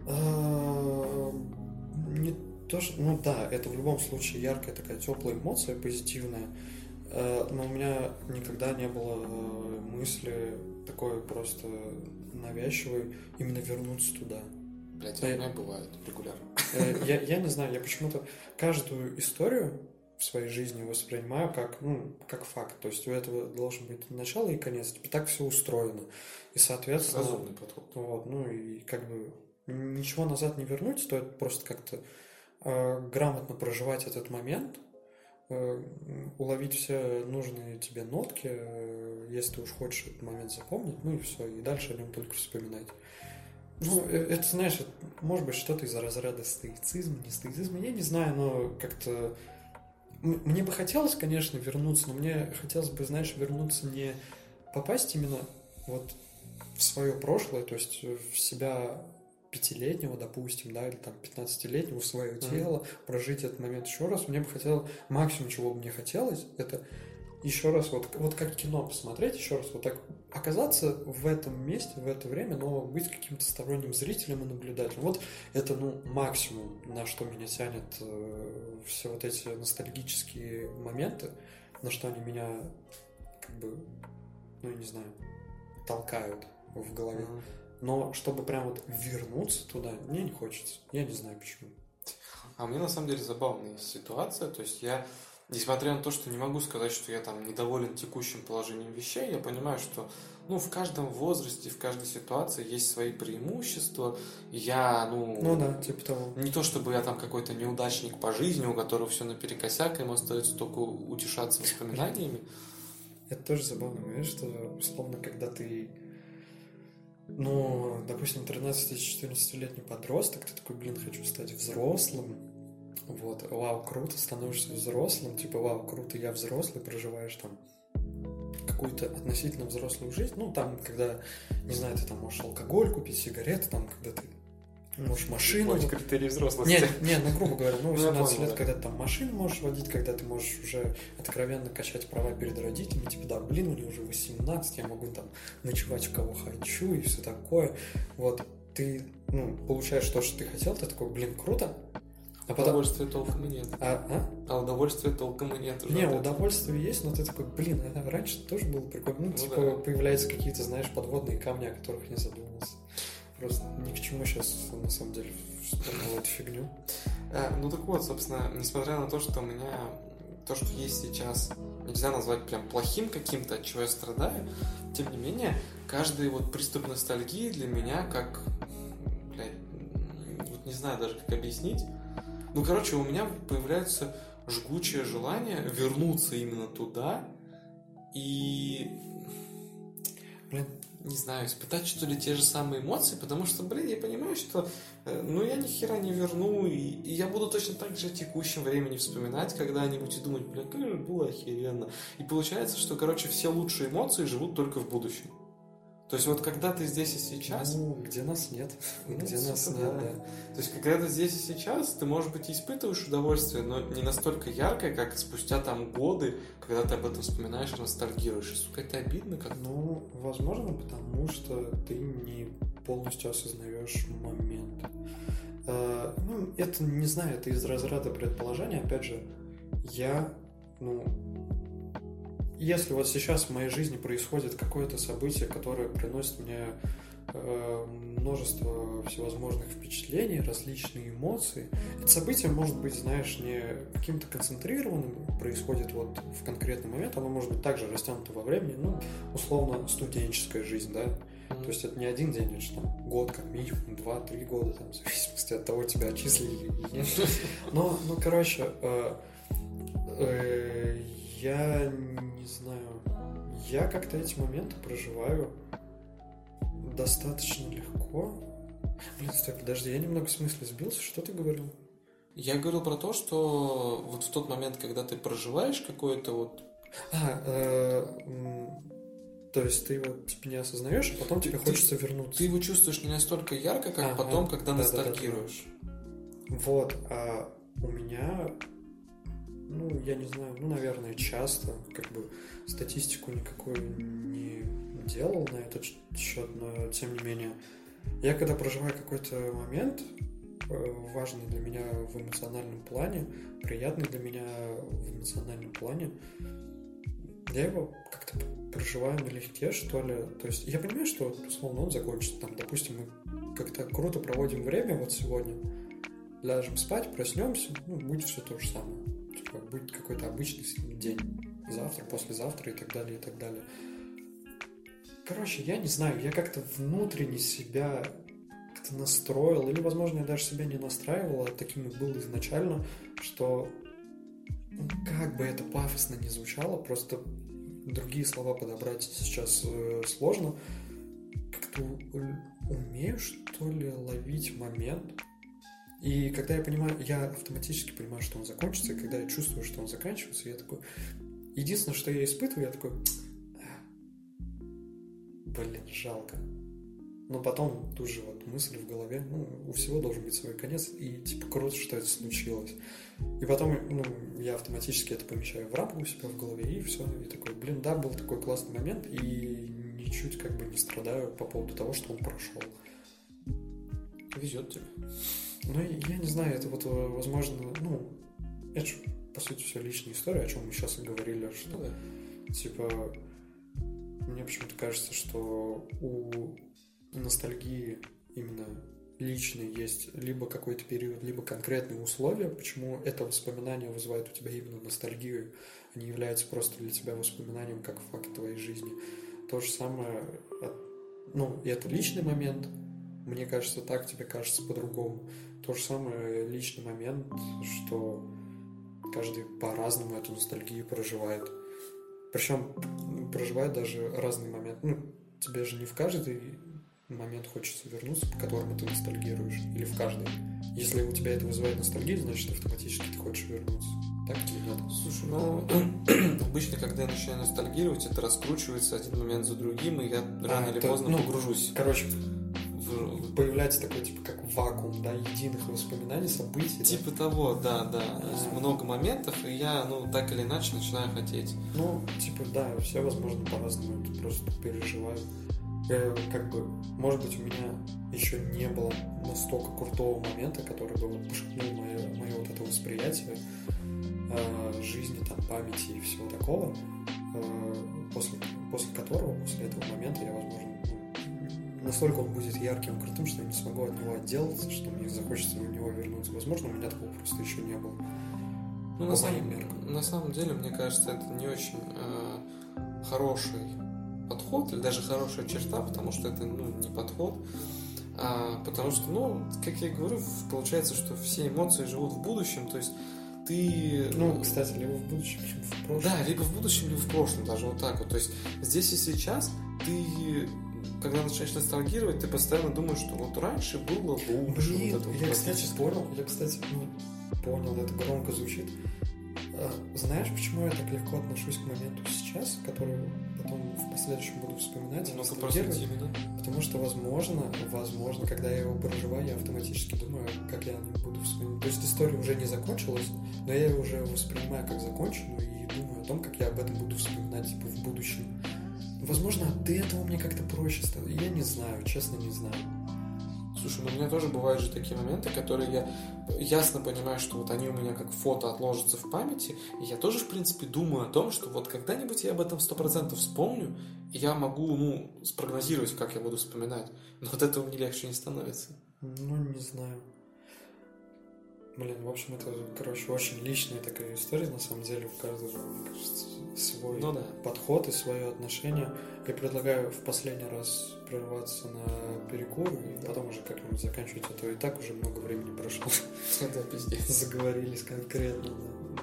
Э, не то, что... Ну, да, это в любом случае яркая такая теплая эмоция, позитивная, э, но у меня никогда не было мысли такой просто навязчивой именно вернуться туда. Блять, а у меня бывает регулярно. Я, я не знаю, я почему-то каждую историю в своей жизни воспринимаю как, ну, как факт. То есть у этого должен быть начало и конец. Типа так все устроено. И, соответственно... Разумный подход. Вот, ну и как бы ничего назад не вернуть, стоит просто как-то э, грамотно проживать этот момент, э, уловить все нужные тебе нотки, э, если ты уж хочешь этот момент запомнить, ну и все, и дальше о нем только вспоминать. Ну, это, знаешь, это, может быть, что-то из разряда стоицизма, не стоицизма, я не знаю, но как-то... Мне бы хотелось, конечно, вернуться, но мне хотелось бы, знаешь, вернуться не попасть именно вот в свое прошлое, то есть в себя пятилетнего, допустим, да, или там пятнадцатилетнего, в свое Mm-hmm. тело, прожить этот момент еще раз, мне бы хотелось, максимум, чего бы мне хотелось, это еще раз, вот, вот как кино посмотреть, еще раз вот так оказаться в этом месте, в это время, но быть каким-то сторонним зрителем и наблюдателем. Вот это, ну, максимум, на что меня тянет э, все вот эти ностальгические моменты, на что они меня, как бы, ну, я не знаю, толкают в голове. Mm-hmm. Но чтобы прям вот вернуться туда, мне не хочется. Я не знаю почему. А мне на самом деле забавная ситуация. То есть я, несмотря на то, что не могу сказать, что я там недоволен текущим положением вещей, я понимаю, что ну, в каждом возрасте, в каждой ситуации есть свои преимущества. Я, ну... Ну да, типа того. Не то, чтобы я там какой-то неудачник по жизни, у которого все наперекосяк, ему остается только утешаться воспоминаниями. Это тоже забавно, понимаешь, что условно, когда ты, ну, допустим, тринадцати-четырнадцатилетний подросток, ты такой, блин, хочу стать взрослым, вот, вау, круто, становишься взрослым, типа, вау, круто, я взрослый, проживаешь там какую-то относительно взрослую жизнь, ну, там, когда, не знаю, ты там можешь алкоголь купить, сигареты, там, когда ты можешь машину... Очень критерий взрослости. Нет, нет, ну, грубо говоря, ну, восемнадцать понял, лет, да. когда ты там машину можешь водить, когда ты можешь уже откровенно качать права перед родителями, типа, да, блин, мне уже восемнадцать, я могу там ночевать у кого хочу и все такое. Вот, ты, ну, получаешь то, что ты хотел, ты такой, блин, круто. А потом... Удовольствия толком и нет. А, а? а удовольствия толком и нет. Уже не, удовольствие есть, но ты такой, блин, а раньше тоже было прикольно. Ну, ну типа, да. Появляются какие-то, знаешь, подводные камни, о которых не задумывался. Просто ни к чему сейчас, на самом деле, вспомнил эту фигню. А, ну так вот, собственно, несмотря на то, что у меня то, что есть сейчас, нельзя назвать прям плохим каким-то, от чего я страдаю, тем не менее, каждый вот приступ ностальгии для меня как, блядь, вот не знаю даже, как объяснить. Ну, короче, у меня появляется жгучее желание вернуться именно туда и... Блин, не знаю, испытать, что ли, те же самые эмоции, потому что, блин, я понимаю, что, э, ну, я ни хера не верну, и, и я буду точно так же о текущем времени вспоминать когда-нибудь и думать, бля, как же было охеренно. И получается, что, короче, все лучшие эмоции живут только в будущем. То есть вот когда ты здесь и сейчас... Ну, где нас нет. Ну, где нас да. нет, да. То есть когда ты здесь и сейчас, ты, может быть, испытываешь удовольствие, но не настолько яркое, как спустя там годы, когда ты об этом вспоминаешь и ностальгируешь. И, сука, это обидно как-то. Ну, возможно, потому что ты не полностью осознаешь момент. А, ну, это, не знаю, это из разряда предположения. Опять же, я, ну... Если вот сейчас в моей жизни происходит какое-то событие, которое приносит мне э, множество всевозможных впечатлений, различные эмоции, это событие может быть, знаешь, не каким-то концентрированным, происходит вот в конкретный момент, оно может быть также растянуто во времени, ну, условно, студенческая жизнь, да, mm-hmm. то есть это не один день, это же там год как минимум, два-три года, там, в зависимости от того, тебя отчислили или нет. Но, ну, короче, э, э, я не знаю, я как-то эти моменты проживаю достаточно легко. Блин, стой, подожди, я немного в смысле сбился, что ты говорил? Я говорил про то, что вот в тот момент, когда ты проживаешь какое-то вот... А, э, то есть ты его типа не осознаешь, а потом тебе ты, хочется вернуться. Ты его чувствуешь не настолько ярко, как а, потом, а, когда да, ностальгируешь. Да, да, да. Вот, а у меня... Ну, я не знаю, ну, наверное, часто, как бы, статистику никакую не делал на этот счет, но, тем не менее, я, когда проживаю какой-то момент, важный для меня в эмоциональном плане, приятный для меня в эмоциональном плане, я его как-то проживаю налегке, что ли. То есть, я понимаю, что, условно, он закончится, там, допустим, мы как-то круто проводим время вот сегодня, ляжем спать, проснемся, ну, будет все то же самое. Будет какой-то обычный день, завтра, послезавтра и так далее, и так далее. Короче, я не знаю, я как-то внутренне себя как-то настроил, или, возможно, я даже себя не настраивал, а таким и был изначально, что, ну, как бы это пафосно не звучало, просто другие слова подобрать сейчас э, сложно, как-то умею, что ли, ловить момент. И когда я понимаю, я автоматически понимаю, что он закончится, и когда я чувствую, что он заканчивается, я такой... Единственное, что я испытываю, я такой... блин, жалко. Но потом тут же вот мысль в голове, ну, у всего должен быть свой конец, и типа круто, что это случилось. И потом, ну, я автоматически это помещаю в рамку у себя в голове, и все, и такой, блин, да, был такой классный момент, и ничуть как бы не страдаю по поводу того, что он прошел. Везет тебе. Ну, я не знаю, это вот, возможно, ну, это же, по сути, все личная история, о чем мы сейчас и говорили, что, Ну, да. типа, мне почему-то кажется, что у ностальгии именно личной есть либо какой-то период, либо конкретные условия, почему это воспоминание вызывает у тебя именно ностальгию, а не является просто для тебя воспоминанием как факт твоей жизни. То же самое, ну, и это личный момент, мне кажется так, тебе кажется по-другому. То же самое личный момент, что каждый по-разному эту ностальгию проживает. Причем проживает даже разный момент. Ну, тебе же не в каждый момент хочется вернуться, по которому ты ностальгируешь, или в каждый. Если у тебя это вызывает ностальгию, значит, автоматически ты хочешь вернуться. Так или нет? Слушай, ну, обычно, когда я начинаю ностальгировать, это раскручивается один момент за другим, и я рано а, или то, поздно ну, погружусь. Короче, в... появляется такой, типа, как вакуум, да, единых воспоминаний, событий. Типа да? того, да, да. А... Есть много моментов, и я, ну, так или иначе начинаю хотеть. Ну, типа, да, все, возможно, по-разному это просто переживаю. Я, как бы, может быть, у меня еще не было настолько крутого момента, который бы вот пошатнул мое, мое вот это восприятие э, жизни, там, памяти и всего такого, э, после, после которого, после этого момента я, возможно, ну, настолько он будет ярким, крутым, что я не смогу от него отделаться, что мне захочется в него вернуться. Возможно, у меня такого просто еще не было. Ну, на, сам, на самом деле, мне кажется, это не очень э, хороший подход, или даже хорошая черта, потому что это, ну, не подход, а, потому что, ну, как я и говорю, получается, что все эмоции живут в будущем, то есть ты... Ну, кстати, либо в будущем, либо в прошлом. Да, либо в будущем, либо в прошлом, даже вот так вот, то есть здесь и сейчас ты, когда начинаешь ностальгировать, ты постоянно думаешь, что вот раньше было лучше. Блин, вот это я, вот кстати, понял, я, кстати, ну, понял, это громко звучит. Знаешь, почему я так легко отношусь к моменту сейчас, который потом в последующем буду вспоминать? Ну, просвети меня. Потому что, возможно, возможно, когда я его проживаю, я автоматически думаю, как я о нем буду вспоминать. То есть история уже не закончилась, но я ее уже воспринимаю как законченную и думаю о том, как я об этом буду вспоминать, типа, в будущем. Возможно, от этого мне как-то проще стало. Я не знаю, честно не знаю. Слушай, ну у меня тоже бывают же такие моменты, которые я ясно понимаю, что вот они у меня как фото отложатся в памяти, и я тоже, в принципе, думаю о том, что вот когда-нибудь я об этом сто процентов вспомню, и я могу, ну, спрогнозировать, как я буду вспоминать. Но от этого мне легче не становится. Ну, не знаю. Блин, в общем, это, короче, очень личная такая история, на самом деле, у каждого, мне кажется, свой ну, да. подход и свое отношение. Я предлагаю в последний раз прерваться на перекур, и потом уже как-нибудь заканчивать, а то и так уже много времени прошло. Да, пиздец. Заговорились конкретно.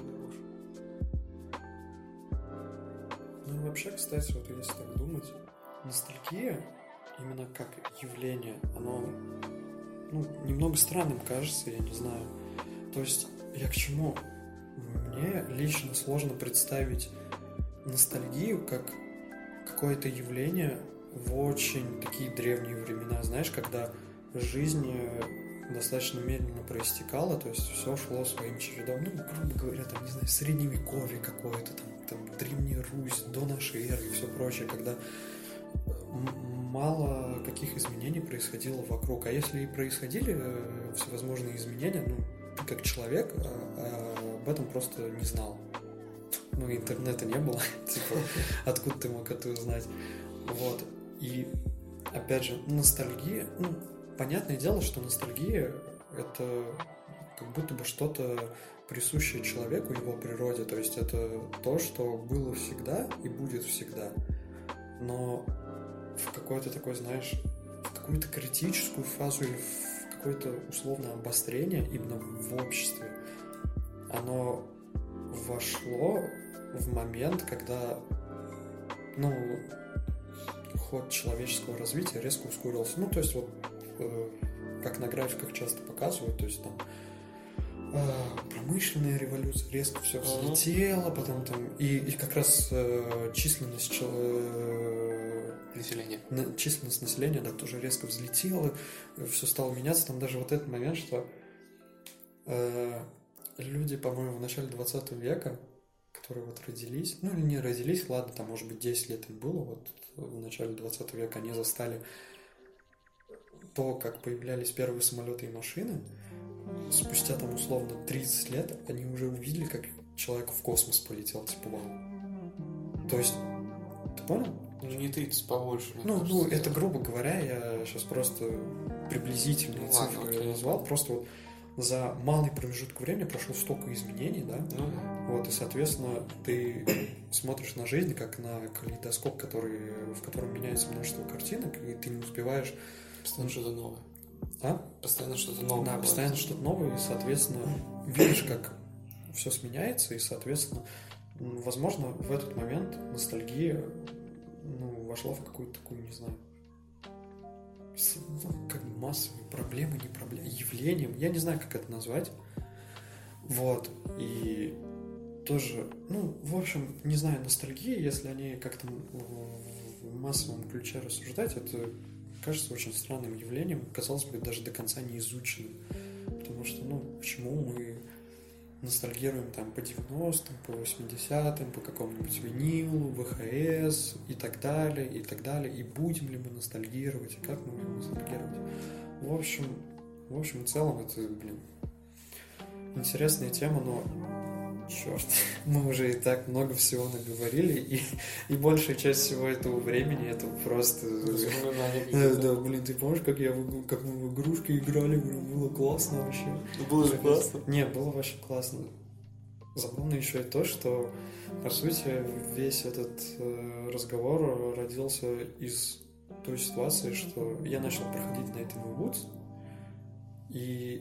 Ну и вообще, кстати, вот если так думать, ностальгия, именно как явление, оно, ну, немного странным кажется, я не знаю. То есть, я к чему? Мне лично сложно представить ностальгию как какое-то явление в очень такие древние времена, знаешь, когда жизнь достаточно медленно проистекала, то есть все шло своим чередом, ну, грубо говоря, там, не знаю, средневековье какое-то, там, там Древняя Русь, до нашей эры и все прочее, когда мало каких изменений происходило вокруг, а если и происходили всевозможные изменения, ну, ты как человек а, а об этом просто не знал. Ну, интернета не было, типа, откуда ты мог это узнать? Вот. И, опять же, ностальгия, ну, понятное дело, что ностальгия — это как будто бы что-то присущее человеку, его природе, то есть это то, что было всегда и будет всегда. Но в какой-то такой, знаешь, в какую-то критическую фазу или в какое-то условное обострение именно в обществе оно вошло в момент, когда, ну, ход человеческого развития резко ускорился. Ну, то есть вот э, как на графиках часто показывают, то есть там э, промышленная революция, резко все взлетело, потом там и, и как раз э, численность чел- э, населения. На, численность населения, да, тоже резко взлетела, все стало меняться. Там даже вот этот момент, что э, люди, по-моему, в начале двадцатого века, которые вот родились, ну или не родились, ладно, там, может быть, десять лет им было, вот в начале двадцатого века они застали то, как появлялись первые самолеты и машины. Спустя там условно тридцать лет они уже увидели, как человек в космос полетел, типа вау. То есть, ты понял? Ну, не тридцать, побольше. Ну, кажется, ну, это грубо говоря, я сейчас просто приблизительные ну, цифры ладно, окей. назвал, просто вот за малый промежуток времени прошло столько изменений, да? Ну, Вот, и, соответственно, ты смотришь на жизнь как на калейдоскоп, который, в котором меняется множество картинок, и ты не успеваешь... постоянно что-то новое. А? Постоянно что-то новое. Да, бывает. постоянно что-то новое, и, соответственно, видишь, как все сменяется, и, соответственно, м, возможно, в этот момент ностальгия, ну, вошла в какую-то такую, не знаю, с- ну, как бы массовые проблемы, не проблемы, явлением, я не знаю, как это назвать. Вот, и тоже, ну, в общем, не знаю, ностальгия, если они как-то в в массовом ключе рассуждать, это кажется очень странным явлением, казалось бы, даже до конца не изученным. Потому что, ну, почему мы ностальгируем там по девяностым, по восьмидесятым, по какому-нибудь винилу, вэ ха эс и так далее, и так далее, и будем ли мы ностальгировать, и как мы будем ностальгировать. В общем, в общем и целом, это, блин, интересная тема, но черт, мы уже и так много всего наговорили, и, и большая часть всего этого времени это просто... Воспоминания Да, какие-то. да, блин, ты помнишь, как, я, в игру- как мы в игрушки играли, блин, было классно вообще. Ну, было же классно. Не, было вообще классно. Забавно еще и то, что, по сути, весь этот э, разговор родился из той ситуации, что я начал проходить Night in the Woods, и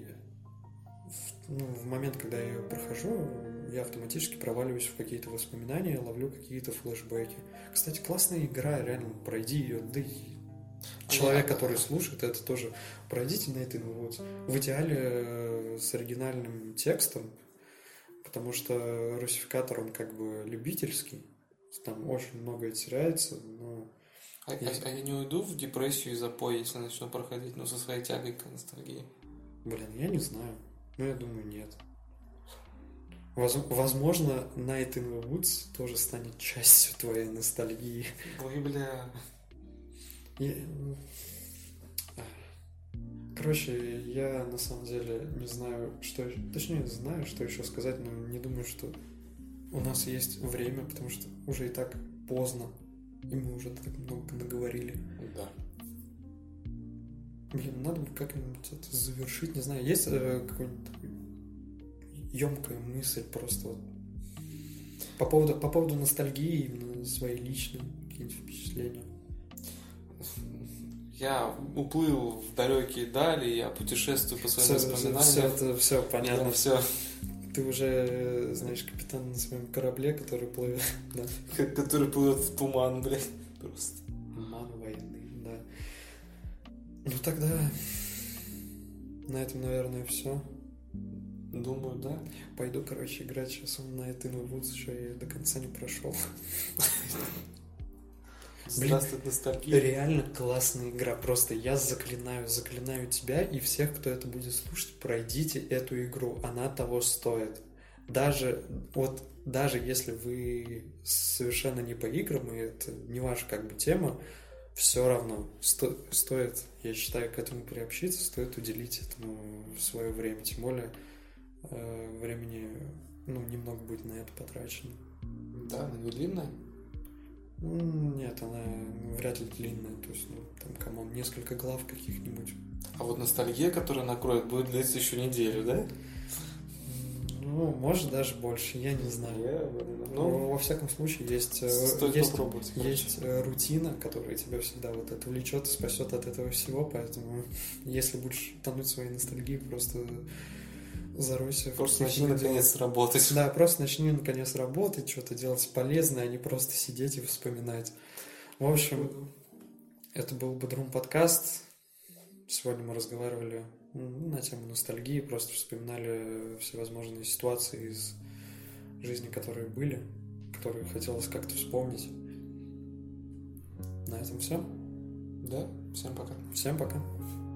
в, ну, в момент, когда я ее прохожу, я автоматически проваливаюсь в какие-то воспоминания, ловлю какие-то флешбеки. Кстати, классная игра, реально, пройди ее, да и человек, А я- который слушает, это тоже пройдите Night in the Woods. В идеале э, с оригинальным текстом, потому что русификатор, он как бы любительский, там очень многое теряется, но... А, а- а я не уйду в депрессию и запой, если начну проходить, ну, со своей тягой к ностальгии. Блин, я не знаю. Ну, я думаю, нет. Воз- возможно, Night in the Woods тоже станет частью твоей ностальгии. Ой, бля. Я- Короче, я на самом деле не знаю, что... еще- Точнее, знаю, что еще сказать, но не думаю, что у нас есть время, потому что уже и так поздно, и мы уже так много наговорили. Да. Блин, надо бы как-нибудь это завершить, не знаю, есть э, какой-нибудь такой емкая мысль просто вот по поводу, по поводу ностальгии, именно свои личные какие-нибудь впечатления. Я уплыл в далекие дали, я путешествую по своим Все, воспоминаниям. все, это, все понятно. Все, Ты уже, знаешь, капитан на своем корабле, который плывет, да. который плывет в туман, блядь. Просто. Туман войны, да. Ну тогда на этом, наверное, все. Думаю, да. Пойду, короче, играть сейчас на Night in the Woods, что я до конца не прошел. Здравствует ностальгия. Реально классная игра. Просто я заклинаю, заклинаю тебя и всех, кто это будет слушать, пройдите эту игру. Она того стоит. Даже вот даже если вы совершенно не по играм, и это не ваша как бы тема, все равно сто, стоит, я считаю, к этому приобщиться, стоит уделить этому свое время. Тем более э, времени, ну, немного будет на это потрачено. Да, она не длинная. Нет, она вряд ли длинная, то есть, ну, там, камон, несколько глав каких-нибудь. А вот ностальгия, которая накроет, будет длиться еще неделю, да? Ну, может, даже больше, я не знаю. Но, Ну, во всяком случае, есть, э, стоит есть, попробовать. короче. есть э, рутина, которая тебя всегда вот это влечет и спасет от этого всего, поэтому если будешь тонуть в своей ностальгии, просто заройся. в Просто начни какие-то дела. наконец работать. Да, просто начни наконец работать, что-то делать полезное, а не просто сидеть и вспоминать. В общем, это был Бодрум подкаст. Сегодня мы разговаривали ну, на тему ностальгии, просто вспоминали всевозможные ситуации из жизни, которые были, которые хотелось как-то вспомнить. На этом все. Да? Всем пока. Всем пока.